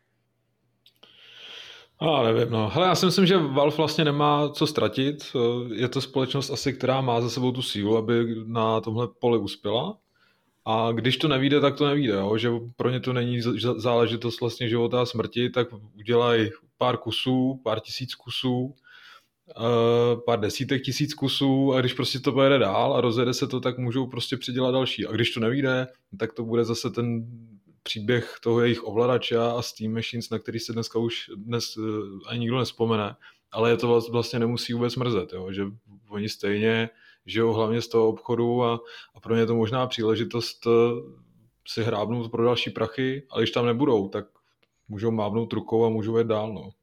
Speaker 2: A nevím, no. Hele, já si myslím, že Valve vlastně nemá co ztratit. Je to společnost asi, která má za sebou tu sílu, aby na tomhle poli uspěla. A když to nevíde, tak to nevíde, jo? Že pro ně to není záležitost vlastně života a smrti, tak udělají pár kusů, pár tisíc kusů, pár desítek tisíc kusů a když prostě to pojede dál a rozjede se to, tak můžou prostě přidělat další. A když to nevíde, tak to bude zase ten příběh toho jejich ovladače a Steam Machines, na který se dneska už dnes ani nikdo nespomene, ale je to vlastně nemusí vůbec mrzet, jo? Že oni stejně žijou hlavně z toho obchodu a, a pro ně je to možná příležitost si hrábnout pro další prachy, ale když tam nebudou, tak můžou mávnout rukou a můžou jít dál. No.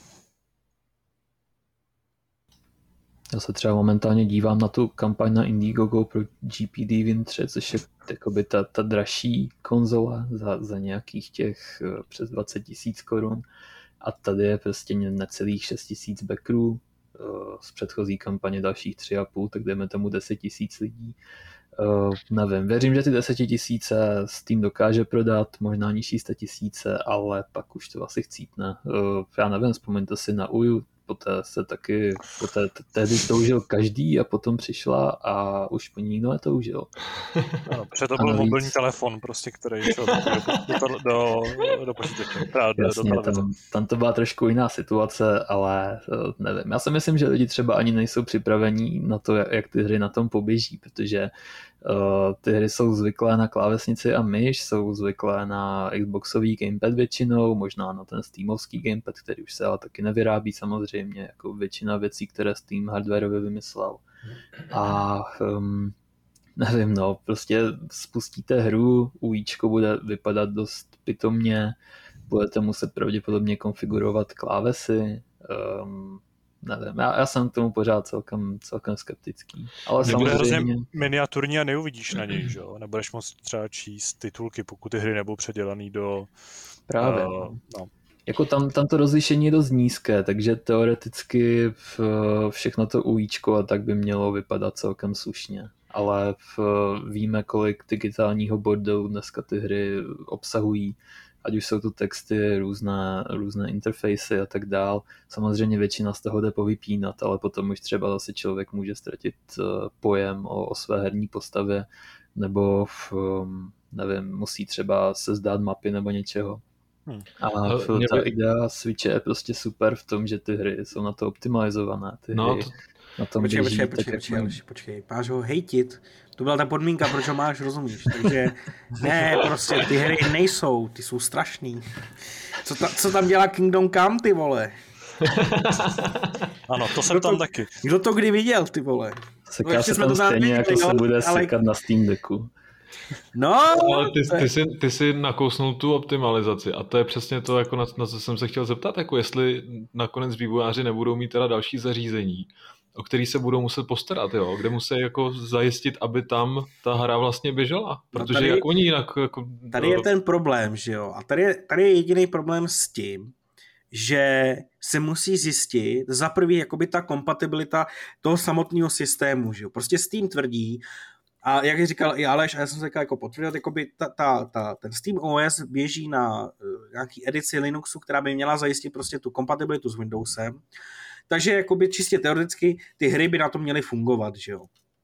Speaker 5: Já se třeba momentálně dívám na tu kampaň na Indiegogo pro G P D Win tři, což je jakoby ta, ta dražší konzola za, za nějakých těch přes dvacet tisíc korun a tady je prostě necelých šest tisíc backerů, z předchozí kampaně dalších tři a půl, tak jdeme tomu deset tisíc lidí. Uh, nevím, věřím, že ty deset tisíce Steam dokáže prodat, možná nižší sto tisíce, ale pak už to asi chcípne. Uh, já nevím, vzpomeňte si na Uju, poté se taky, poté tehdy toužil každý a potom přišla a už po ní nikdo netoužil.
Speaker 3: Ano, protože to byl navíc mobilní telefon, prostě, který šel do, do, do, do počítače.
Speaker 5: Jasně, do tam, tam to byla trošku jiná situace, ale nevím. Já si myslím, že lidi třeba ani nejsou připravení na to, jak ty hry na tom poběží, protože uh, ty hry jsou zvyklé na klávesnici a myš, jsou zvyklé na Xboxový gamepad většinou, možná na ten Steamovský gamepad, který už se ale taky nevyrábí samozřejmě, jako většina věcí, které Steam hardwareově vymyslel. A um, nevím, no, prostě spustíte hru, UIčko bude vypadat dost pitomně, budete muset pravděpodobně konfigurovat klávesy, um, nevím, já, já jsem k tomu pořád celkem, celkem skeptický. Ale
Speaker 3: Bude
Speaker 5: samozřejmě
Speaker 3: hrozně miniaturní a neuvidíš na něj, že jo? Nebudeš moct třeba číst titulky, pokud ty hry nebudou předělaný do...
Speaker 5: Právě.
Speaker 3: Uh, no.
Speaker 5: Jako tam, tam to rozlišení je dost nízké, takže teoreticky v, všechno to UIčko a tak by mělo vypadat celkem slušně. Ale v, víme, kolik digitálního bordelu dneska ty hry obsahují, ať už jsou to texty, různé, různé interfejsy a tak dál. Samozřejmě většina z toho jde povypínat, ale potom už třeba zase člověk může ztratit pojem o, o své herní postavě, nebo v, nevím, musí třeba se zdát mapy nebo něčeho. Hmm. A v, ta by... idea Switche je prostě super v tom, že ty hry jsou na to optimalizované. Ty
Speaker 2: no,
Speaker 5: hry
Speaker 2: to...
Speaker 5: na tom
Speaker 4: počkej,
Speaker 5: běží,
Speaker 4: počkej, počkej, počkej, počkej, počkej, máš ho hejtit. To byla ta podmínka, proč ho máš, rozumíš? Takže ne, prostě ty hry nejsou, ty jsou strašný. Co, ta, co tam dělá Kingdom Come, ty vole?
Speaker 3: Ano, to jsem
Speaker 4: kdo
Speaker 3: tam
Speaker 4: to,
Speaker 3: taky.
Speaker 4: Kdo to kdy viděl, ty vole?
Speaker 5: Seká no, se tam stejně, viděli, jako se bude ale... sekat na Steam Decku.
Speaker 4: No,
Speaker 2: ale ty, ty, jsi, ty jsi nakousnul tu optimalizaci a to je přesně to, jako na, na co jsem se chtěl zeptat, jako jestli nakonec vývojáři nebudou mít teda další zařízení, o který se budou muset postarat, jo? Kde musí jako zajistit, aby tam ta hra vlastně běžela, protože no tady, jak oni jinak... Jako,
Speaker 4: tady je ten problém, že jo, a tady je, tady je jediný problém s tím, že se musí zjistit za prvý jakoby ta kompatibilita toho samotného systému, že jo, prostě Steam tvrdí, a jak říkal i Aleš, a já jsem se jako potvrdil, jakoby ta, ta, ta, ten Steam O S běží na uh, nějaký edici Linuxu, která by měla zajistit prostě tu kompatibilitu s Windowsem. Takže jakoby čistě teoreticky ty hry by na to měly fungovat, že jo.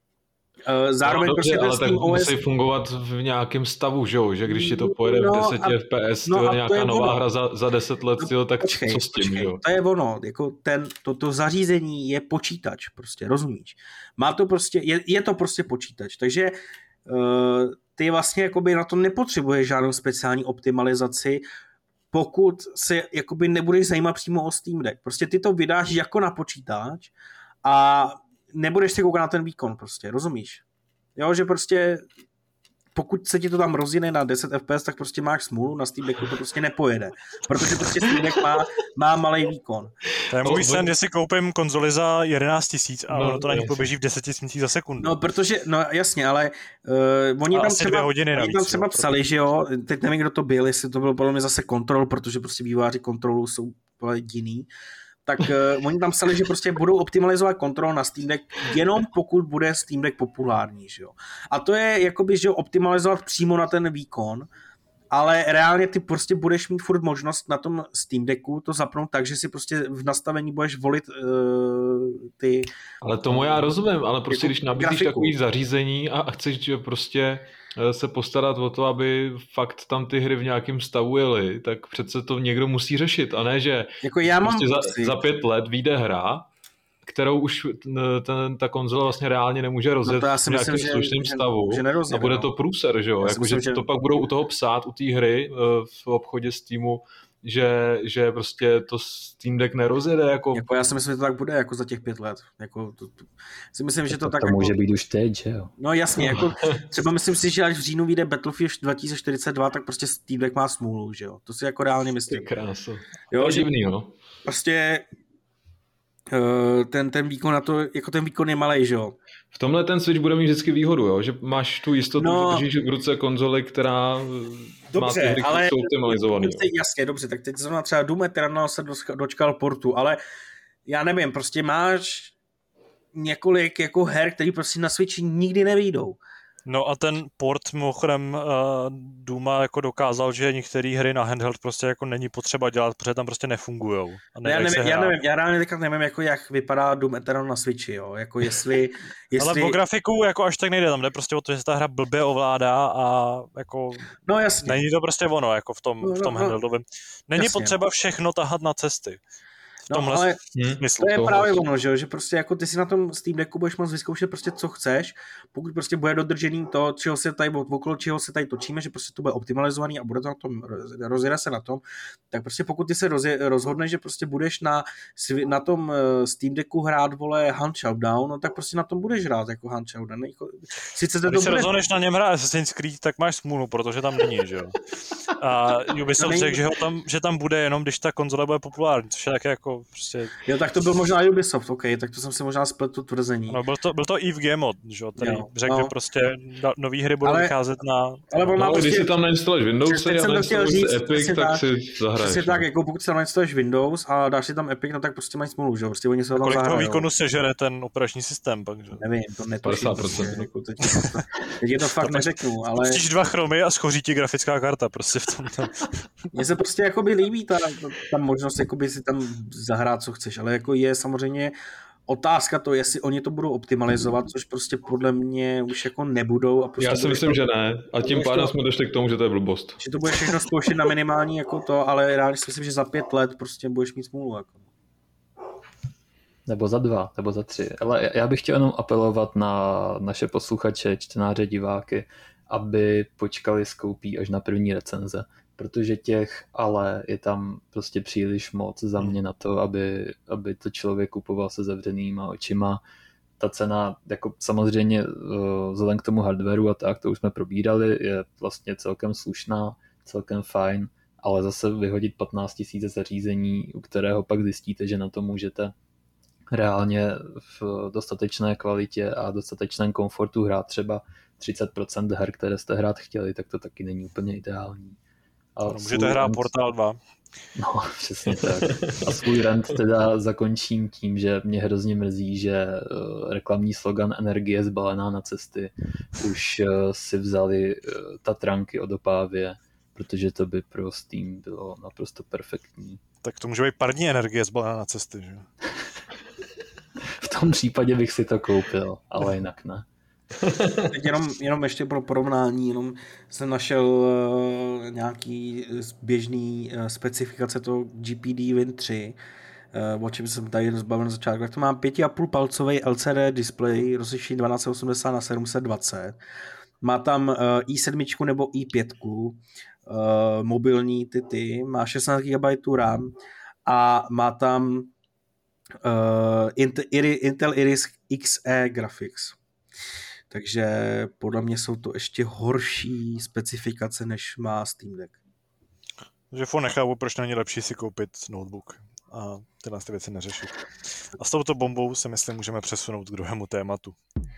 Speaker 4: Zároveň
Speaker 2: no,
Speaker 4: prostě
Speaker 2: dobře, ale tak
Speaker 4: O S...
Speaker 2: musí fungovat v nějakém stavu, že jo, že když ti to pojede
Speaker 4: no,
Speaker 2: v deseti F P S, no, nějaká nová ono. hra za, za deset let, tyjo, tak počkej, co s tím, počkej, jo?
Speaker 4: To je ono, jako ten, to, to zařízení je počítač, prostě, rozumíš? Má to prostě, je, je to prostě počítač, takže uh, ty vlastně jakoby na to nepotřebuješ žádnou speciální optimalizaci, pokud se jakoby nebudeš zajímat přímo o Steam Deck. Prostě ty to vydáš jako na počítač a nebudeš se koukat na ten výkon prostě, rozumíš? Jo, že prostě pokud se ti to tam rozjene na deset F P S, tak prostě máš smůlu, na Steam Decku to prostě nepojede, protože prostě Steam Deck má, má malý výkon.
Speaker 3: To je můj sen, že si koupím konzoli za jedenáct tisíc a no, to na ní poběží v deseti snímcích za sekundu.
Speaker 4: No, protože, no jasně, ale uh, oni, tam třeba, oni navíc, tam třeba jo, psali, že jo, teď nevím, kdo to byl, jestli to byl podle mě zase Control, protože prostě vývojáři Controlu jsou jiný, tak uh, oni tam psali, že prostě budou optimalizovat kontrol na Steam Deck jenom pokud bude Steam Deck populární, že jo. A to je jakoby, že jo, optimalizovat přímo na ten výkon, ale reálně ty prostě budeš mít furt možnost na tom Steam Decku to zapnout tak, že si prostě v nastavení budeš volit uh, ty...
Speaker 2: Ale tomu já rozumím, ale prostě jako když nabízíš takový zařízení a, a chceš, že prostě se postarat o to, aby fakt tam ty hry v nějakém stavu jely, tak přece to někdo musí řešit, a ne, že
Speaker 4: jako já mám
Speaker 2: prostě za, za pět let vyjde hra, kterou už ten, ta konzole vlastně reálně nemůže rozjet no v nějakém slušném stavu že, že a bude to průser, že jo? Jako, myslím, že to pak budou u toho psát, u té hry v obchodě Steamu, že, že prostě to Steam Deck nerozjede. Jako...
Speaker 4: jako já si myslím, že to tak bude jako za těch pět let. Jako to, to, si myslím, že to,
Speaker 5: to
Speaker 4: tak...
Speaker 5: To
Speaker 4: jako...
Speaker 5: může být už teď, že jo?
Speaker 4: No jasně, jako třeba myslím si, že až v říjnu vyjde Battlefield dva tisíce čtyřicet dva, tak prostě Steam Deck má smůlu, že jo? To si jako reálně myslím.
Speaker 2: Je krása.
Speaker 4: Jo,
Speaker 2: to je divný, no.
Speaker 4: Prostě ten, ten výkon na to, jako ten výkon je malej, že jo?
Speaker 2: V tomhle ten Switch bude mít vždycky výhodu, jo? Že máš tu jistotu, no, že držíš v ruce konzoli, která
Speaker 4: dobře,
Speaker 2: má ty hry,
Speaker 4: ale
Speaker 2: jsou optimalizovaný.
Speaker 4: Jasně, dobře, tak teď zrovna třeba Doom Eternal se dočkal portu, ale já nevím, prostě máš několik jako her, které prostě na Switchi nikdy nevyjdou.
Speaker 3: No a ten port mimochodem uh, Duma jako dokázal, že některé hry na handheld prostě jako není potřeba dělat, protože tam prostě nefungujou. A
Speaker 4: já nevím, já nevím, já reálně teďka nevím, jako jak vypadá Doom Eternal na Switchi, jo, jako jestli, jestli...
Speaker 3: Ale po grafiku jako až tak nejde, tam jde prostě o to, že se ta hra blbě ovládá a jako...
Speaker 4: No jasně.
Speaker 3: Není to prostě ono, jako v tom,
Speaker 4: no,
Speaker 3: v tom
Speaker 4: no,
Speaker 3: handheldovém. Není
Speaker 4: jasně,
Speaker 3: potřeba
Speaker 4: no.
Speaker 3: všechno tahat na cesty.
Speaker 4: No, ale
Speaker 3: smyslu,
Speaker 4: to je právě ono, že, že prostě jako ty si na tom Steam Decku budeš moct vyzkoušet prostě co chceš, pokud prostě bude dodržený to, čeho se tady, okolo čeho se tady točíme, že prostě to bude optimalizovaný a bude to na tom, rozjede se na tom, tak prostě pokud ty se rozje, rozhodneš, že prostě budeš na, na tom Steam Decku hrát, vole, Hunt Showdown, no tak prostě na tom budeš hrát jako Hunt Showdown. Jako, sice to
Speaker 3: když
Speaker 4: to
Speaker 3: se
Speaker 4: bude...
Speaker 3: rozhodneš na něm hrát Assassin's Creed, tak máš smůlu, protože tam není, že jo. A Ubisoft řekl, že, tam, že tam bude jenom, když ta konzole bude populární, což je také jako prostě...
Speaker 4: Jo, tak to byl možná Ubisoft, ok, tak to jsem si možná spletl tu tvrzení.
Speaker 3: No, byl to, byl to Yves Guillemot, že jo, který řekl,
Speaker 4: no.
Speaker 3: že prostě nový hry budou vycházet na...
Speaker 4: Ale on má
Speaker 2: no,
Speaker 4: prostě...
Speaker 2: když si tam nainstaluješ Windows a nainstaluješ Epic, tak, tak si zahraješ.
Speaker 4: Přesně tak, jako pokud si tam nainstaluješ Windows a dáš si tam Epic, no tak prostě mají smůlu, že jo, prostě oni se tam zahrajou.
Speaker 3: Kolik toho výkonu sežere ten operační systém pak, že?
Speaker 4: Nevím, to netuším.
Speaker 2: padesát procent.
Speaker 4: Jako teď, teď je to fakt neřeknu, ale...
Speaker 3: Pustíš dva chromy a schoří ti grafická karta, prostě v tom.
Speaker 4: Mně se prostě jakoby líbí ta, ta možnost jakoby si tam zahrát, co chceš, ale jako je samozřejmě otázka to, jestli oni to budou optimalizovat, což prostě podle mě už jako nebudou. A prostě
Speaker 2: já si myslím, to, že ne. A tím pádem jsme došli k tomu, že to je blbost.
Speaker 4: Že to bude všechno zkoušet na minimální jako to, ale reálně si myslím, že za pět let prostě budeš mít smůlu. Jako.
Speaker 5: Nebo za dva, nebo za tři. Ale já bych chtěl jenom apelovat na naše posluchače, čtenáře, diváky, aby počkali s koupí až na první recenze. protože těch ale je tam prostě příliš moc za mě na to, aby, aby to člověk kupoval se zavřenýma očima. Ta cena, jako samozřejmě vzhledem k tomu hardwareu a tak, to už jsme probírali, je vlastně celkem slušná, celkem fajn, ale zase vyhodit patnáct tisíc zařízení, u kterého pak zjistíte, že na to můžete reálně v dostatečné kvalitě a dostatečném komfortu hrát třeba třicet procent her, které jste hrát chtěli, tak to taky není úplně ideální.
Speaker 3: A no, můžete hrát rent... Portal dva.
Speaker 5: No, přesně tak. A svůj rent teda zakončím tím, že mě hrozně mrzí, že reklamní slogan Energie zbalená na cesty už si vzali Tatranky od Opávě, protože to by pro Steam bylo naprosto perfektní.
Speaker 3: Tak to může být parní Energie zbalená na cesty, že?
Speaker 5: V tom případě bych si to koupil, ale jinak ne.
Speaker 4: Teď jenom, jenom ještě pro porovnání, jenom jsem našel uh, nějaký běžný uh, specifikace toho G P D Win tři, uh, o čem jsem tady zbavil na začátku. Tak to mám pět a půl palcový L C D display, rozlišení dvanáct osmdesát na sedm set dvacet. Má tam uh, I sedm nebo I pět, uh, mobilní ty ty, má šestnáct gigabajtů RAM a má tam uh, Intel Iris X E Graphics. Takže podle mě jsou to ještě horší specifikace, než má Steam Deck.
Speaker 3: Takže furt nechápu, proč není lepší si koupit notebook a tyhle ty věci neřešit. A s touto bombou se myslím můžeme přesunout k druhému tématu.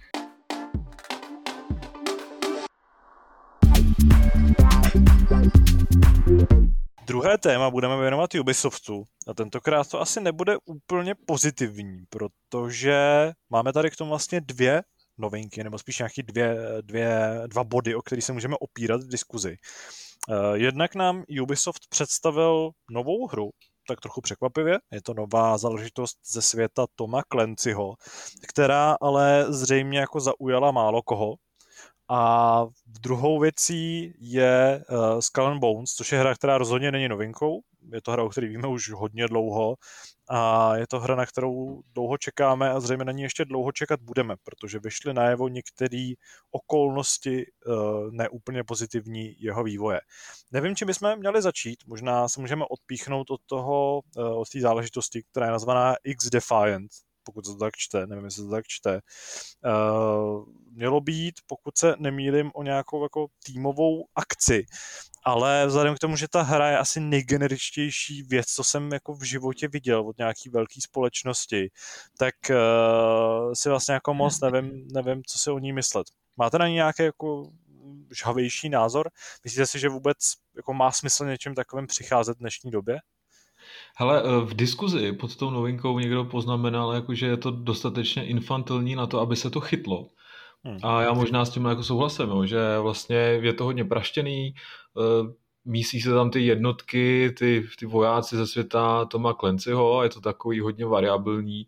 Speaker 3: Druhé téma budeme věnovat Ubisoftu a tentokrát to asi nebude úplně pozitivní, protože máme tady k tomu vlastně dvě novinky, nebo spíš nějaký dvě, dvě, dva body, o kterých se můžeme opírat v diskuzi. Jednak nám Ubisoft představil novou hru, tak trochu překvapivě. Je to nová záležitost ze světa Toma Clancyho, která ale zřejmě jako zaujala málo koho. A druhou věcí je uh, Skull and Bones, což je hra, která rozhodně není novinkou. Je to hra, o které víme už hodně dlouho a je to hra, na kterou dlouho čekáme a zřejmě na ní ještě dlouho čekat budeme, protože vyšly najevo některé okolnosti uh, neúplně pozitivní jeho vývoje. Nevím, čím bychom měli začít, možná se můžeme odpíchnout od toho, uh, od té záležitosti, která je nazvaná X-Defiant, pokud se to tak čte, nevím, jestli se to tak čte. Uh, mělo být, pokud se nemýlím, o nějakou jako týmovou akci, ale vzhledem k tomu, že ta hra je asi nejgeneričtější věc, co jsem jako v životě viděl od nějaký velké společnosti, tak uh, si vlastně jako moc nevím, nevím, co si o ní myslet. Máte na ní nějaký jako žhavější názor? Myslíte si, že vůbec jako má smysl něčím takovým přicházet v dnešní době?
Speaker 2: Hele, v diskuzi pod tou novinkou někdo poznamenal, jako, že je to dostatečně infantilní na to, aby se to chytlo. Hmm. A já možná s tím jako souhlasím, jo, že vlastně je to hodně praštěný, mísí se tam ty jednotky, ty, ty vojáci ze světa Toma Clancyho a je to takový hodně variabilní.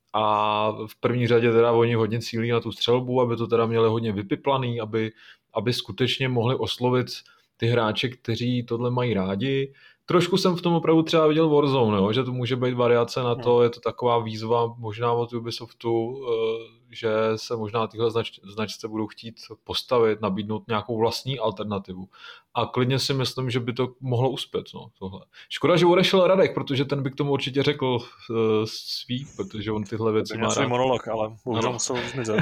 Speaker 2: A v první řadě teda oni hodně cílí na tu střelbu, aby to teda měli hodně vypiplaný, aby, aby skutečně mohli oslovit ty hráče, kteří tohle mají rádi. Trošku jsem v tom opravdu třeba viděl Warzone, jo, že to může být variace na to, je to taková výzva možná od Ubisoftu, že se možná tyhle znač, značce budou chtít postavit, nabídnout nějakou vlastní alternativu. A klidně si myslím, že by to mohlo uspět. No, tohle. Škoda, že odešel Radek, protože ten by k tomu určitě řekl uh, svý, protože on tyhle věci má rád.
Speaker 3: Monolog, ale bohužel musel zmizet.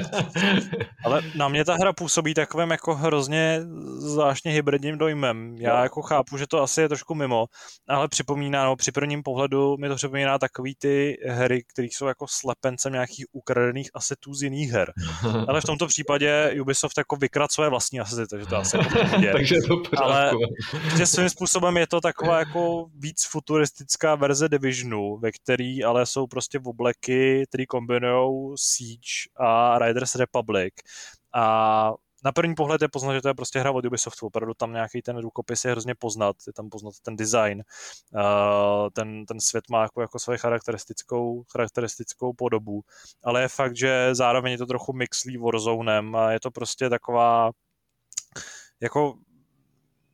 Speaker 3: Ale na mě ta hra působí takovým jako hrozně zvláštně hybridním dojmem. Já no. jako chápu, že to asi je trošku mimo, ale připomíná, no, při prvním pohledu mi to připomíná takový ty hry, které jsou jako slepencem nějakých ukradených asetů z jiných her. Ale v tomto případě Ubisoft jako vykradl své vlastní asety, takže to asi jako
Speaker 2: takže to pořádku.
Speaker 3: Ale že svým způsobem je to taková jako víc futuristická verze Divisionu, ve který ale jsou prostě obleky, které kombinujou Siege a Riders Republic. A na první pohled je poznat, že to je prostě hra od Ubisoftu. Opravdu tam nějaký ten rukopis je hrozně poznat, je tam poznat ten design. Uh, ten, ten svět má jako, jako svoji charakteristickou, charakteristickou podobu. Ale je fakt, že zároveň je to trochu mixlí Warzonem a je to prostě taková jako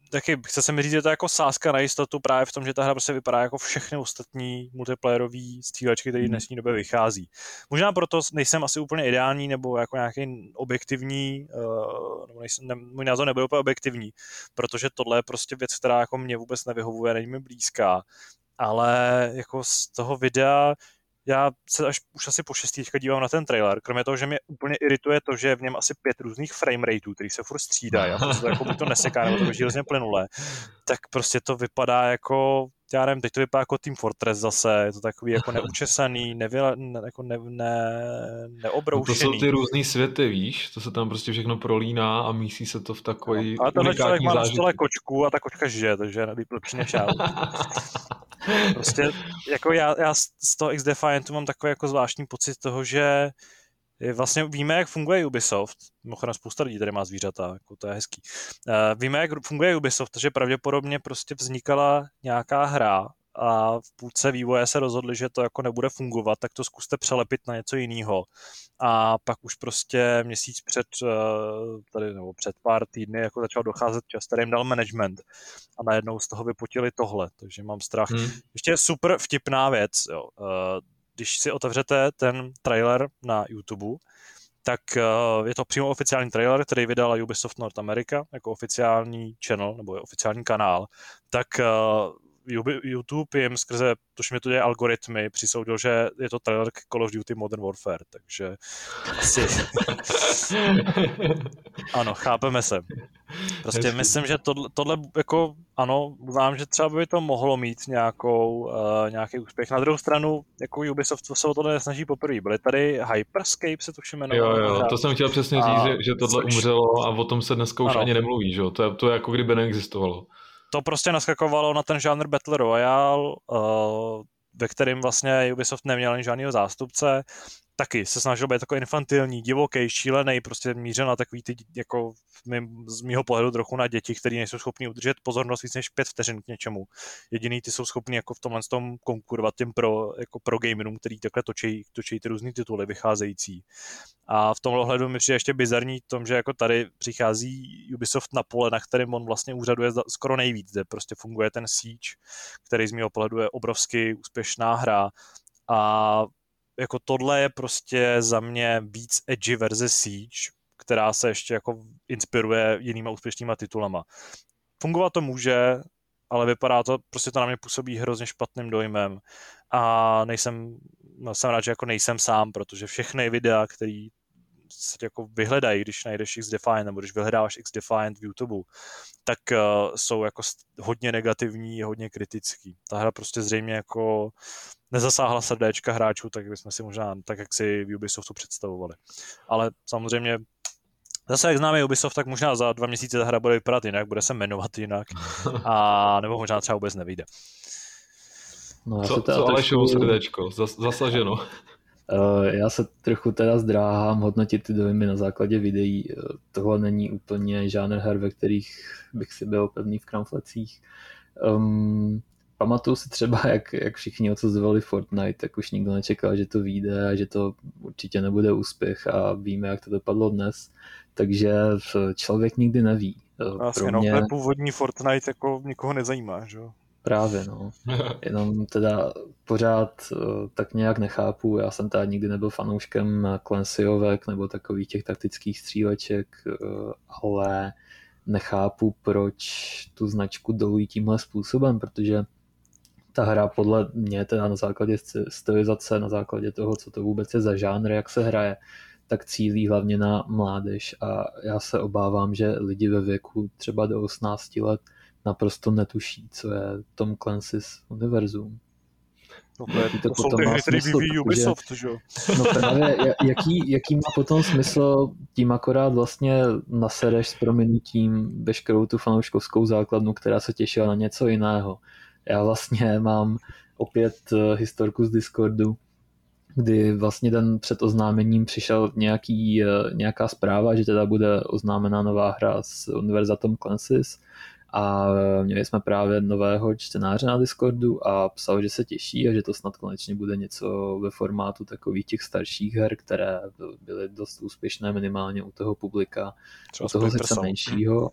Speaker 3: taky chce se mi říct, že to je jako sázka na jistotu právě v tom, že ta hra prostě vypadá jako všechny ostatní multiplayerový střílečky, které v dnešní době vychází. Možná proto nejsem asi úplně ideální nebo jako nějaký objektivní, uh, nebo nejsem, ne, můj názor nebyl úplně objektivní, protože tohle je prostě věc, která jako mě vůbec nevyhovuje, není mi blízká, ale jako z toho videa já se až už asi po šestý dívám na ten trailer, kromě toho, že mě úplně irituje to, že je v něm asi pět různých frame rateů, který se furt střídají a to jako buď to neseká, nebo to běží hrozně plynulé, tak prostě to vypadá jako, já nevím, teď to vypadá jako Team Fortress zase, je to takový jako neučesaný, nevyla, ne, jako ne, ne, neobroušený.
Speaker 2: No to jsou ty různý světy, víš, to se tam prostě všechno prolíná a mísí se to v takový
Speaker 3: no, ale tenhle člověk má na stole kočku a ta kočka žije, takže je lepší než já. Prostě jako já, já z toho X-Defiantu mám takový jako zvláštní pocit toho, že vlastně víme, jak funguje Ubisoft, mimochodem spousta lidí tady má zvířata, jako to je hezký. Víme, jak funguje Ubisoft, že pravděpodobně prostě vznikala nějaká hra a v půlce vývoje se rozhodli, že to jako nebude fungovat, tak to zkuste přelepit na něco jiného. A pak už prostě měsíc před, tady, nebo před pár týdny jako začal docházet čas, který jim dal management a najednou z toho vypotili tohle, takže mám strach. Hmm. Ještě super vtipná věc, jo. Když si otevřete ten trailer na YouTube, tak je to přímo oficiální trailer, který vydala Ubisoft North America jako oficiální channel, nebo oficiální kanál, tak YouTube jim skrze, tuž mi to děje algoritmy, přisoudil, že je to trailer k Call of Duty Modern Warfare, takže asi... ano, chápeme se. Prostě Hezky. Myslím, že tohle, tohle jako, ano, vám, že třeba by to mohlo mít nějakou, uh, nějaký úspěch. Na druhou stranu, jako Ubisoft se o tohle nesnaží poprvé. Byly tady Hyperscape, se to všem jmenovalo.
Speaker 2: Jo, jo, to jsem chtěl přesně říct, že, že tohle což... umřelo a o tom se dneska už ano. ani nemluví, že jo? To je, to je jako kdyby neexistovalo.
Speaker 3: To prostě naskakovalo na ten žánr Battle Royale, uh, ve kterém vlastně Ubisoft neměl ani žádného zástupce. Taky se snažil být takový infantilní, divoký, šílený, prostě mířil na takový ty, jako z mýho pohledu trochu na děti, kteří nejsou schopni udržet pozornost víc než pět vteřin k něčemu. Jediný ty jsou schopni jako v tomhle tom konkurovat těm pro, jako pro gamerům, který takhle točí, točí ty různý tituly vycházející. A v tomhle ohledu mi přijde ještě bizarní tom, že jako tady přichází Ubisoft na pole, na kterém on vlastně úřaduje skoro nejvíc, kde prostě funguje ten Siege, který z mýho pohledu je obrovsky úspěšná hra a jako tohle je prostě za mě víc edgy verze Siege, která se ještě jako inspiruje jinýma úspěšnýma titulama. Fungovat to může, ale vypadá to, prostě to na mě působí hrozně špatným dojmem a nejsem, no jsem rád, že jako nejsem sám, protože všechny videa, který se jako vyhledají, když najdeš X-Defiant nebo když vyhledáváš X-Defiant v YouTube, tak uh, jsou jako hodně negativní, hodně kritický. Ta hra prostě zřejmě jako nezasáhla srdéčka hráčů, tak bychom si možná, tak jak si v Ubisoftu představovali. Ale samozřejmě zase, jak známe Ubisoft, tak možná za dva měsíce ta hra bude vypadat jinak, bude se jmenovat jinak, a nebo možná třeba vůbec nevyjde.
Speaker 2: No, co co Alešovo trošku... srdéčko, Zas, zasaženo.
Speaker 5: Já se trochu teda zdráhám hodnotit ty dojmy na základě videí. Tohle není úplně žánr her, ve kterých bych si byl pevný v kramflecích. Um, Pamatuju si třeba, jak, jak všichni odsuzovali Fortnite, tak už nikdo nečekal, že to vyjde a že to určitě nebude úspěch a víme, jak to dopadlo dnes. Takže člověk nikdy neví.
Speaker 3: Vlastně, Pro mě... no, původní Fortnite jako nikoho nezajímá, že jo?
Speaker 5: Právě, no. Jenom teda pořád tak nějak nechápu, já jsem teda nikdy nebyl fanouškem Clancyovek nebo takových těch taktických stříleček, ale nechápu, proč tu značku dolují tímhle způsobem, protože ta hra podle mě teda na základě stylizace, na základě toho, co to vůbec je za žánr, jak se hraje, tak cílí hlavně na mládež a já se obávám, že lidi ve věku třeba do osmnácti let naprosto netuší, co je Tom Clancy's univerzum.
Speaker 3: No to, je, to, to jsou ty hry, které vyvíjí Ubisoft, že jo?
Speaker 5: No právě, jaký, jaký má potom smysl, tím akorát vlastně nasereš s prominutím veškerou tu fanouškovskou základnu, která se těšila na něco jiného. Já vlastně mám opět historku z Discordu, kdy vlastně den před oznámením přišel nějaký, nějaká zpráva, že teda bude oznámená nová hra z univerza Tom Clancy's a měli jsme právě nového čtenáře na Discordu a psal, že se těší a že to snad konečně bude něco ve formátu takových těch starších her, které byly dost úspěšné minimálně u toho publika, třeba u toho sice menšího.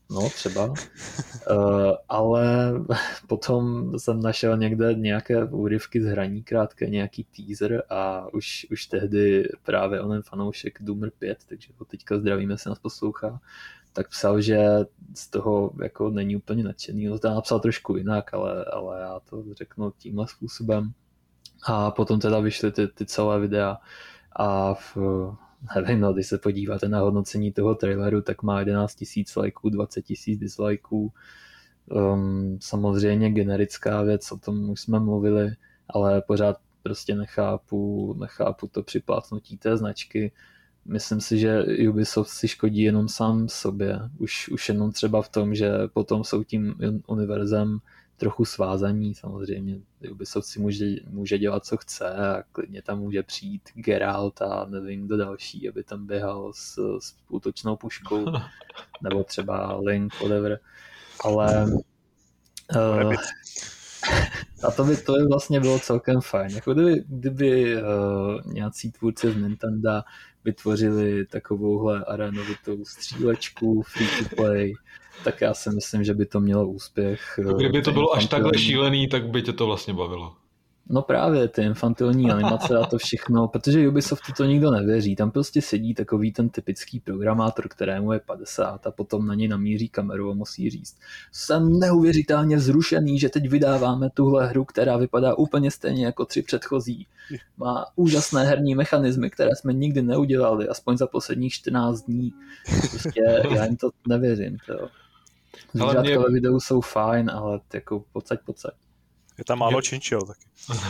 Speaker 5: No, třeba. uh, ale potom jsem našel někde nějaké úryvky z hraní krátké, nějaký teaser a už, už tehdy právě onen fanoušek Doomer pět, takže ho teďka zdravíme, jestli nás poslouchá, tak psal, že z toho jako není úplně nadšený. No, to napsal trošku jinak, ale, ale já to řeknu tímhle způsobem. A potom teda vyšly ty, ty celé videa a v, nevím, no, když se podíváte na hodnocení toho traileru, tak má jedenáct tisíc lajků, dvacet tisíc dislikeů. Um, samozřejmě generická věc, o tom už jsme mluvili, ale pořád prostě nechápu, nechápu to připlácnutí té značky. Myslím si, že Ubisoft si škodí jenom sám sobě. Už, už jenom třeba v tom, že potom jsou tím univerzem trochu svázaní. Samozřejmě Ubisoft si může, může dělat, co chce a klidně tam může přijít Geralt a nevím kdo další, aby tam běhal s, s útočnou puškou nebo třeba Link, whatever. Ale uh, a to by, to by vlastně bylo celkem fajn. Jako kdyby, kdyby uh, nějací tvůrci z Nintendo vytvořili takovouhle arénovitou střílečku, free to play, tak já si myslím, že by to mělo úspěch.
Speaker 2: Kdyby to bylo až takhle šílený, tak by tě to vlastně bavilo.
Speaker 5: No právě, ty infantilní animace a to všechno, protože Ubisoftu to nikdo nevěří. Tam prostě sedí takový ten typický programátor, kterému je padesát a potom na něj namíří kameru a musí říct: jsem neuvěřitelně vzrušený, že teď vydáváme tuhle hru, která vypadá úplně stejně jako tři předchozí. Má úžasné herní mechanismy, které jsme nikdy neudělali, aspoň za posledních čtrnáct dní. Prostě já jim to nevěřím. Zvířátka mě... ve videu jsou fajn, ale jako pocať, pocať.
Speaker 3: Je tam málo činčil taky.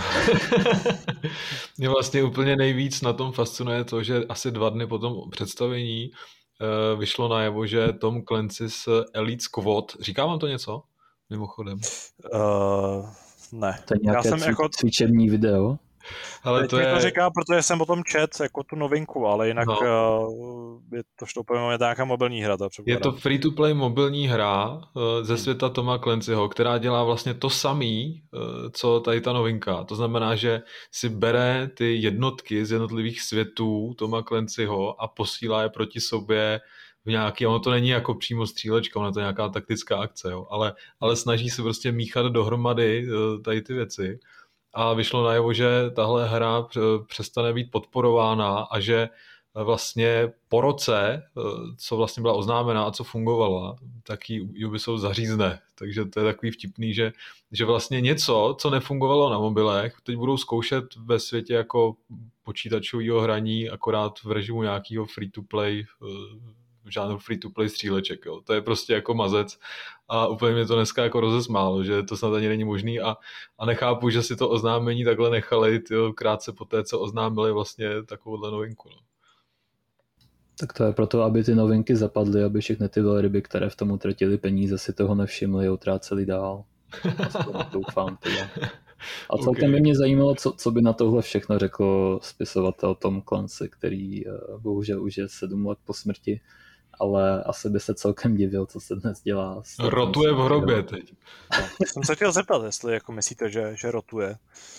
Speaker 2: Mě vlastně úplně nejvíc na tom fascinuje to, že asi dva dny po tom představení uh, vyšlo najevo, že Tom Clancy z Elite Squad, říká vám to něco? Mimochodem. Uh,
Speaker 3: ne.
Speaker 5: To je nějaké Já jsem jako... cvičební video.
Speaker 3: Ale teď to je... to říká, protože jsem potom čet jako tu novinku, ale jinak no. uh, je to štoupé je nějaká mobilní hra. To
Speaker 2: je to free-to-play mobilní hra uh, ze světa Toma Clancyho, která dělá vlastně to samý, uh, co tady ta novinka. To znamená, že si bere ty jednotky z jednotlivých světů Toma Clancyho a posílá je proti sobě v nějaký, ono to není jako přímo střílečka, ono to je nějaká taktická akce, jo, ale, ale snaží se prostě míchat dohromady uh, tady ty věci. A vyšlo najevo, že tahle hra přestane být podporována a že vlastně po roce, co vlastně byla oznámena a co fungovala, tak ji Ubisoft zařízne. Takže to je takový vtipný, že, že vlastně něco, co nefungovalo na mobilech, teď budou zkoušet ve světě jako počítačového hraní, akorát v režimu nějakého free-to-play, v žánru free-to-play stříleček. Jo. To je prostě jako mazec a úplně mě to dneska jako rozesmálo, že to snad ani není možný a, a nechápu, že si to oznámení takhle nechali tyjo, krátce po té, co oznámili vlastně takovouhle novinku. No.
Speaker 5: Tak to je proto, aby ty novinky zapadly, aby všechny ty velryby, které v tom utratili peníze, si toho nevšimli a utráceli dál. Doufám teda. A celkem okay. by mě zajímalo, co, co by na tohle všechno řekl spisovatel Tom Clancy, který bohužel už je sedm let po smrti, ale asi by se celkem divil, co se dnes dělá.
Speaker 2: Rotuje v hrobě teď.
Speaker 3: No. Jsem se chtěl zeptat, jestli jako myslíte, že, že rotuje.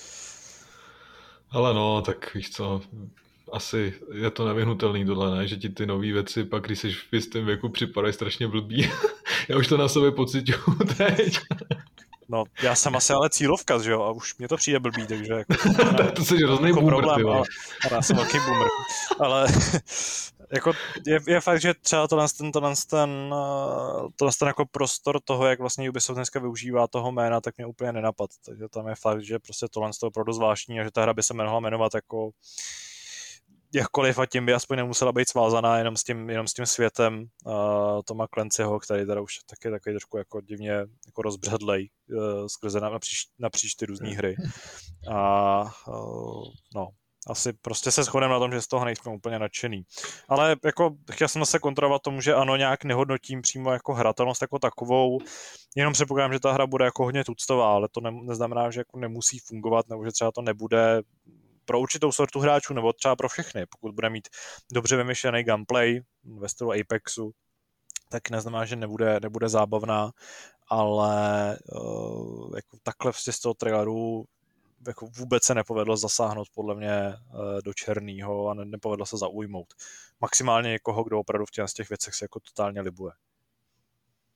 Speaker 2: Ale no, tak víš co, asi je to nevyhnutelný tohle, ne? Že ti ty nový věci pak, když jsi v jistém věku, připadají strašně blbý. Já už to na sobě pociťuju teď.
Speaker 3: No, já jsem asi ale cílovka, že jo, a už mě to přijde blbý, takže jako...
Speaker 2: to jsi hrozný jako boomer, ty
Speaker 3: ale, já jsem velký boomer, ale jako je, je fakt, že třeba tohle ten, tohle ten, tohle ten jako prostor toho, jak vlastně Ubisoft dneska využívá toho jména, tak mě úplně nenapad, takže tam je fakt, že prostě tohle je opravdu zvláštní a že ta hra by se mohla jmenovat jako jakkoliv a tím by aspoň nemusela být svázaná jenom s tím, jenom s tím světem uh, Toma Clancyho, který teda už taky takový trošku jako divně jako rozbředlej uh, skrze napříč, napříč ty různý hry. A uh, no, asi prostě se shodneme na tom, že z toho nejsme úplně nadšený. Ale jako chtěl jsem se kontrolovat tomu, že ano, nějak nehodnotím přímo jako hratelnost jako takovou, jenom předpokládám, že ta hra bude jako hodně tuctová, ale to ne, neznamená, že jako nemusí fungovat, nebo že třeba to nebude pro určitou sortu hráčů, nebo třeba pro všechny. Pokud bude mít dobře vymyšlený gameplay ve stylu Apexu, tak neznamená, že nebude, nebude zábavná, ale uh, jako takhle z toho traileru jako vůbec se nepovedlo zasáhnout podle mě uh, do černýho a ne, nepovedlo se zaujmout. Maximálně někoho, kdo opravdu v těch, těch věcech se jako totálně libuje.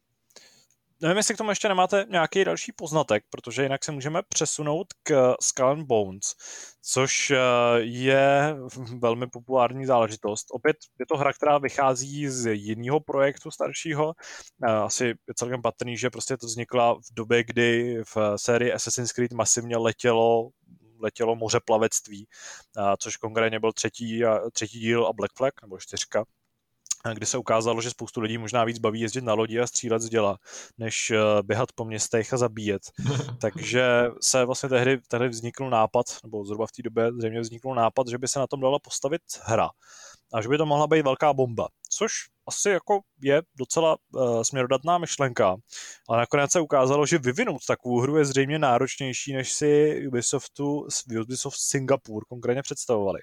Speaker 3: Nevím, jestli k tomu ještě nemáte nějaký další poznatek, protože jinak se můžeme přesunout k Skull and Bones, což je velmi populární záležitost. Opět je to hra, která vychází z jiného projektu staršího. Asi je celkem patrný, že prostě to vznikla v době, kdy v sérii Assassin's Creed masivně letělo letělo mořeplavectví, což konkrétně byl třetí, třetí díl a Black Flag, nebo čtyřka, kdy se ukázalo, že spoustu lidí možná víc baví jezdit na lodi a střílet z děla, než běhat po městech a zabíjet. Takže se vlastně tehdy, tehdy vznikl nápad, nebo zhruba v té době zřejmě vznikl nápad, že by se na tom dala postavit hra a že by to mohla být velká bomba, což asi jako je docela uh, směrodatná myšlenka, ale nakonec se ukázalo, že vyvinout takovou hru je zřejmě náročnější, než si Ubisoftu, Ubisoft Singapur konkrétně představovali.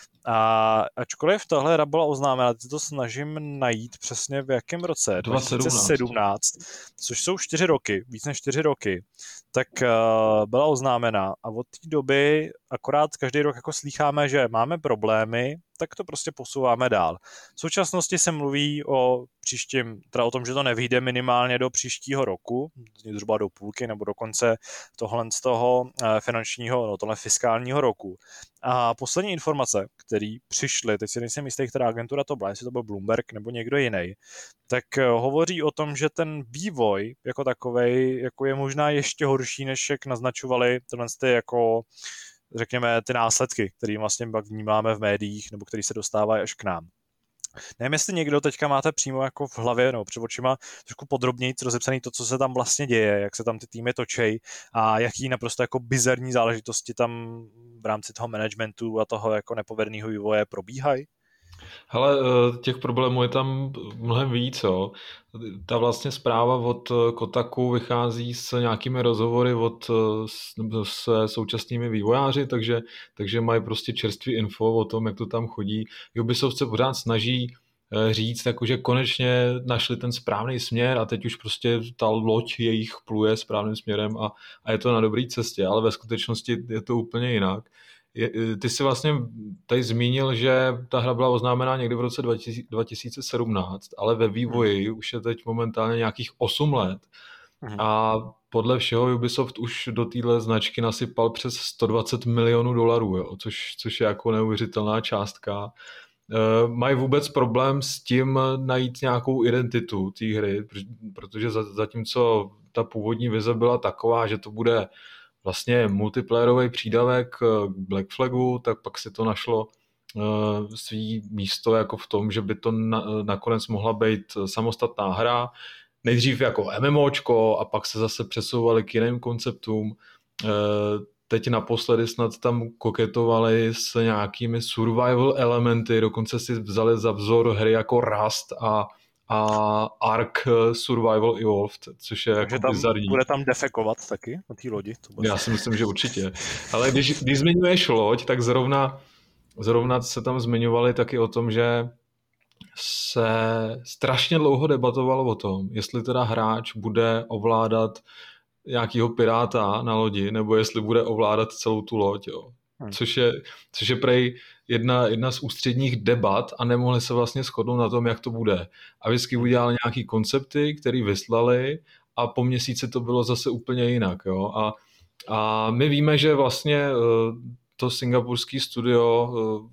Speaker 3: A ačkoliv tahle hra byla oznámena, teď to snažím najít přesně v jakém roce, dva tisíce sedmnáct, což jsou čtyři roky, víc než čtyři roky, tak uh, byla oznámena a od té doby akorát každý rok jako slýcháme, že máme problémy, tak to prostě posouváme dál. V současnosti se mluví o příštím, teda o tom, že to nevyjde minimálně do příštího roku, zhruba do půlky nebo dokonce tohle z toho finančního, no tohle fiskálního roku. A poslední informace, které přišly, teď si nejsem jistý, která agentura to byla, jestli to byl Bloomberg nebo někdo jiný, tak hovoří o tom, že ten vývoj jako takovej jako je možná ještě horší, než jak naznačovali tyhle ty jako řekněme, ty následky, které vlastně pak vnímáme v médiích, nebo které se dostávají až k nám. Nevím, jestli někdo teďka máte přímo jako v hlavě, nebo před očima trošku podrobněji rozepsaný to, co se tam vlastně děje, jak se tam ty týmy točej a jaký naprosto jako bizarní záležitosti tam v rámci toho managementu a toho jako nepovedeného vývoje probíhají.
Speaker 2: Hele, těch problémů je tam mnohem víc, jo. Ta vlastně zpráva od Kotaku vychází s nějakými rozhovory od, se současnými vývojáři, takže, takže mají prostě čerstvý info o tom, jak to tam chodí. Ubisoft se pořád snaží říct, jakože konečně našli ten správný směr a teď už prostě ta loď jejich pluje správným směrem a, a je to na dobré cestě, ale ve skutečnosti je to úplně jinak. Ty jsi vlastně tady zmínil, že ta hra byla oznámená někdy v roce dva tisíce sedmnáct, ale ve vývoji už je teď momentálně nějakých osm let a podle všeho Ubisoft už do téhle značky nasypal přes sto dvacet milionů dolarů, jo, což, což je jako neuvěřitelná částka. E, mají vůbec problém s tím najít nějakou identitu té hry, protože zatímco ta původní vize byla taková, že to bude vlastně multiplayerový přídavek k Black Flagu, tak pak si to našlo uh, svý místo jako v tom, že by to na, nakonec mohla být samostatná hra, nejdřív jako MMOčko a pak se zase přesouvali k jiným konceptům. Uh, teď naposledy snad tam koketovali s nějakými survival elementy, dokonce si vzali za vzor hry jako Rust a a Ark Survival Evolved, což je
Speaker 3: takže
Speaker 2: jako
Speaker 3: tam
Speaker 2: bizarní.
Speaker 3: Bude tam defekovat taky na té lodi? To
Speaker 2: Já si myslím, že určitě. Ale když, když zmiňuješ loď, tak zrovna, zrovna se tam zmiňovali taky o tom, že se strašně dlouho debatovalo o tom, jestli teda hráč bude ovládat nějakýho piráta na lodi, nebo jestli bude ovládat celou tu loď, jo. Hmm. Což je, což je prej jedna, jedna z ústředních debat a nemohli se vlastně shodnout na tom, jak to bude. A vždycky udělali nějaký koncepty, které vyslali a po měsíci to bylo zase úplně jinak. Jo? A, a my víme, že vlastně to singapurský studio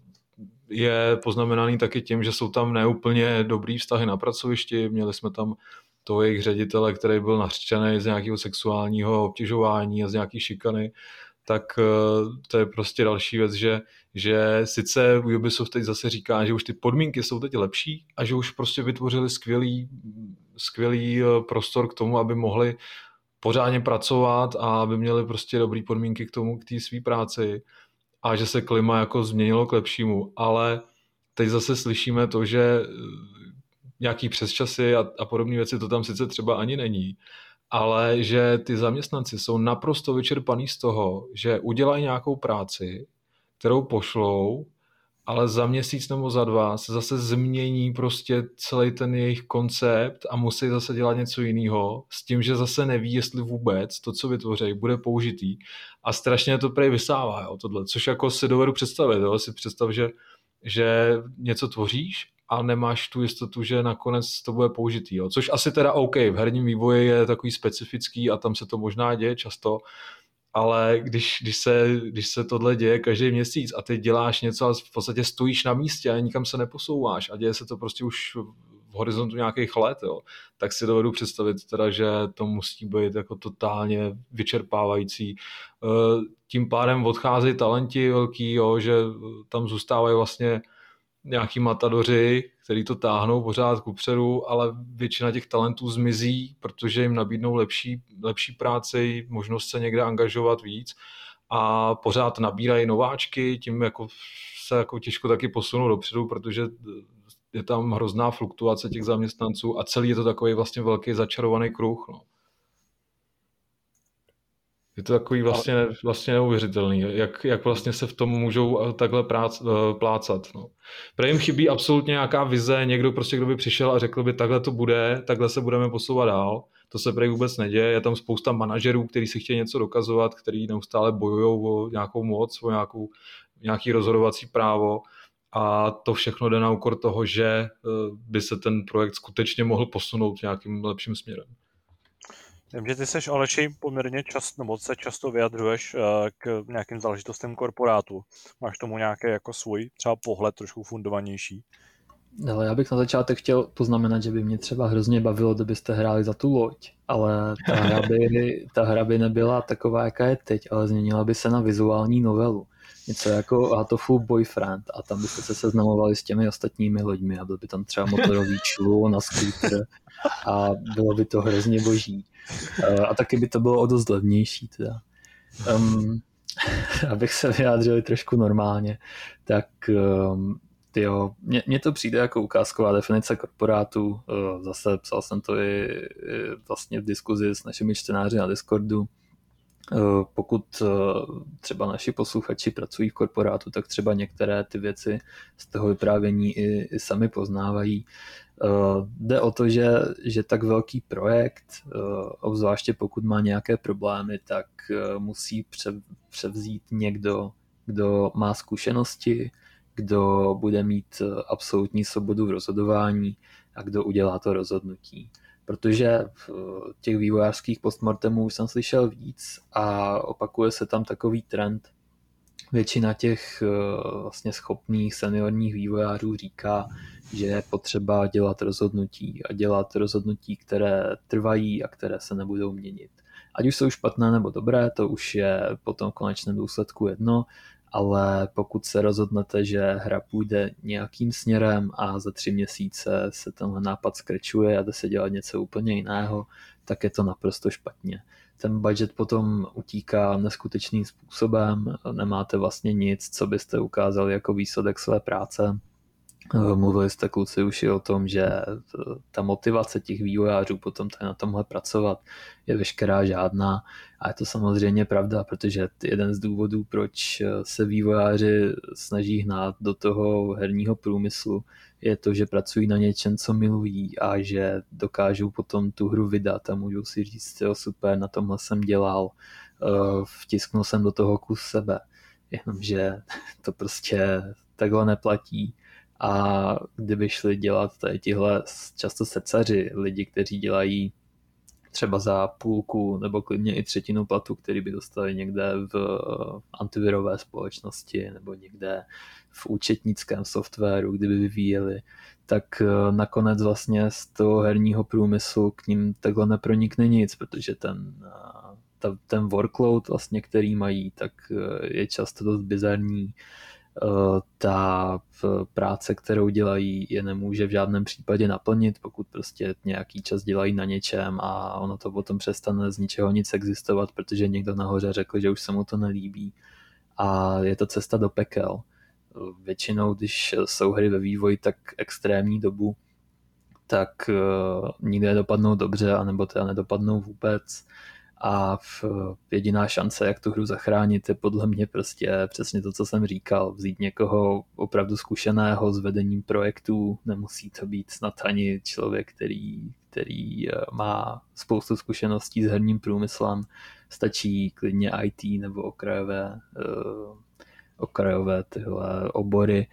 Speaker 2: je poznamenaný taky tím, že jsou tam neúplně dobrý vztahy na pracovišti. Měli jsme tam toho jejich ředitele, který byl nařčený z nějakého sexuálního obtěžování a z nějaký šikany. Tak to je prostě další věc, že, že sice Ubisoft teď zase říká, že už ty podmínky jsou teď lepší a že už prostě vytvořili skvělý, skvělý prostor k tomu, aby mohli pořádně pracovat a aby měli prostě dobrý podmínky k tomu, k té své práci a že se klima jako změnilo k lepšímu, ale teď zase slyšíme to, že nějaký přesčasy a, a podobné věci to tam sice třeba ani není, ale že ty zaměstnanci jsou naprosto vyčerpaný z toho, že udělají nějakou práci, kterou pošlou, ale za měsíc nebo za dva se zase změní prostě celý ten jejich koncept a musí zase dělat něco jiného s tím, že zase neví, jestli vůbec to, co vytvoří, bude použitý a strašně to prej vysává, jo, tohle, což jako si dovedu představit, jo, si představ, že, že něco tvoříš a nemáš tu jistotu, že nakonec to bude použitý. Jo. Což asi teda OK, v herním vývoji je takový specifický a tam se to možná děje často, ale když, když, se, když se tohle děje každý měsíc a ty děláš něco a v podstatě stojíš na místě a nikam se neposouváš a děje se to prostě už v horizontu nějakých let, jo, tak si dovedu představit teda, že to musí být jako totálně vyčerpávající. Tím pádem odcházejí talenti velký, jo, že tam zůstávají vlastně nějaký matadoři, který to táhnou pořád kupředu, ale většina těch talentů zmizí, protože jim nabídnou lepší, lepší práci, možnost se někde angažovat víc a pořád nabírají nováčky, tím jako se jako těžko taky posunou dopředu, protože je tam hrozná fluktuace těch zaměstnanců a celý je to takový vlastně velký začarovaný kruh. No. Je to takový vlastně, vlastně neuvěřitelný, jak, jak vlastně se v tom můžou takhle prác, plácat. No. Protože jim chybí absolutně nějaká vize, někdo prostě, kdo by přišel a řekl by, takhle to bude, takhle se budeme posouvat dál. To se prý vůbec neděje, je tam spousta manažerů, kteří si chtějí něco dokazovat, kteří neustále bojují o nějakou moc, o nějakou, nějaký rozhodovací právo a to všechno jde na úkor toho, že by se ten projekt skutečně mohl posunout nějakým lepším směrem.
Speaker 3: Vím, že ty seš, Aleši, poměrně často, nebo se často vyjadřuješ k nějakým záležitostem korporátu. Máš tomu nějaký jako svůj třeba pohled trošku fundovanější?
Speaker 5: Ale já bych na začátek chtěl poznamenat, že by mě třeba hrozně bavilo, kdybyste hráli za tu loď, ale ta hra by, ta hra by nebyla taková, jaká je teď, ale změnila by se na vizuální novelu. Něco jako Hatoful Boyfriend a tam byste se seznamovali s těmi ostatními loďmi a byl by tam třeba motorový člun na skútr a bylo by to hrozně boží. A taky by to bylo o dost levnější teda. Um, abych se vyjádřil trošku normálně, tak um, tyjo, mně, mně to přijde jako ukázková definice korporátu. Zase psal jsem to i, i vlastně v diskuzi s našimi čtenáři na Discordu. Pokud třeba naši posluchači pracují v korporátu, tak třeba některé ty věci z toho vyprávění i, i sami poznávají. Jde o to, že, že tak velký projekt, obzvláště pokud má nějaké problémy, tak musí převzít někdo, kdo má zkušenosti, kdo bude mít absolutní svobodu v rozhodování a kdo udělá to rozhodnutí. Protože v těch vývojářských postmortemů už jsem slyšel víc a opakuje se tam takový trend. Většina těch vlastně schopných seniorních vývojářů říká, že je potřeba dělat rozhodnutí a dělat rozhodnutí, které trvají a které se nebudou měnit. Ať už jsou špatné nebo dobré, to už je potom v konečném důsledku jedno, ale pokud se rozhodnete, že hra půjde nějakým směrem a za tři měsíce se tenhle nápad skrečuje a jde se dělat něco úplně jiného, tak je to naprosto špatně. Ten budget potom utíká neskutečným způsobem, nemáte vlastně nic, co byste ukázali jako výsledek své práce. Mluvili jste kluci už i o tom, že ta motivace těch vývojářů potom tady na tomhle pracovat je veškerá žádná a je to samozřejmě pravda, protože jeden z důvodů, proč se vývojáři snaží hnát do toho herního průmyslu, je to, že pracují na něčem, co milují a že dokážou potom tu hru vydat a můžou si říct, jo, super, na tomhle jsem dělal, vtisknul jsem do toho kus sebe, jenomže to prostě takhle neplatí. A kdyby šli dělat tady tihle často srdcaři, lidi, kteří dělají třeba za půlku nebo klidně i třetinu platu, který by dostali někde v antivirové společnosti nebo někde v účetnickém softwaru, kdyby vyvíjeli, tak nakonec vlastně z toho herního průmyslu k ním takhle nepronikne nic, protože ten, ta, ten workload, vlastně, který mají, tak je často dost bizarní. Ta práce, kterou dělají, je nemůže v žádném případě naplnit, pokud prostě nějaký čas dělají na něčem a ono to potom přestane z ničeho nic existovat, protože někdo nahoře řekl, že už se mu to nelíbí a je to cesta do pekel. Většinou, když jsou hry ve vývoji tak extrémní dobu, tak nikdy nedopadnou dobře, anebo teda nedopadnou vůbec. A jediná šance, jak tu hru zachránit, je podle mě prostě přesně to, co jsem říkal. Vzít někoho opravdu zkušeného s vedením projektů. Nemusí to být snad ani člověk, který, který má spoustu zkušeností s herním průmyslem. Stačí klidně í té nebo okrajové, okrajové tyhle obory.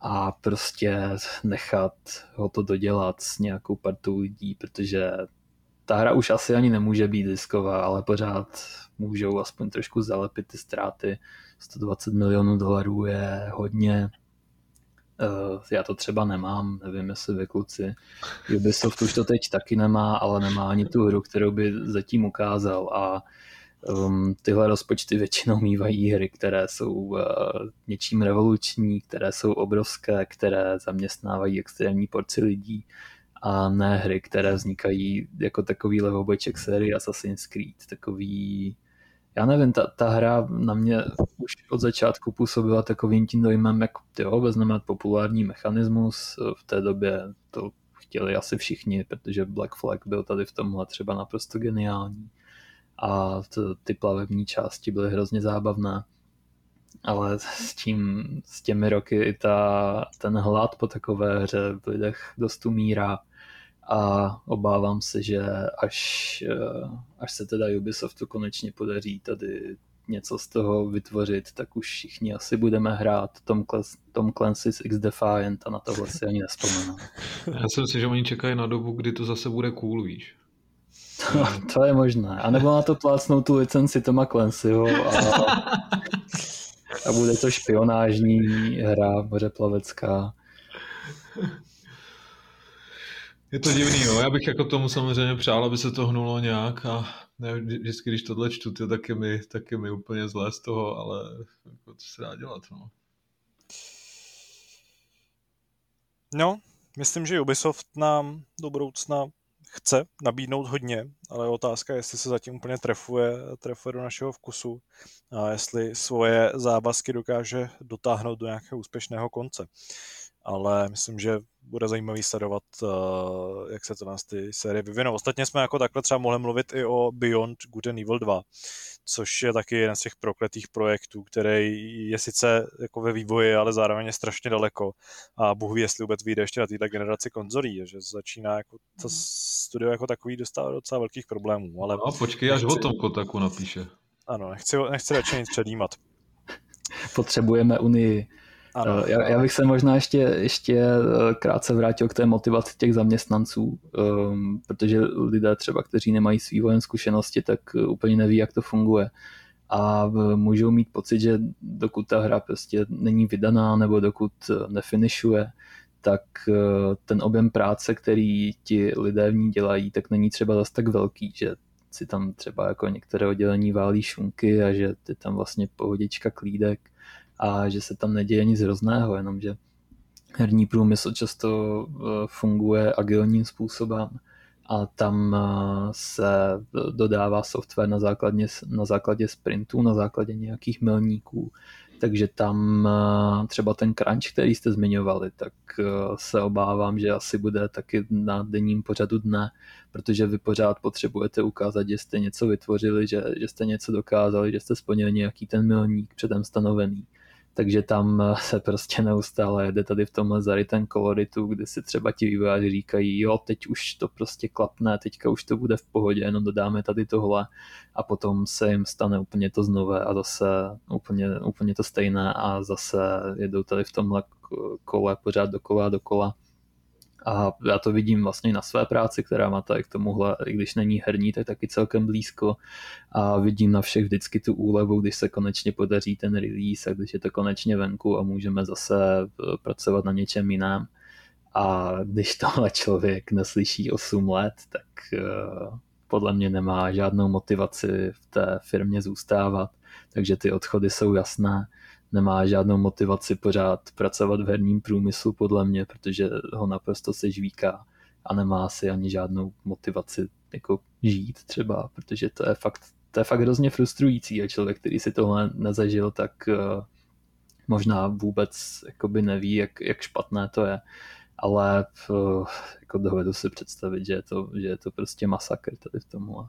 Speaker 5: a prostě nechat ho to dodělat s nějakou partou lidí, protože ta hra už asi ani nemůže být zisková, ale pořád můžou aspoň trošku zalepit ty ztráty. sto dvacet milionů dolarů je hodně. Já to třeba nemám, nevím, jestli vy kluci. Ubisoft už to teď taky nemá, ale nemá ani tu hru, kterou by zatím ukázal a um, tyhle rozpočty většinou mývají hry, které jsou uh, něčím revoluční, které jsou obrovské, které zaměstnávají extrémní porci lidí a ne hry, které vznikají jako takový levobojček série Assassin's Creed, takový. Já nevím, ta, ta hra na mě už od začátku působila takovým tím dojmem, jak tyho, vezmeme populární mechanismus, v té době to chtěli asi všichni, protože Black Flag byl tady v tomhle třeba naprosto geniální a to, ty plavební části byly hrozně zábavné, ale s, tím, s těmi roky i ta, ten hlad po takové hře v lidech dost umírá. A obávám se, že až, až se teda Ubisoftu konečně podaří tady něco z toho vytvořit, tak už všichni asi budeme hrát Tom, Cl- Tom Clancy's X-Defiant a na tohle si ani nespomenu.
Speaker 2: Já si myslím, že oni čekají na dobu, kdy to zase bude cool, víš.
Speaker 5: To, to je možné. A nebo na to plácnou tu licenci Toma Clancyho a, a bude to špionážní hra mořeplavecká.
Speaker 2: Je to divný, jo. Já bych jako tomu samozřejmě přál, aby se to hnulo nějak a ne, vždycky, když tohle čtu, to taky mi, taky mi úplně zlé z toho, ale jako, co se dá dělat, no.
Speaker 3: No, myslím, že Ubisoft nám do budoucna chce nabídnout hodně, ale otázka je, jestli se zatím úplně trefuje, trefuje do našeho vkusu a jestli svoje závazky dokáže dotáhnout do nějakého úspěšného konce. Ale myslím, že bude zajímavý sledovat, jak se to nás ty série vyvinou. Ostatně jsme jako takhle třeba mohli mluvit i o Beyond Good and Evil dva, což je taky jeden z těch prokletých projektů, který je sice jako ve vývoji, ale zároveň je strašně daleko a Bůh ví, jestli vůbec vyjde ještě na této generaci konzolí, že začíná jako to studio jako takový dostávat docela velkých problémů. Ale
Speaker 2: no, počkej, až o tom Kotaku napíše.
Speaker 3: Ano, nechci, nechci radši nic předjímat.
Speaker 5: Potřebujeme Unii. Ano, já, já bych se možná ještě, ještě krátce vrátil k té motivaci těch zaměstnanců, um, protože lidé třeba, kteří nemají svý vojenské zkušenosti, tak úplně neví, jak to funguje. A můžou mít pocit, že dokud ta hra prostě není vydaná nebo dokud nefinišuje, tak ten objem práce, který ti lidé v ní dělají, tak není třeba zase tak velký, že si tam třeba jako některé oddělení válí šunky a že je tam vlastně pohodička klídek a že se tam neděje nic hrozného, jenomže herní průmysl často funguje agilním způsobem a tam se dodává software na základě, na základě sprintů, na základě nějakých milníků, takže tam třeba ten crunch, který jste zmiňovali, tak se obávám, že asi bude taky na denním pořadu dne, protože vy pořád potřebujete ukázat, že jste něco vytvořili, že, že jste něco dokázali, že jste splnili nějaký ten milník předem stanovený. Takže tam se prostě neustále jede tady v tomhle zarytém koloritu, kdy si třeba ti vývojáři říkají, jo, teď už to prostě klapne, teďka už to bude v pohodě, jenom dodáme tady tohle a potom se jim stane úplně to znové a zase úplně, úplně to stejné a zase jedou tady v tomhle kole pořád dokola a dokola. A já to vidím vlastně na své práci, která má tady k tomuhle, i když není herní, tak taky celkem blízko. A vidím na všech vždycky tu úlevu, když se konečně podaří ten release a když je to konečně venku a můžeme zase pracovat na něčem jiném. A když tohle člověk neslyší osm let, tak uh, podle mě nemá žádnou motivaci v té firmě zůstávat. Takže ty odchody jsou jasné. Nemá žádnou motivaci pořád pracovat v herním průmyslu podle mě, protože ho naprosto sežvíká a nemá asi ani žádnou motivaci jako žít třeba, protože to je fakt, to je fakt hrozně frustrující a člověk, který si tohle nezažil, tak uh, možná vůbec jakoby neví, jak, jak špatné to je, ale uh, jako dovedu si představit, že je to, že je to prostě masakr tady v tomhle.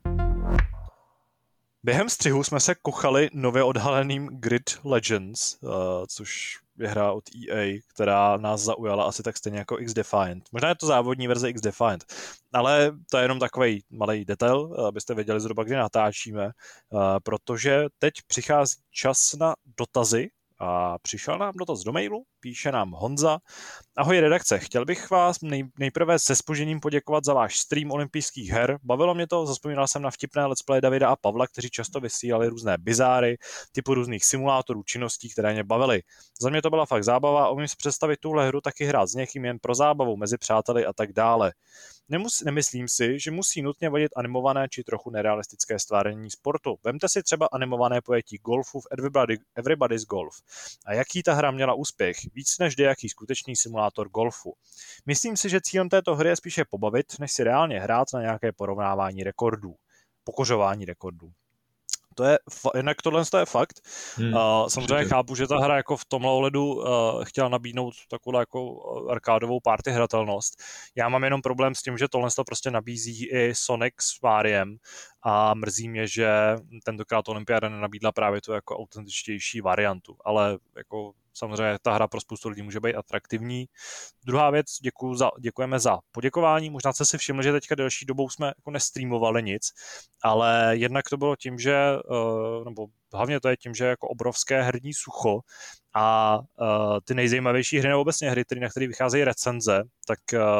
Speaker 3: Během střihu jsme se kochali nově odhaleným Grid Legends, uh, což je hra od E A, která nás zaujala asi tak stejně jako X-Defiant. Možná je to závodní verze X-Defiant, ale to je jenom takový malý detail, abyste věděli zhruba, kdy natáčíme, uh, protože teď přichází čas na dotazy A přišel nám dotaz do mailu, píše nám Honza. Ahoj redakce, chtěl bych vás nej, nejprve se zpožením poděkovat za váš stream olympijských her. Bavilo mě to, zazpomínal jsem na vtipné let's play Davida a Pavla, kteří často vysílali různé bizáry, typu různých simulátorů činností, které mě bavily. Za mě to byla fakt zábava, umím si představit tuhle hru taky hrát s někým jen pro zábavu mezi přáteli a tak dále. Nemus, nemyslím si, že musí nutně vodit animované či trochu nerealistické stvárnění sportu. Vemte si třeba animované pojetí golfu v Everybody, Everybody's Golf. A jaký ta hra měla úspěch? Víc než jaký skutečný simulátor golfu. Myslím si, že cílem této hry je spíše pobavit, než si reálně hrát na nějaké porovnávání rekordů. Pokořování rekordů. To je, jinak tohle je fakt. Hmm, uh, samozřejmě chápu, že ta hra jako v tomhle ohledu uh, chtěla nabídnout takovou jako arkádovou party hratelnost. Já mám jenom problém s tím, že tohle to prostě nabízí i Sonic s Mariem a mrzí mě, že tentokrát Olympiáda nenabídla právě tu jako autentičtější variantu, ale jako samozřejmě ta hra pro spoustu lidí může být atraktivní. Druhá věc, děkuju za, děkujeme za poděkování. Možná jste si všimli, že teďka delší dobou jsme jako nestreamovali nic, ale jednak to bylo tím, že, nebo hlavně to je tím, že je jako obrovské herní sucho a ty nejzajímavější hry nebo obecně hry, na které vycházejí recenze, tak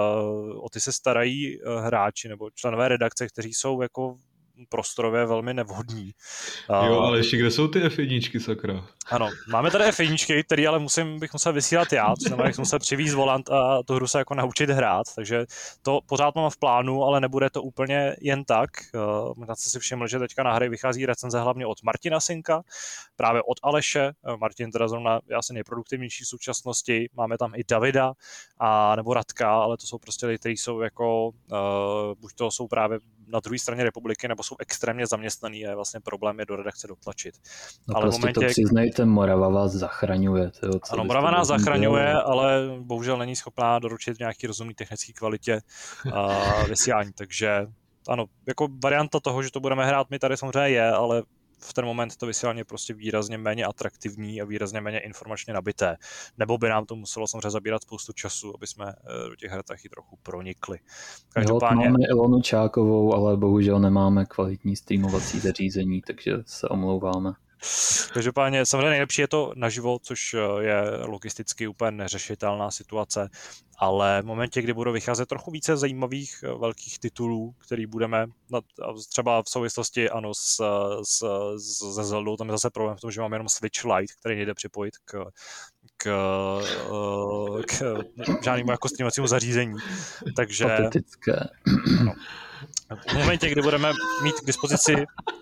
Speaker 3: o ty se starají hráči nebo členové redakce, kteří jsou jako prostorově velmi nevhodní.
Speaker 2: Jo, ale ještě kde jsou ty F jedna, sakra?
Speaker 3: Ano, máme tady F jedna, který ale musím, bych musel vysílat já, což znamená, bych musel přivízt volant a tu hru se jako naučit hrát, takže to pořád mám v plánu, ale nebude to úplně jen tak. Možná jste si všiml, že teďka na hry vychází recenze hlavně od Martina Synka, právě od Aleše. Martin teda zrovna je asi nejproduktivnější v současnosti, máme tam i Davida a nebo Radka, ale to jsou prostě lidi, kteří jsou jako, uh, buď to jsou právě na druhé straně republiky, nebo jsou extrémně zaměstnaný a je vlastně problém je do redakce dotlačit.
Speaker 5: No ale prostě momentě, to přiznejte, Morava vás zachraňuje. Tyjo,
Speaker 3: ano, Morava nás zachraňuje, dělal. Ale bohužel není schopná doručit nějaký rozumný technický kvalitě uh, vysílání, takže ano, jako varianta toho, že to budeme hrát my tady samozřejmě je, ale v ten moment to vysílání je prostě výrazně méně atraktivní a výrazně méně informačně nabité. Nebo by nám to muselo samozřejmě zabírat spoustu času, aby jsme do těch her taky trochu pronikli.
Speaker 5: Každopádně... Jo, máme Ilonu Čákovou, ale bohužel nemáme kvalitní streamovací zařízení, takže se omlouváme.
Speaker 3: Každopádně samozřejmě nejlepší je to naživo, což je logisticky úplně neřešitelná situace, ale v momentě, kdy budou vycházet trochu více zajímavých velkých titulů, který budeme, třeba v souvislosti ano, s, s, se Zeldou, tam je zase problém v tom, že máme jenom Switch Lite, který nejde připojit k, k, k, k žádnému jako streamacímu zařízení. Takže ano, v momentě, kdy budeme mít k dispozici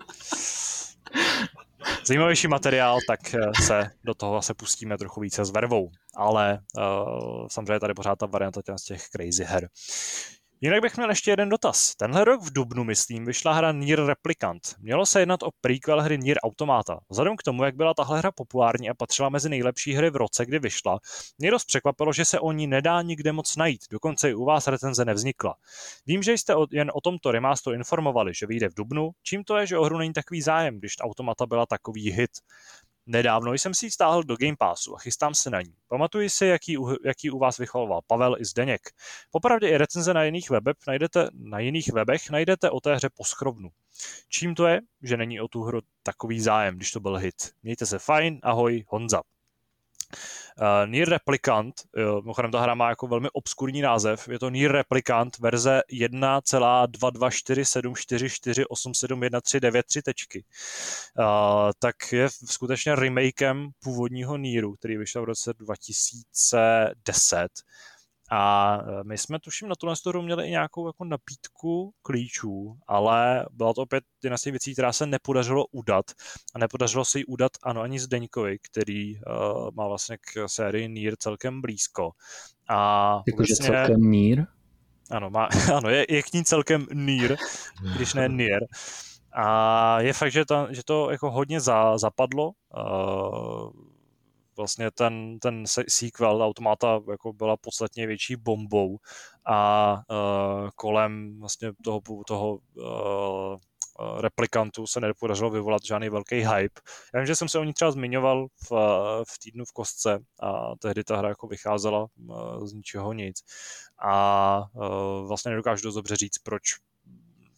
Speaker 3: zajímavější materiál, tak se do toho se pustíme trochu více s vervou, ale uh, samozřejmě tady pořád ta varianta z těch crazy her. Jinak bych měl ještě jeden dotaz. Tenhle rok v dubnu, myslím, vyšla hra Nier Replicant. Mělo se jednat o prequel hry Nier Automata. Vzhledem k tomu, jak byla tahle hra populární a patřila mezi nejlepší hry v roce, kdy vyšla, mě dost překvapilo, že se o ní nedá nikde moc najít, dokonce i u vás recenze nevznikla. Vím, že jste jen o tomto remasteru informovali, že vyjde v dubnu, čím to je, že o hru není takový zájem, když Automata byla takový hit. Nedávno jsem si ji stáhl do Game Passu a chystám se na ní. Pamatuji si, jaký, jaký u vás vychvaloval Pavel i Zdeněk. Popravdě i recenze na jiných webech najdete, na jiných webech najdete o té hře poschrovnu. Čím to je, že není o tu hru takový zájem, když to byl hit? Mějte se fajn, ahoj, Honza. Uh, Nier Replicant, uh, mimochodem ta hra má jako velmi obskurní název, je to Nier Replicant verze jedna celá dva dva čtyři sedm čtyři čtyři osm sedm jedna tři devět tři tečky. Uh, tak je skutečně remakem původního Nieru, který vyšel v roce dva tisíce deset. A my jsme tuším na tuhle hru měli i nějakou jako nabídku klíčů, ale byla to opět jedna z těch věcí, která se nepodařilo udat a nepodařilo se jí udat ano ani Zdeňkovi, který uh, má vlastně k sérii Nier celkem blízko. A
Speaker 5: jakože vlastně, celkem Nier?
Speaker 3: Ano, má, ano je, je k ní celkem Nier, když ne Nier. A je fakt, že to, že to jako hodně za, zapadlo. Uh, Vlastně ten, ten sequel Automata jako byla podstatně větší bombou a uh, kolem vlastně toho, toho uh, Replikantu se nepodařilo vyvolat žádný velký hype. Já vím, že jsem se o ní třeba zmiňoval v, v týdnu v kostce a tehdy ta hra jako vycházela uh, z ničeho nic a uh, vlastně nedokážu dost dobře říct, proč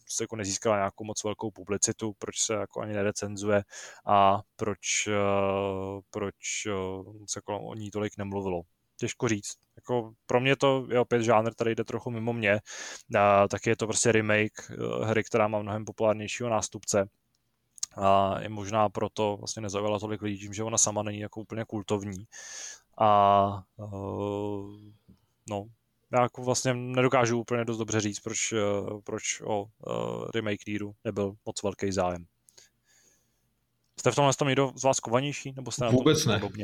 Speaker 3: se jako nezískala nějakou moc velkou publicitu, proč se jako ani nerecenzuje a proč, proč se o ní tolik nemluvilo. Těžko říct. Jako pro mě to je opět žánr, který jde trochu mimo mě. A taky je to prostě remake hry, která má mnohem populárnějšího nástupce. A je možná proto vlastně nezaujala tolik lidí, tím, že ona sama není jako úplně kultovní. A uh, no, já jako vlastně nedokážu úplně dost dobře říct, proč, uh, proč o uh, remake Nieru nebyl moc velký zájem. Jste v tomhle tom někdo z vás kovanější? Nebo jste na
Speaker 2: Vůbec
Speaker 3: tom
Speaker 2: ne.
Speaker 3: podobně?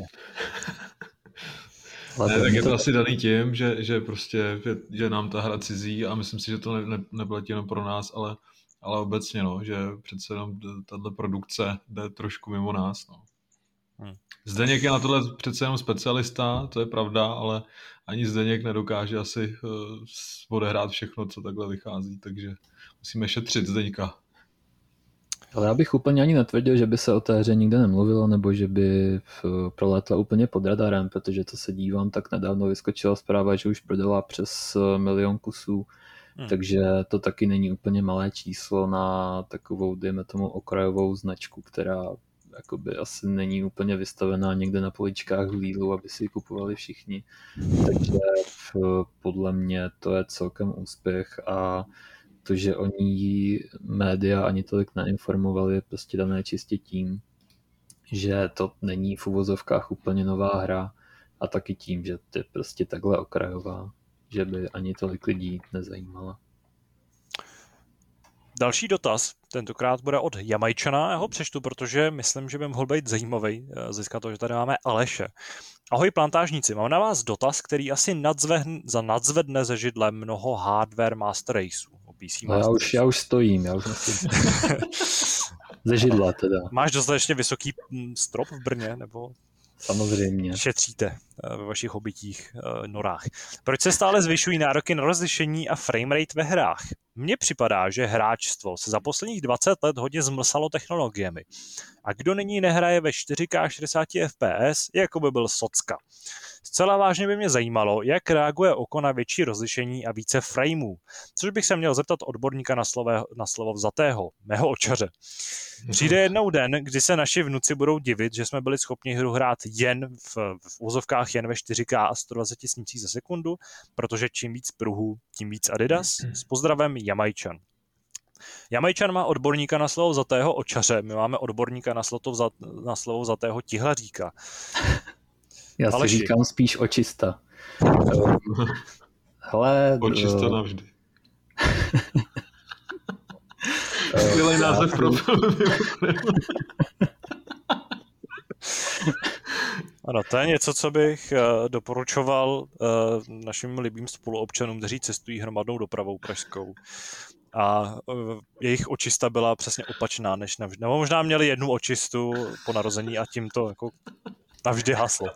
Speaker 2: Ne, tak je to asi daný tím, že, že prostě, že, že nám ta hra cizí a myslím si, že to ne, ne, neplatí jenom pro nás, ale, ale obecně, no, že přece jenom tato produkce jde trošku mimo nás, no. Hmm. Zdeněk je na tohle přece jenom specialista, to je pravda, ale ani Zdeněk nedokáže asi uh, odehrát všechno, co takhle vychází, takže musíme šetřit Zdeňka.
Speaker 5: Ale já bych úplně ani netvrdil, že by se o té hře nikde nemluvilo, nebo že by prolétla úplně pod radarem, protože to se dívám, tak nedávno vyskočila zpráva, že už prodala přes milion kusů, hmm. takže to taky není úplně malé číslo na takovou, dejme tomu, okrajovou značku, která jakoby asi není úplně vystavená někde na poličkách v Lidlu, aby si ji kupovali všichni. Takže podle mě to je celkem úspěch a to, že o ní média ani tolik neinformovali, je prostě dané čistě tím, že to není v uvozovkách úplně nová hra a taky tím, že to je prostě takhle okrajová, že by ani tolik lidí nezajímala.
Speaker 3: Další dotaz, tentokrát bude od Jamajčana, já ho přečtu, protože myslím, že by mohl být zajímavý, získat to, že tady máme Aleše. Ahoj plantážníci, mám na vás dotaz, který asi nadzvedne, za nadzvedne ze židle mnoho hardware master raceů. P C
Speaker 5: no já, už, já už stojím, já už nestojím. Ze židla teda.
Speaker 3: Máš dostatečně vysoký strop v Brně, nebo?
Speaker 5: Samozřejmě.
Speaker 3: Šetříte ve vašich hobitích norách. Proč se stále zvyšují nároky na rozlišení a framerate ve hrách? Mně připadá, že hráčstvo se za posledních dvacet let hodně zmlsalo technologiemi. A kdo nyní nehraje ve čtyři ká šedesát F P S, jako by byl socka. Zcela vážně by mě zajímalo, jak reaguje oko na větší rozlišení a více frameů, což bych se měl zeptat odborníka na slovo, na slovo vzatého, mého očaře. Přijde jednou den, kdy se naši vnuci budou divit, že jsme byli schopni hru hrát jen v, v úzovkách jen ve čtyři ká a sto dvacet snímcích za sekundu, protože čím víc pruhů, tím víc Adidas. S pozdravem Jamajčan. Jamajčan má odborníka na slovo vzatého očaře, my máme odborníka na slovo, vzat, na slovo vzatého tihlaříka.
Speaker 5: Já si
Speaker 3: Aleši.
Speaker 5: říkám spíš očista. Hele,
Speaker 2: očista navždy. Skvělej název pro
Speaker 3: Ano, to je něco, co bych uh, doporučoval uh, našim libým spoluobčanům, kteří cestují hromadnou dopravou pražskou. A uh, jejich očista byla přesně opačná, než navždy. Nebo možná měli jednu očistu po narození a tím to jako navždy haslo.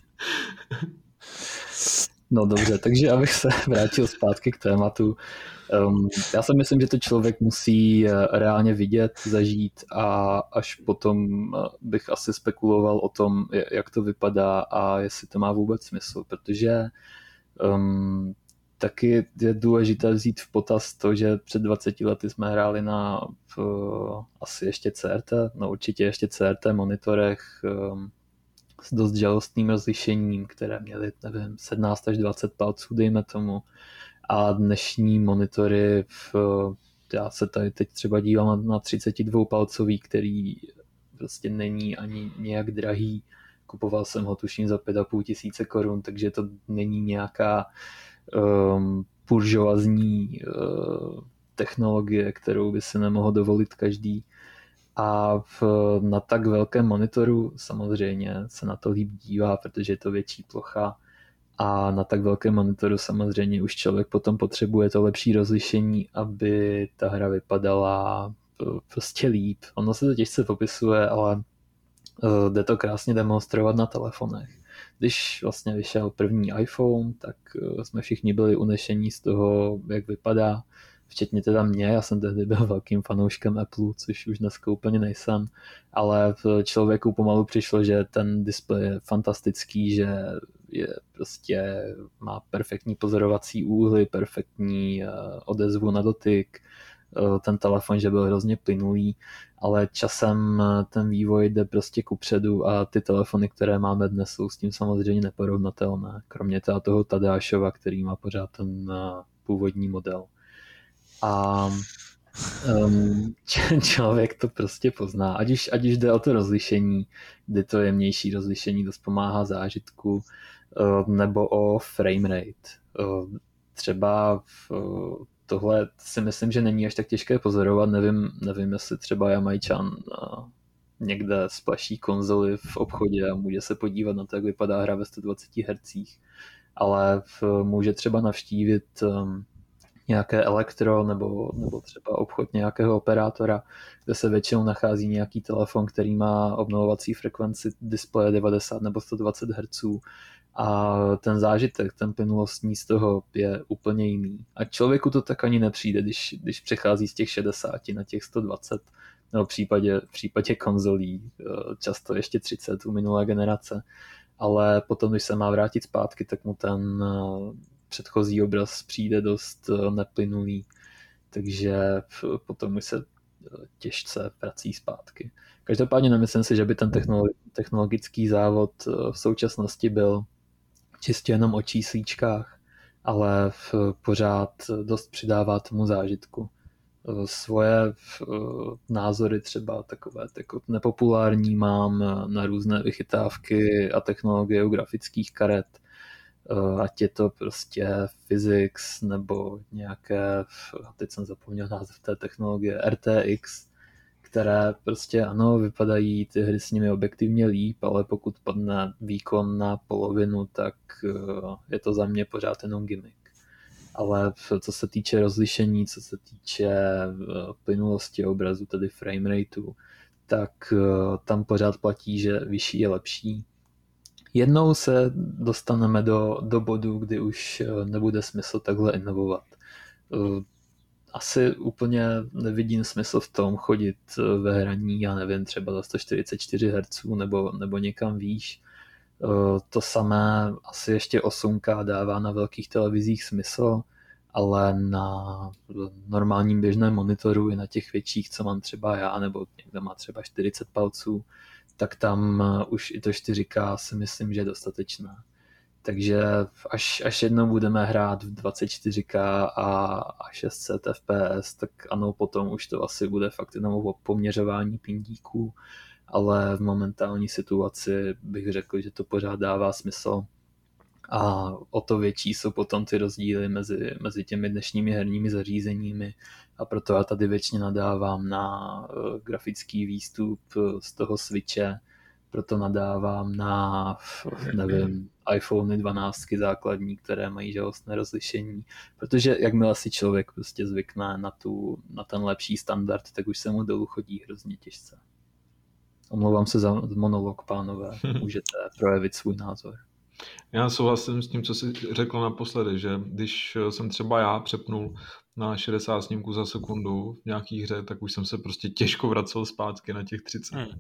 Speaker 5: No dobře, takže abych se vrátil zpátky k tématu. Um, já si myslím, že to člověk musí reálně vidět, zažít a až potom bych asi spekuloval o tom, jak to vypadá a jestli to má vůbec smysl, protože um, taky je důležité vzít v potaz to, že před dvaceti lety jsme hráli na v, asi ještě C R T, no určitě ještě C R T monitorech um, s dost žalostným rozlišením, které měly, nevím, sedmnáct až dvacet palců, dejme tomu. A dnešní monitory, v, já se tady teď třeba dívám na, na třicet dva palcový, který prostě není ani nějak drahý. Kupoval jsem ho tuším za pět a půl tisíce korun, takže to není nějaká um, buržoazní uh, technologie, kterou by si nemohl dovolit každý. A v, na tak velkém monitoru samozřejmě se na to líp dívá, protože je to větší plocha a na tak velkém monitoru samozřejmě už člověk potom potřebuje to lepší rozlišení, aby ta hra vypadala prostě líp. Ono se to těžce popisuje, ale jde to krásně demonstrovat na telefonech. Když vlastně vyšel první iPhone, tak jsme všichni byli unešení z toho, jak vypadá. Včetně teda mě, já jsem tehdy byl velkým fanouškem Apple, což už dneska úplně nejsem, ale v člověku pomalu přišlo, že ten displej je fantastický, že je prostě má perfektní pozorovací úhly, perfektní odezvu na dotyk, ten telefon, že byl hrozně plynulý, ale časem ten vývoj jde prostě kupředu a ty telefony, které máme dnes, jsou s tím samozřejmě neporovnatelné, kromě toho Tadeášova, který má pořád ten původní model. A um, člověk to prostě pozná, ať už, ať už jde o to rozlišení, kdy to jemnější rozlišení dost pomáhá zážitku, nebo o framerate. Třeba v tohle si myslím, že není až tak těžké pozorovat, nevím, nevím jestli třeba Jamajčan někde splaší konzoli v obchodě a může se podívat na to, jak vypadá hra ve sto dvacet hertzích, ale v, může třeba navštívit um, nějaké elektro nebo, nebo třeba obchod nějakého operátora, kde se většinou nachází nějaký telefon, který má obnovovací frekvenci displeje devadesát nebo sto dvacet hertzů a ten zážitek, ten plynulostní z toho je úplně jiný. A člověku to tak ani nepřijde, když, když přechází z těch šedesáti na těch sto dvacet, nebo v případě, v případě konzolí často ještě třicet u minulé generace, ale potom, když se má vrátit zpátky, tak mu ten předchozí obraz přijde dost neplynulý, takže potom už se těžce vrací zpátky. Každopádně nemyslím si, že by ten technologický závod v současnosti byl čistě jenom o číslíčkách, ale v pořád dost přidává tomu zážitku. Svoje názory třeba takové jako nepopulární mám na různé vychytávky a technologie u grafických karet, ať je to prostě physics nebo nějaké, teď jsem zapomněl název té technologie, R T X, které prostě ano, vypadají ty hry s nimi objektivně líp, ale pokud padne výkon na polovinu, tak je to za mě pořád jenom gimmick. Ale co se týče rozlišení, co se týče plynulosti obrazu, tedy framerateu, tak tam pořád platí, že vyšší je lepší. Jednou se dostaneme do, do bodu, kdy už nebude smysl takhle inovovat. Asi úplně nevidím smysl v tom chodit ve hraní, já nevím, třeba za sto čtyřicet čtyři hertzů nebo, nebo někam výš. To samé asi ještě osm ká dává na velkých televizích smysl, ale na normálním běžném monitoru i na těch větších, co mám třeba já, nebo někdo má třeba čtyřicet palců, tak tam už i to čtyři ká si myslím, že je dostatečné. Takže až, až jednou budeme hrát v dvacet čtyři ká a, a šest set ef pé es, tak ano, potom už to asi bude fakt jenom o poměřování pindíků, ale v momentální situaci bych řekl, že to pořád dává smysl. A o to větší jsou potom ty rozdíly mezi, mezi těmi dnešními herními zařízeními a proto já tady většině nadávám na uh, grafický výstup z toho Switche, proto nadávám na, nevím, iPhone dvanáct základní, které mají žalostné rozlišení, protože jakmile si člověk prostě zvykne na, tu, na ten lepší standard, tak už se mu dolů chodí hrozně těžce. Omlouvám se za monolog, pánové, můžete projevit svůj názor.
Speaker 2: Já souhlasím s tím, co jsi řekl naposledy, že když jsem třeba já přepnul na šedesát snímků za sekundu v nějaký hře, tak už jsem se prostě těžko vracel zpátky na těch třicet. Hmm.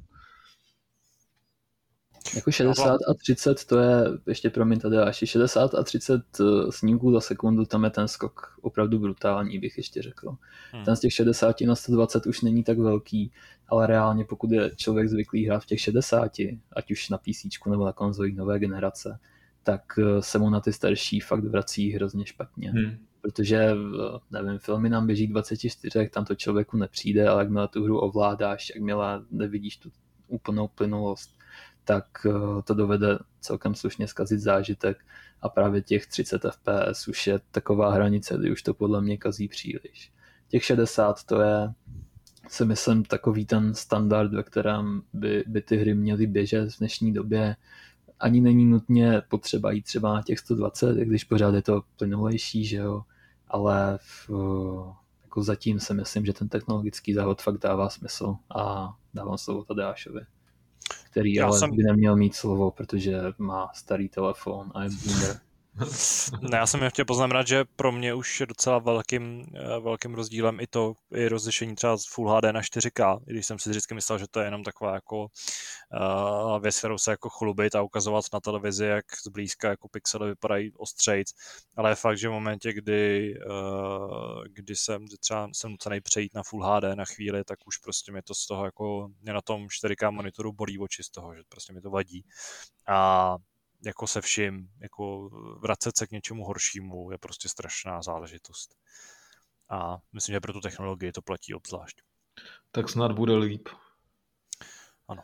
Speaker 5: Jako šedesát a třicet, to je, ještě promiň tady, až šedesát a třicet snímků za sekundu, tam je ten skok opravdu brutální, bych ještě řekl. Hmm. Ten z těch šedesáti na sto dvacet už není tak velký, ale reálně pokud je člověk zvyklý hrát v těch šedesáti, ať už na PCčku nebo na konzolích nové generace, tak se mu na ty starší fakt vrací hrozně špatně. Hmm. Protože, nevím, filmy nám běží dvacet čtyři, tam to člověku nepřijde, ale jakmile tu hru ovládáš, jakmile nevidíš tu úplnou plynulost, tak to dovede celkem slušně zkazit zážitek a právě těch třicet ef pé es už je taková hranice, kdy už to podle mě kazí příliš. Těch šedesát to je, si myslím, takový ten standard, ve kterém by, by ty hry měly běžet v dnešní době. Ani není nutně potřeba jít třeba na těch sto dvacet, když pořád je to plynulejší, že jo, ale v, jako zatím si myslím, že ten technologický závod fakt dává smysl a dávám slovo Tadeášovi, který Já ale jsem... by neměl mít slovo, protože má starý telefon a je boomer.
Speaker 3: Ne, já jsem jen chtěl poznamenat, že pro mě už je docela velkým, velkým rozdílem i to, i rozlišení třeba z Full H D na čtyři K, i když jsem si vždycky myslel, že to je jenom taková jako uh, věc, kterou se jako chlubit a ukazovat na televizi, jak zblízka jako pixely vypadají ostřejc, ale je fakt, že v momentě, kdy, uh, kdy jsem třeba jsem nucený přejít na Full H D na chvíli, tak už prostě mě to z toho jako, mě na tom čtyři K monitoru bolí oči z toho, že prostě mi to vadí. A jako se vším, jako vracet se k něčemu horšímu je prostě strašná záležitost. A myslím, že pro tu technologii to platí obzvlášť.
Speaker 2: Tak snad bude líp.
Speaker 3: Ano.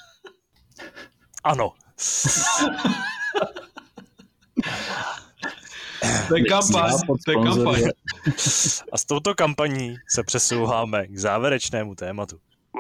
Speaker 3: Ano.
Speaker 2: To je kampaň, to je kampaň.
Speaker 3: A s touto kampaní se přesouváme k závěrečnému tématu.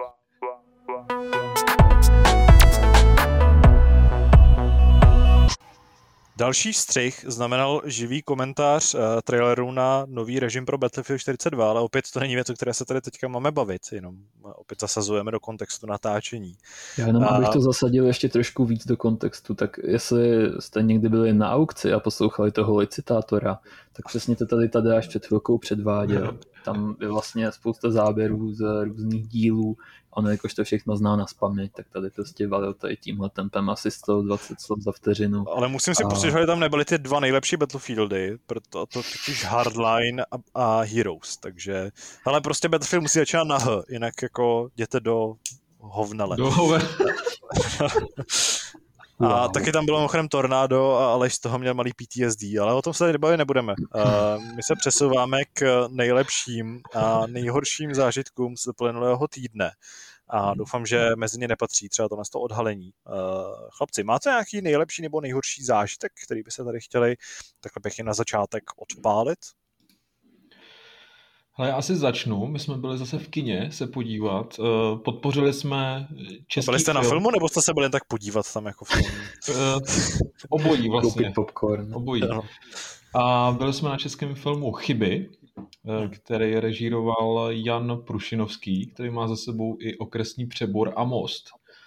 Speaker 3: Další střih znamenal živý komentář uh, traileru na nový režim pro Battlefield čtyřicet dva, ale opět to není věc, o které se tady teďka máme bavit, jenom opět zasazujeme do kontextu natáčení.
Speaker 5: Já jenom, abych to zasadil ještě trošku víc do kontextu, tak jestli jste někdy byli na aukci a poslouchali toho licitátora, tak přesně to tady tady až před chvilkou předváděl. Tam je vlastně spousta záběrů z různých dílů, ono jakož to všechno zná na spaměť, tak tady prostě valil tady tímhle tempem asi sto dvacet slov za vteřinu.
Speaker 3: Ale musím si
Speaker 5: a...
Speaker 3: pustit, že tam nebyly ty dva nejlepší Battlefieldy, proto to totiž Hardline a, a Heroes, takže, ale prostě Battlefield musí začínat na H, jinak jako jděte do hovnele.
Speaker 2: Do hovnele.
Speaker 3: A wow. Taky tam bylo mimochodem Tornado a Aleš z toho měl malý P T S D, ale o tom se tady bavit nebudeme. Uh, my se přesouváme k nejlepším a nejhorším zážitkům z plynulého týdne. A doufám, že mezi ně nepatří třeba tohle to odhalení. Uh, chlapci, máte nějaký nejlepší nebo nejhorší zážitek, který by se tady chtěli takhle pěkně na začátek odpálit?
Speaker 2: Ale já asi začnu. My jsme byli zase v kině se podívat. Podpořili jsme český
Speaker 3: Byli jste
Speaker 2: film.
Speaker 3: na filmu, nebo jste se byli tak podívat tam jako v tom?
Speaker 2: Obojí vlastně.
Speaker 5: Koupit popcorn.
Speaker 2: Obojí. A byli jsme na českém filmu Chyby, který režíroval Jan Prušinovský, který má za sebou i Okresní přebor a Most.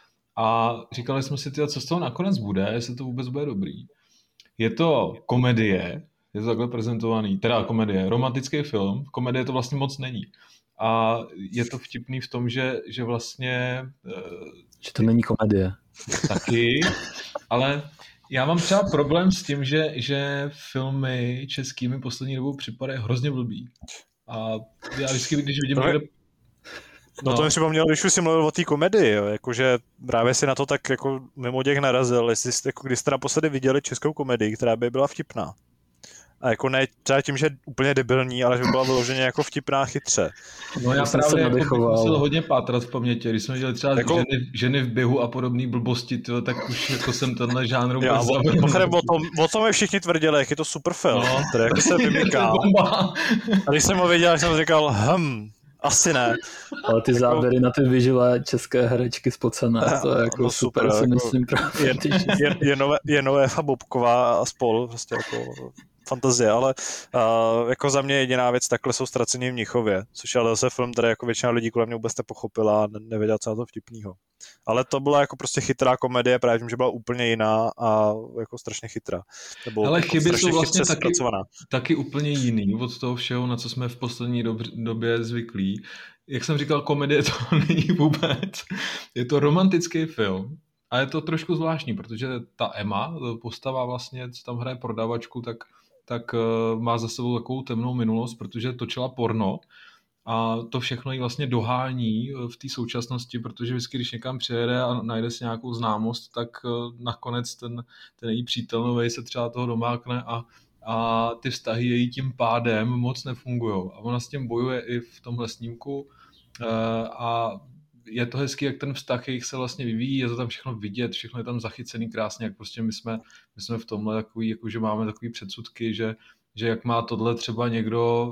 Speaker 2: A říkali jsme si, tyjo, co z toho nakonec bude, jestli to vůbec bude dobrý. Je to komedie, je to takhle prezentovaný, teda komedie, romantický film, komedie to vlastně moc není. A je to vtipný v tom, že, že vlastně...
Speaker 5: Že to není komedie.
Speaker 2: Taky, ale já mám třeba problém s tím, že, že filmy českými poslední dobou připadají hrozně blbý. A já vždycky, když vidím...
Speaker 3: No,
Speaker 2: někde...
Speaker 3: no. no to mi připomnělo, když už jsi mluvil o té komedii, jo, jakože právě si na to tak jako mimo děk narazil, jestli jste, jako, když jste naposledy viděli českou komedii, která by byla vtipná. A jako ne třeba tím, že úplně debilní, ale že by byla vyloženě jako vtipná chytře.
Speaker 2: No já právě jako musel hodně pátrat v paměti, když jsme viděli třeba jako... ženy, ženy v běhu a podobné blbosti, tyjo, tak už jako jsem tenhle žánr vůbec zavrhnul.
Speaker 3: O tom, o tom mi všichni tvrdili, jak je to super film, no. Který jako se vymyká. A když jsem ho viděl, jsem říkal, hm, asi ne.
Speaker 5: Ale ty záběry na ty vyžilé české herečky spocené, to je jako no super, super si jako myslím právě.
Speaker 3: Je, je, je, nové, je nové Bobková a spol, prostě jako... fantazie, ale uh, jako za mě jediná věc, takhle jsou Ztraceni v Mnichově, což je ale zase film, který jako většina lidí kolem mě vůbec nepochopila a nevěděla, co na to vtipnýho. Ale to byla jako prostě chytrá komedie, právě tím, že byla úplně jiná a jako strašně chytrá. Nebo
Speaker 2: ale
Speaker 3: jako
Speaker 2: chyby jsou vlastně taky, taky úplně jiný od toho všeho, na co jsme v poslední dob, době zvyklí. Jak jsem říkal, komedie to není vůbec. Je to romantický film a je to trošku zvláštní, protože ta Emma, postava vlastně, co tam hraje prodavačku, tak tak uh, má za sebou takovou temnou minulost, protože točila porno a to všechno jí vlastně dohání v té současnosti, protože vždycky, když někam přijede a najde si nějakou známost, tak uh, nakonec ten, ten její přítel novej se třeba toho domákne a, a ty vztahy její tím pádem moc nefungujou. A ona s tím bojuje i v tomhle snímku uh, a je to hezký, jak ten vztah jejich se vlastně vyvíjí, je to tam všechno vidět, všechno je tam zachycený krásně, jak prostě my jsme, my jsme v tomhle takový, jako že máme takový předsudky, že, že jak má tohle třeba někdo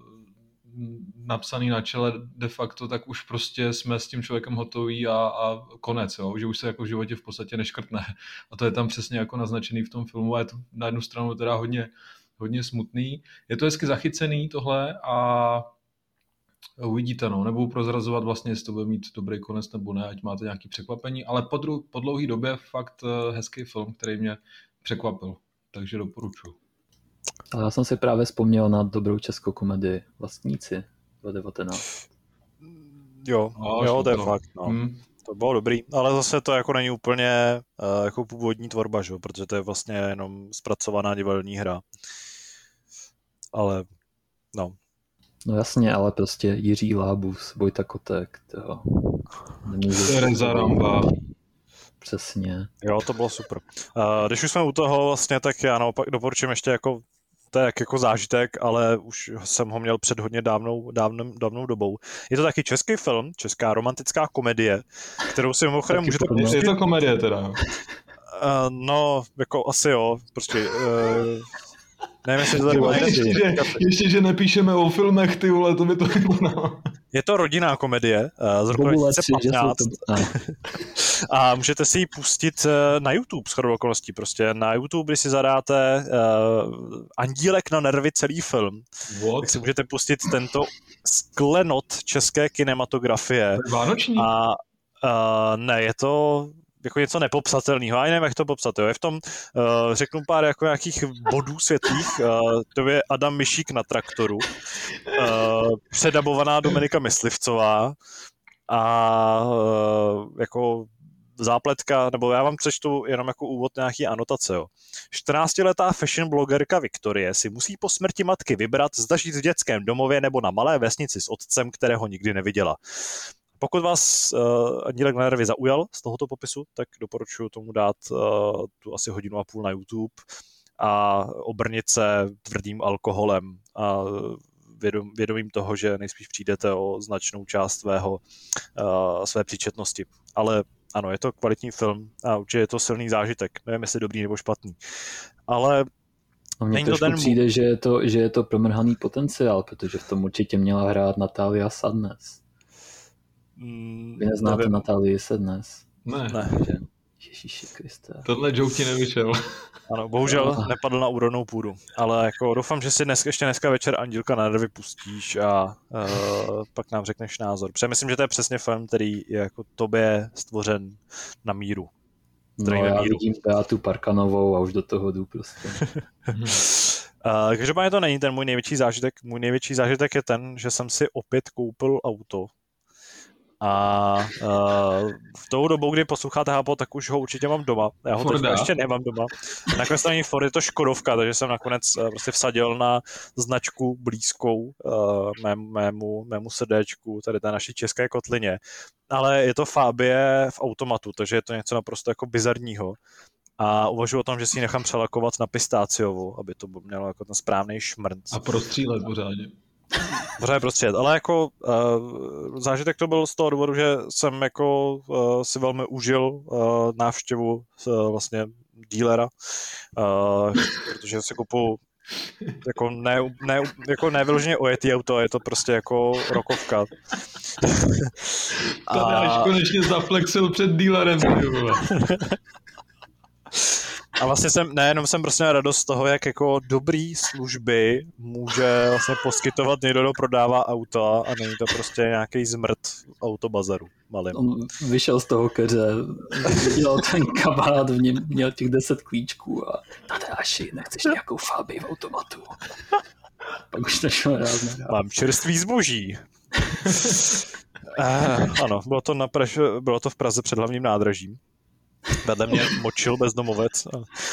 Speaker 2: napsaný na čele de facto, tak už prostě jsme s tím člověkem hotoví a, a konec, jo? Že už se jako v životě v podstatě neškrtne. A to je tam přesně jako naznačený v tom filmu a je to na jednu stranu teda hodně, hodně smutný. Je to hezky zachycený tohle a uvidíte, no, nebudu prozrazovat vlastně, jestli to bude mít dobrý konec nebo ne, ať máte nějaké překvapení, ale po, dru- po dlouhý době fakt hezký film, který mě překvapil, takže doporučuji.
Speaker 5: Ale já jsem si právě vzpomněl na dobrou českou komedii Vlastníci dva devatenáct.
Speaker 3: Jo,
Speaker 2: no,
Speaker 3: jo to je
Speaker 2: to.
Speaker 3: fakt, no.
Speaker 2: Hmm.
Speaker 3: To bylo dobrý, ale zase to jako není úplně uh, jako původní tvorba, že? Protože to je vlastně jenom zpracovaná divadelní hra. Ale, no.
Speaker 5: No jasně, ale prostě Jiří Lábus, Vojta Kotek, toho.
Speaker 2: Tereza Ramba.
Speaker 5: Přesně.
Speaker 3: Jo, to bylo super. Uh, když už jsme u toho vlastně, tak já naopak doporučím ještě jako, to je jak jako zážitek, ale už jsem ho měl před hodně dávnou, dávnou, dávnou dobou. Je to taky český film, česká romantická komedie, kterou si mimochodem můžete pustit.
Speaker 2: Je to komedie teda, jo?
Speaker 3: Uh, no, jako asi jo, prostě... Uh, nevím, jestli to tady
Speaker 2: jo, ještě, že, ještě, že nepíšeme o filmech, ty vole, to by to bylo.
Speaker 3: Je to rodinná komedie uh, z roku dva tisíce patnáct a můžete si ji pustit uh, na YouTube shodou okolností. Prostě na YouTube, když si zadáte uh, Andílek na nervy celý film, What? tak si můžete pustit tento sklenot české kinematografie.
Speaker 2: Vánoční?
Speaker 3: A uh, ne, je to jako něco nepopsatelného, já nevím, jak to popsat, jo. Je v tom, uh, řeknu pár jako nějakých bodů světlých, uh, to je Adam Myšík na traktoru, uh, předabovaná Dominika Myslivcová a uh, jako zápletka, nebo já vám přečtu jenom jako úvod nějaký anotace, jo. čtrnáctiletá fashion blogerka Viktorie si musí po smrti matky vybrat, zda žít v dětském domově nebo na malé vesnici s otcem, kterého nikdy neviděla. Pokud vás uh, Andílek na nervy zaujal z tohoto popisu, tak doporučuji tomu dát uh, tu asi hodinu a půl na YouTube a obrnit se tvrdým alkoholem a vědom, vědomím toho, že nejspíš přijdete o značnou část svého, uh, své příčetnosti. Ale ano, je to kvalitní film a určitě je to silný zážitek. Nevím, jestli dobrý nebo špatný. Ale
Speaker 5: a mně trošku ten... přijde, že je, to, že je to promrhaný potenciál, protože v tom určitě měla hrát Natália Sadnes. Vy neznáte nevím. Natálii Sadnes?
Speaker 2: Ne.
Speaker 3: ne.
Speaker 5: Ježíši Kriste.
Speaker 2: Tohle joke ti nevyšel.
Speaker 3: Ano, bohužel no. nepadl na úrodnou půdu. Ale jako doufám, že si dnes, ještě dneska večer Andílka na nervy pustíš a uh, pak nám řekneš názor. Protože myslím, že to je přesně film, který je jako tobě stvořen na míru.
Speaker 5: No já míru. Vidím Beatu Parkanovou a už do toho jdu prostě.
Speaker 3: uh, každopádně to není ten můj největší zážitek. Můj největší zážitek je ten, že jsem si opět koupil auto. A uh, v tou dobou, kdy posloucháte Hápo, tak už ho určitě mám doma. Já ho teď ještě nemám doma. Nakonec není Ford, je to Škodovka, takže jsem nakonec uh, prostě vsadil na značku blízkou uh, mé, mému, mému srdéčku, tady té naší české kotlině. Ale je to Fabie v automatu, takže je to něco naprosto jako bizarního. A uvažuji o tom, že si ji nechám přelakovat na pistáciovou, aby to mělo jako ten správný šmrnc.
Speaker 2: A prostřílet pořádně.
Speaker 3: Pořád prostřed, ale jako uh, zážitek to byl z toho důvodu, že jsem jako uh, si velmi užil uh, návštěvu uh, vlastně dílera, uh, protože si kupuju jako ne, ne, jako nevyloženě ojetý auto, je to prostě jako rokovka.
Speaker 2: A konečně zaflexil před dílerem.
Speaker 3: A vlastně jsem, nejenom jsem prostě měl radost z toho, jak jako dobrý služby může vlastně poskytovat někdo, kdo prodává auta a není to prostě nějaký zmrt autobazaru malým.
Speaker 5: On vyšel z toho keře, viděl ten kabát, v něm měl těch deset klíčků a Tadeáši, nechceš nějakou Fabii v automatu? Pak už nešel rád nerád.
Speaker 3: Mám čerstvý zboží. uh, ano, bylo to, na Praž, bylo to v Praze před hlavním nádražím. Vedle mě močil bezdomovec.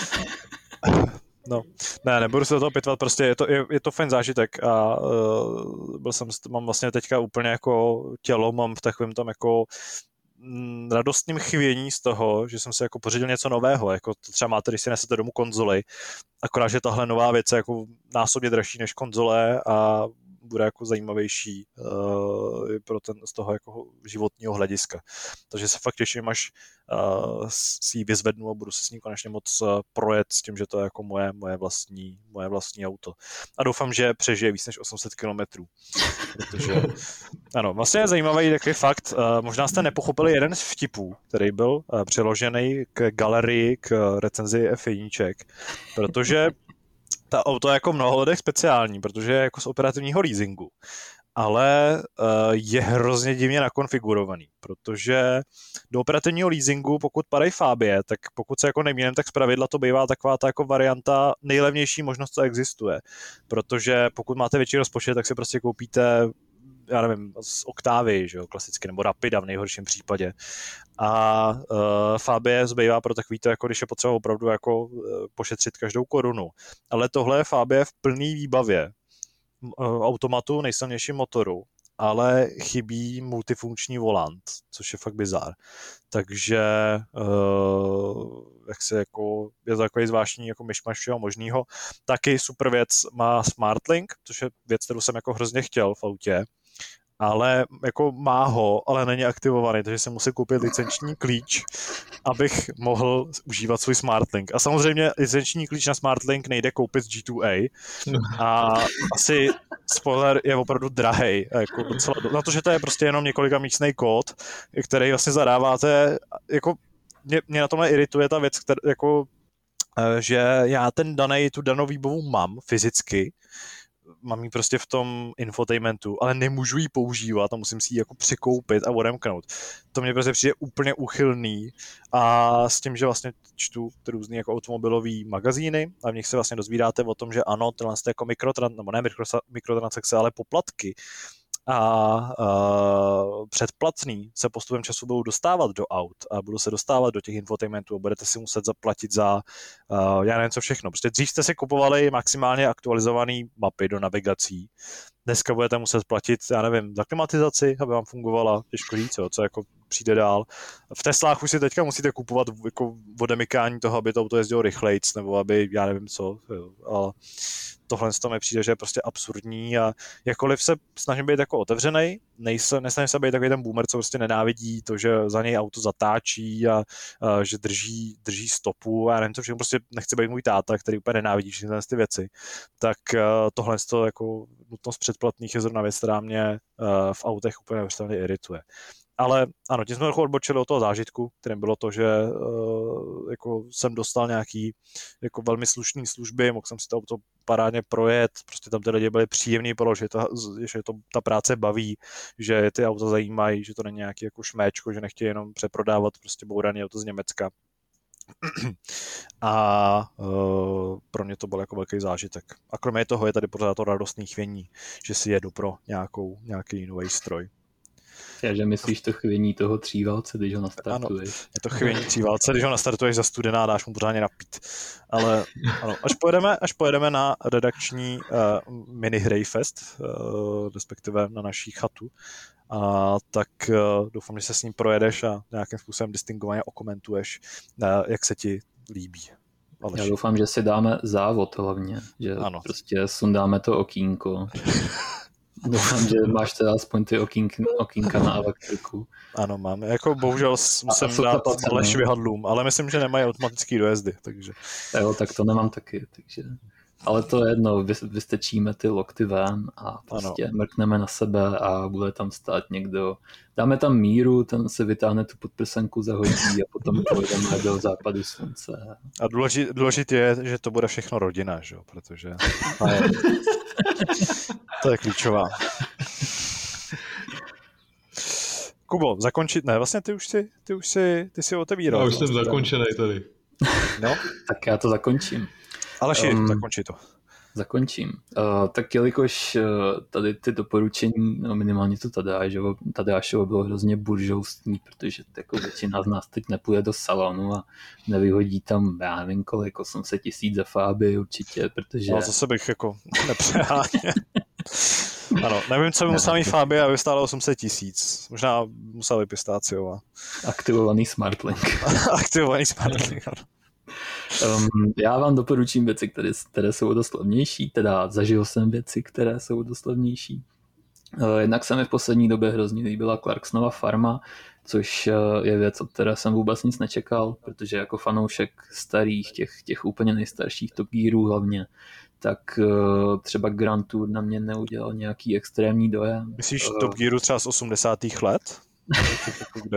Speaker 3: No, ne, nebudu se do toho pitvat, prostě je to, je, je to fajn zážitek a uh, byl jsem, mám vlastně teďka úplně jako tělo, mám v takovém tam jako m, radostným chvění z toho, že jsem si jako pořídil něco nového, jako to třeba máte, když si nesete domů konzoli, akorát, že tahle nová věc je jako násobně dražší než konzole a bude jako zajímavější uh, pro ten, z toho jako životního hlediska. Takže se fakt těším, až uh, si ji vyzvednu a budu se s ní konečně moc uh, projet s tím, že to je jako moje, moje, vlastní, moje vlastní auto. A doufám, že přežije víc než osm set kilometrů. Protože, ano, vlastně je zajímavý takový fakt, uh, možná jste nepochopili jeden z vtipů, který byl uh, přiložený k galerii, k recenzi F jedna, protože ta auto je jako mnoho lidech speciální, protože je jako z operativního leasingu. ale je hrozně divně nakonfigurovaný, protože do operativního leasingu, pokud padají Fabie, tak pokud se jako nemýlím, tak zpravidla to bývá taková ta jako varianta nejlevnější možnost, co existuje, protože pokud máte větší rozpočet, tak si prostě koupíte, já nevím, z Octavy, že jo, klasicky, nebo Rapida v nejhorším případě. A uh, Fabie zbývá pro takový to, jako když je potřeba opravdu jako uh, pošetřit každou korunu. Ale tohle je Fabie v plný výbavě uh, automatu, nejsilnějším motoru, ale chybí multifunkční volant, což je fakt bizár. Takže uh, jak se jako, je to takový zvláštní jako myšmaš všeho možného. Taky super věc má SmartLink, což je věc, kterou jsem jako hrozně chtěl v autě, ale jako má ho, ale není aktivovaný, takže jsem musel koupit licenční klíč, abych mohl užívat svůj SmartLink. A samozřejmě licenční klíč na SmartLink nejde koupit z G dva A a asi spoiler je opravdu drahej. Jako docela, na to, že to je prostě jenom několika místnej kód, který vlastně zadáváte, jako mě, mě na tomhle irituje ta věc, který, jako, že já ten danej, tu danou výbavu mám fyzicky, mám ji prostě v tom infotainmentu, ale nemůžu ji používat a musím si ji jako přikoupit a odemknout. To mě prostě přijde úplně úchylný a s tím, že vlastně čtu různý jako automobilový magazíny a v nich se vlastně dozvídáte o tom, že ano, tyhle jste jako mikrotrans, nebo ne mikrotransakce, ale poplatky a uh, předplatný se postupem času budou dostávat do aut a budou se dostávat do těch infotainmentů a budete si muset zaplatit za uh, já nevím co všechno. Prostě dřív jste si kupovali maximálně aktualizované mapy do navigací. Dneska budete muset platit, já nevím, za klimatizaci, aby vám fungovala, těžko říct, jo, co jako přijde dál. V Teslách už si teďka musíte kupovat jako odemykání toho, aby to auto jezdilo rychlejc, nebo aby, já nevím co, jo, ale tohle z toho mi přijde, že je prostě absurdní a jakkoliv se snažím být jako otevřenej, nejsem, nesnažím se být takový ten boomer, co prostě nenávidí to, že za něj auto zatáčí a, a že drží, drží stopu a já nevím co všechno, prostě nechci být můj táta, který úplně nenávidí všechny ty věci, tak uh, tohle z toho jako nutnost předplatných je zrovna věc, která mě uh, v autech úplně neuvěřitelně irituje. Ale ano, tím jsme trochu odbočili od toho zážitku, kterým bylo to, že uh, jako jsem dostal nějaký jako velmi slušný služby, mohl jsem si to auto parádně projet, prostě tam ty lidi byli příjemný, že, to, že to, ta práce baví, že ty auta zajímají, že to není nějaký jako šméčko, že nechtějí jenom přeprodávat prostě bouraný auto z Německa. A uh, pro mě to byl jako velký zážitek. A kromě toho je tady pořád to radostný chvění, že si jedu pro nějakou, nějaký nový stroj.
Speaker 5: Takže myslíš to chvění toho tříválce, když ho nastartuješ?
Speaker 3: Ano, je to chvění tříválce, když ho nastartuješ za studená, dáš mu pořádně napít. Ale ano, až pojedeme, až pojedeme na redakční uh, mini Hrejfest, uh, respektive na naší chatu, uh, tak uh, doufám, že se s ním projedeš a nějakým způsobem distingovaně okomentuješ, uh, jak se ti líbí.
Speaker 5: Aleši. Já doufám, že si dáme závod hlavně, že ano. Prostě sundáme to okýnko. Doufám, že máš teda aspoň ty okýnk, okýnka na elektriku.
Speaker 3: Ano, mám. Jako bohužel musím dát ale švihadlům, ale myslím, že nemají automatický dojezdy, takže...
Speaker 5: Jo, tak to nemám taky, takže... Ale to je jedno, vy, vystečíme ty lokty ven a prostě ano. Mrkneme na sebe a bude tam stát někdo. Dáme tam Míru, ten se vytáhne tu podprsenku, zahodí a potom pojedeme do západu slunce.
Speaker 3: A důležité důležit je, že to bude všechno rodina, že jo, protože... To je klíčová. Kubo, zakončit, ne, vlastně ty už si, ty už si, ty si otevíral.
Speaker 2: Já už jsem zakončený tady.
Speaker 5: No, tak já to zakončím.
Speaker 3: Aleši, um, zakončí to.
Speaker 5: Zakončím. Uh, tak jelikož uh, tady ty doporučení, no minimálně to Tadeášovo, Tadeášovo bylo hrozně buržoustní, protože jako většina z nás teď nepůjde do salonu a nevyhodí tam, já nevím kolik, osm set tisíc za Fabii určitě, protože...
Speaker 3: No zase bych jako nepřeháněl. Ano, nevím, co by musela mít Fabia, aby stála osm set tisíc. Možná musela být Pistáciová.
Speaker 5: Aktivovaný SmartLink.
Speaker 3: Aktivovaný SmartLink, ano.
Speaker 5: Um, já vám doporučím věci, které, které jsou dost levnější, teda zažil jsem věci, které jsou dost levnější. Uh, jednak se mi v poslední době hrozně líbila Clarksonova farma, což uh, je věc, od které jsem vůbec nic nečekal, protože jako fanoušek starých, těch, těch úplně nejstarších Top Gearů hlavně, tak uh, třeba Grand Tour na mě neudělal nějaký extrémní dojem.
Speaker 3: Myslíš uh, Top Gearu třeba z osmdesátých let? Kde...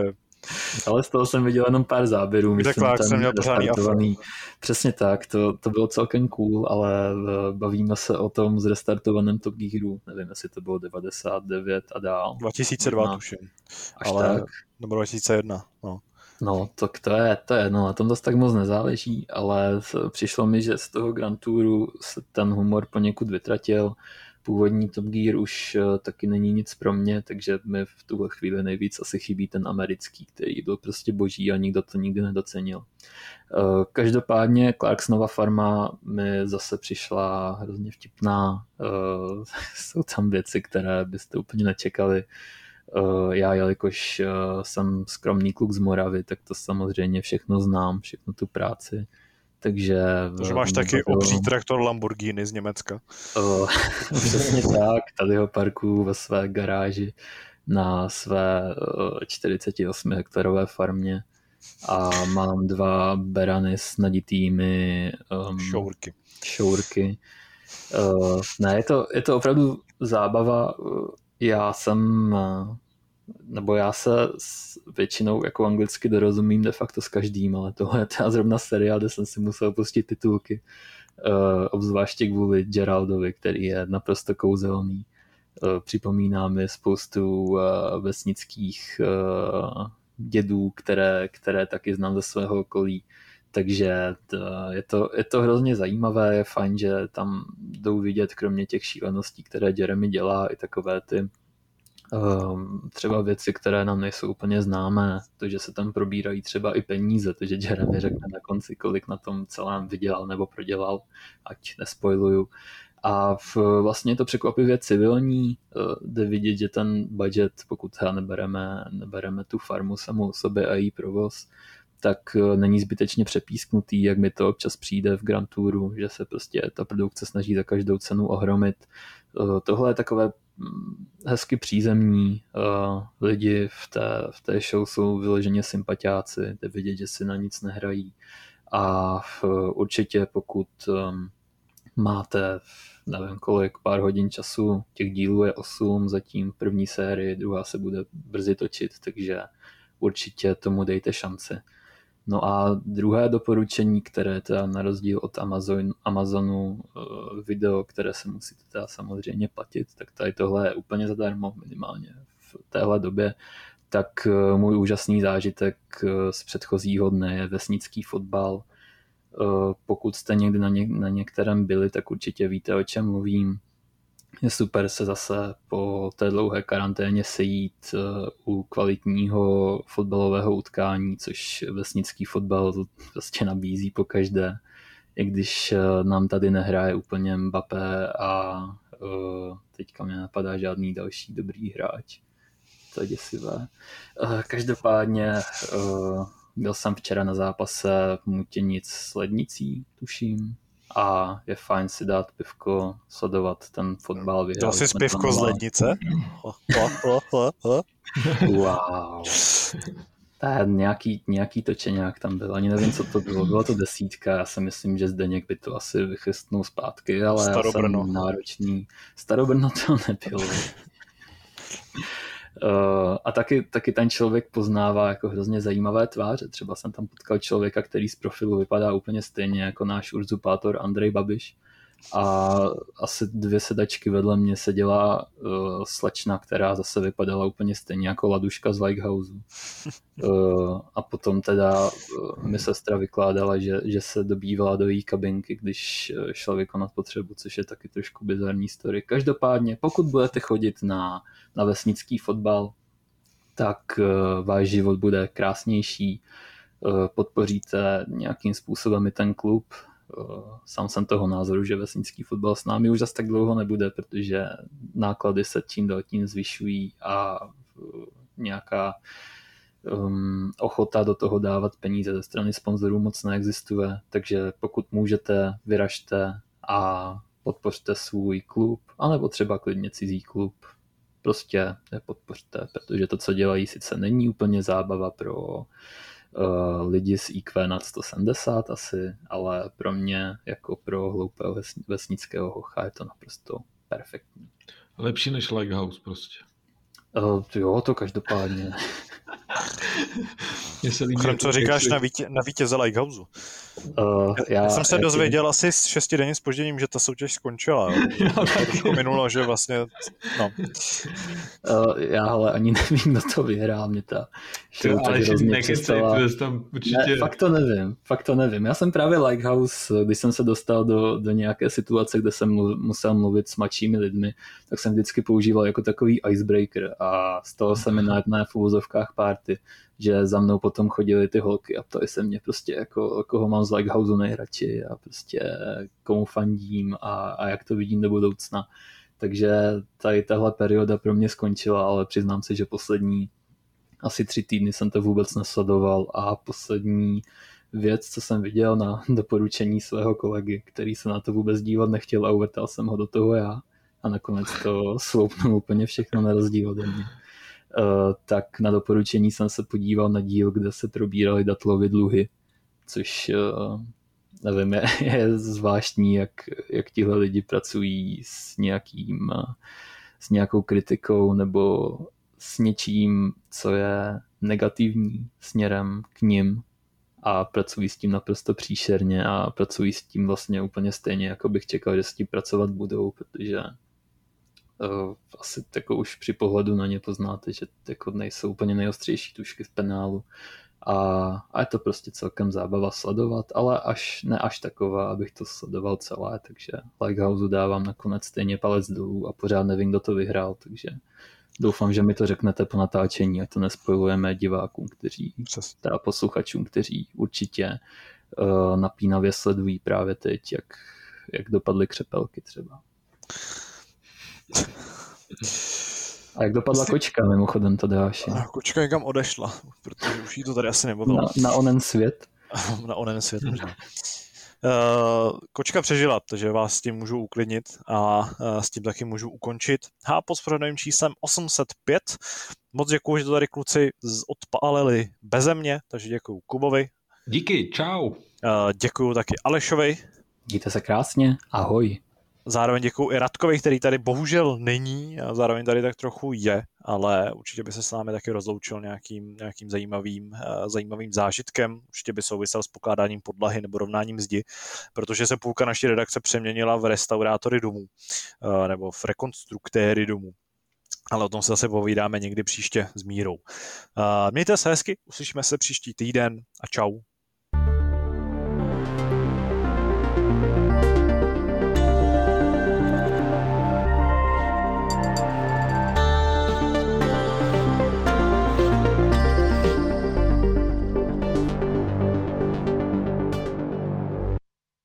Speaker 5: Ale z toho jsem viděl jenom pár záběrů.
Speaker 3: Myslím, tak jsem měl pořádný afro.
Speaker 5: Přesně tak, to, to bylo celkem cool, ale bavíme se o tom zrestartovaném Top Gearu. Nevím, jestli to bylo devadesát devět a dál.
Speaker 3: dva tisíce dva no. tuším.
Speaker 5: Až
Speaker 3: ale
Speaker 5: tak.
Speaker 3: Nebo dva tisíce jedna, no.
Speaker 5: No, to, to je, to je, no, na tom zase tak moc nezáleží, ale přišlo mi, že z toho Grand Touru se ten humor poněkud vytratil. Původní Top Gear už taky není nic pro mě, takže mi v tuhle chvíli nejvíc asi chybí ten americký, který byl prostě boží a nikdo to nikdy nedocenil. Každopádně Clarksonova farma mi zase přišla hrozně vtipná. Jsou tam věci, které byste úplně nečekali. Já, jelikož jsem skromný kluk z Moravy, tak to samozřejmě všechno znám, všechno tu práci. Takže,
Speaker 3: Takže máš taky bylo... obří traktor Lamborghini z Německa.
Speaker 5: O, přesně tak, tady ho parkuju ve své garáži na své čtyřicetiosmi hektarové farmě a mám dva berany s naditými um,
Speaker 3: šourky.
Speaker 5: šourky. Uh, ne, je to, je to opravdu zábava. Já jsem, nebo já se většinou jako anglicky dorozumím de facto s každým, ale tohle je teda zrovna seriál, kde jsem si musel pustit titulky, uh, obzvláště kvůli Geraldovi, který je naprosto kouzelný. Uh, připomíná mi spoustu uh, vesnických uh, dědů, které, které taky znám ze svého okolí. Takže je to, je to hrozně zajímavé, je fajn, že tam jdou vidět kromě těch šíleností, které Jeremy dělá, i takové ty um, třeba věci, které nám nejsou úplně známé, to, že se tam probírají třeba i peníze, to, že Jeremy řekne na konci, kolik na tom celém vydělal nebo prodělal, ať nespoiluju. A v, vlastně je to překvapivě civilní, jde vidět, že ten budget, pokud nebereme, nebereme tu farmu samou o sobě a její provoz, tak není zbytečně přepísknutý, jak mi to občas přijde v Grand Touru, že se prostě ta produkce snaží za každou cenu ohromit. Tohle je takové hezky přízemní, lidi v té, v té show jsou vyloženě sympatiáci, jde vidět, že si na nic nehrají a určitě pokud máte, nevím kolik, pár hodin času, těch dílů je osm, zatím první série, druhá se bude brzy točit, takže určitě tomu dejte šanci. No a druhé doporučení, které teda na rozdíl od Amazon, Amazonu video, které se musíte teda samozřejmě platit, tak tady tohle je úplně zadarmo, minimálně v téhle době, tak můj úžasný zážitek z předchozího dne je vesnický fotbal. Pokud jste někdy na, ně, na některém byli, tak určitě víte, o čem mluvím. Je super se zase po té dlouhé karanténě sejít u kvalitního fotbalového utkání, což vesnický fotbal prostě nabízí pokaždé. I když nám tady nehraje úplně Mbappé a teďka mě napadá žádný další dobrý hráč. To je děsivé. Každopádně byl jsem včera na zápase Mutěnic s Lednicí, tuším. A je fajn si dát pivko, sledovat ten fotbal.
Speaker 3: Dal jsi pivko z Lednice?
Speaker 5: Wow. To je nějaký, nějaký točeňák tam byl, ani nevím, co to bylo. Bylo to desítka, já si myslím, že Zdeněk by to asi vychystnul zpátky, ale já jsem náročný. Starobrno to nebylo. Uh, a taky, taky ten člověk poznává jako hrozně zajímavé tváře. Třeba jsem tam potkal člověka, který z profilu vypadá úplně stejně jako náš urzupátor Andrej Babiš. A asi dvě sedačky vedle mě seděla uh, slečna, která zase vypadala úplně stejně jako Laduška z Lighthouse. Uh, a potom teda uh, mi sestra vykládala, že, že se dobývala do její kabinky, když šla vykonat potřebu, což je taky trošku bizarní story. Každopádně, pokud budete chodit na, na vesnický fotbal, tak uh, váš život bude krásnější, uh, podpoříte nějakým způsobem i ten klub. Sám jsem toho názoru, že vesnický fotbal s námi už zase tak dlouho nebude, protože náklady se čím dál tím zvyšují a nějaká um, ochota do toho dávat peníze ze strany sponzorů moc neexistuje, takže pokud můžete, vyražte a podpořte svůj klub, anebo třeba klidně cizí klub. Prostě je podpořte, protože to, co dělají, sice není úplně zábava pro Uh, lidi s í kvé nad sto sedmdesát asi, ale pro mě jako pro hloupého vesnického hocha je to naprosto perfektní.
Speaker 2: Lepší než Lighthouse prostě.
Speaker 5: Uh, jo, to každopádně.
Speaker 3: Chrem, co říkáš na, vítě, na vítěze Lighthouse?
Speaker 5: Uh, já,
Speaker 3: já jsem se
Speaker 5: já
Speaker 3: dozvěděl asi s šestidenním zpožděním, že ta soutěž skončila. To trošku minulo, že vlastně, no.
Speaker 5: Uh, já ale ani nevím, kdo to vyhrál, mě ta show
Speaker 2: to,
Speaker 5: tak hrozně přestala.
Speaker 2: Určitě...
Speaker 5: Ne, fakt to nevím, fakt to nevím. Já jsem právě Lighthouse, když jsem se dostal do, do nějaké situace, kde jsem musel mluvit s mladšími lidmi, tak jsem vždycky používal jako takový icebreaker a stalo se mi na jedné v uvozovkách party, že za mnou potom chodily ty holky a ptali se mě prostě, jako, koho mám z Lighthouse nejradši a prostě komu fandím a, a jak to vidím do budoucna. Takže tady tahle perioda pro mě skončila, ale přiznám se, že poslední asi tři týdny jsem to vůbec nesledoval a poslední věc, co jsem viděl na doporučení svého kolegy, který se na to vůbec dívat nechtěl a uvrtal jsem ho do toho já a nakonec to sloupnul úplně všechno na rozdíl ode mě. Uh, tak na doporučení jsem se podíval na díl, kde se probíraly Datlovy dluhy, což uh, nevím, je, je zvláštní, jak, jak tihle lidi pracují s nějakým, uh, s nějakou kritikou nebo s něčím, co je negativní směrem k nim a pracují s tím naprosto příšerně a pracují s tím vlastně úplně stejně, jako bych čekal, že s tím pracovat budou, protože Uh, asi jako už při pohledu na ně poznáte, že jako nejsou úplně nejostřejší tušky v penálu a, a je to prostě celkem zábava sledovat, ale až ne až taková, abych to sledoval celé, takže Lighthouse dávám nakonec stejně palec dolů a pořád nevím, kdo to vyhrál, takže doufám, že mi to řeknete po natáčení a to nespojujeme divákům, kteří, teda posluchačům, kteří určitě uh, napínavě sledují právě teď, jak, jak dopadly křepelky třeba. A jak dopadla kočka mimochodem, to dáš?
Speaker 3: Kočka někam odešla, protože už jí to tady asi nebavilo.
Speaker 5: Na, na onen svět?
Speaker 3: na onen svět možná. Uh, kočka přežila, takže vás s tím můžu uklidnit a uh, s tím taky můžu ukončit. Hápo s pořadovým číslem osm set pět. Moc děkuju, že to tady kluci odpálili beze mě, takže děkuju Kubovi.
Speaker 2: Díky, čau.
Speaker 3: Uh, děkuju taky Alešovi.
Speaker 5: Mějte se krásně, ahoj.
Speaker 3: Zároveň děkuju i Radkovi, který tady bohužel není a zároveň tady tak trochu je, ale určitě by se s námi taky rozloučil nějakým, nějakým zajímavým, uh, zajímavým zážitkem. Určitě by souvisel s pokládáním podlahy nebo rovnáním zdi, protože se půlka naší redakce přeměnila v restaurátory domů uh, nebo v rekonstruktéry domů. Ale o tom se zase povídáme někdy příště s Mírou. Uh, mějte se hezky, uslyšíme se příští týden a čau.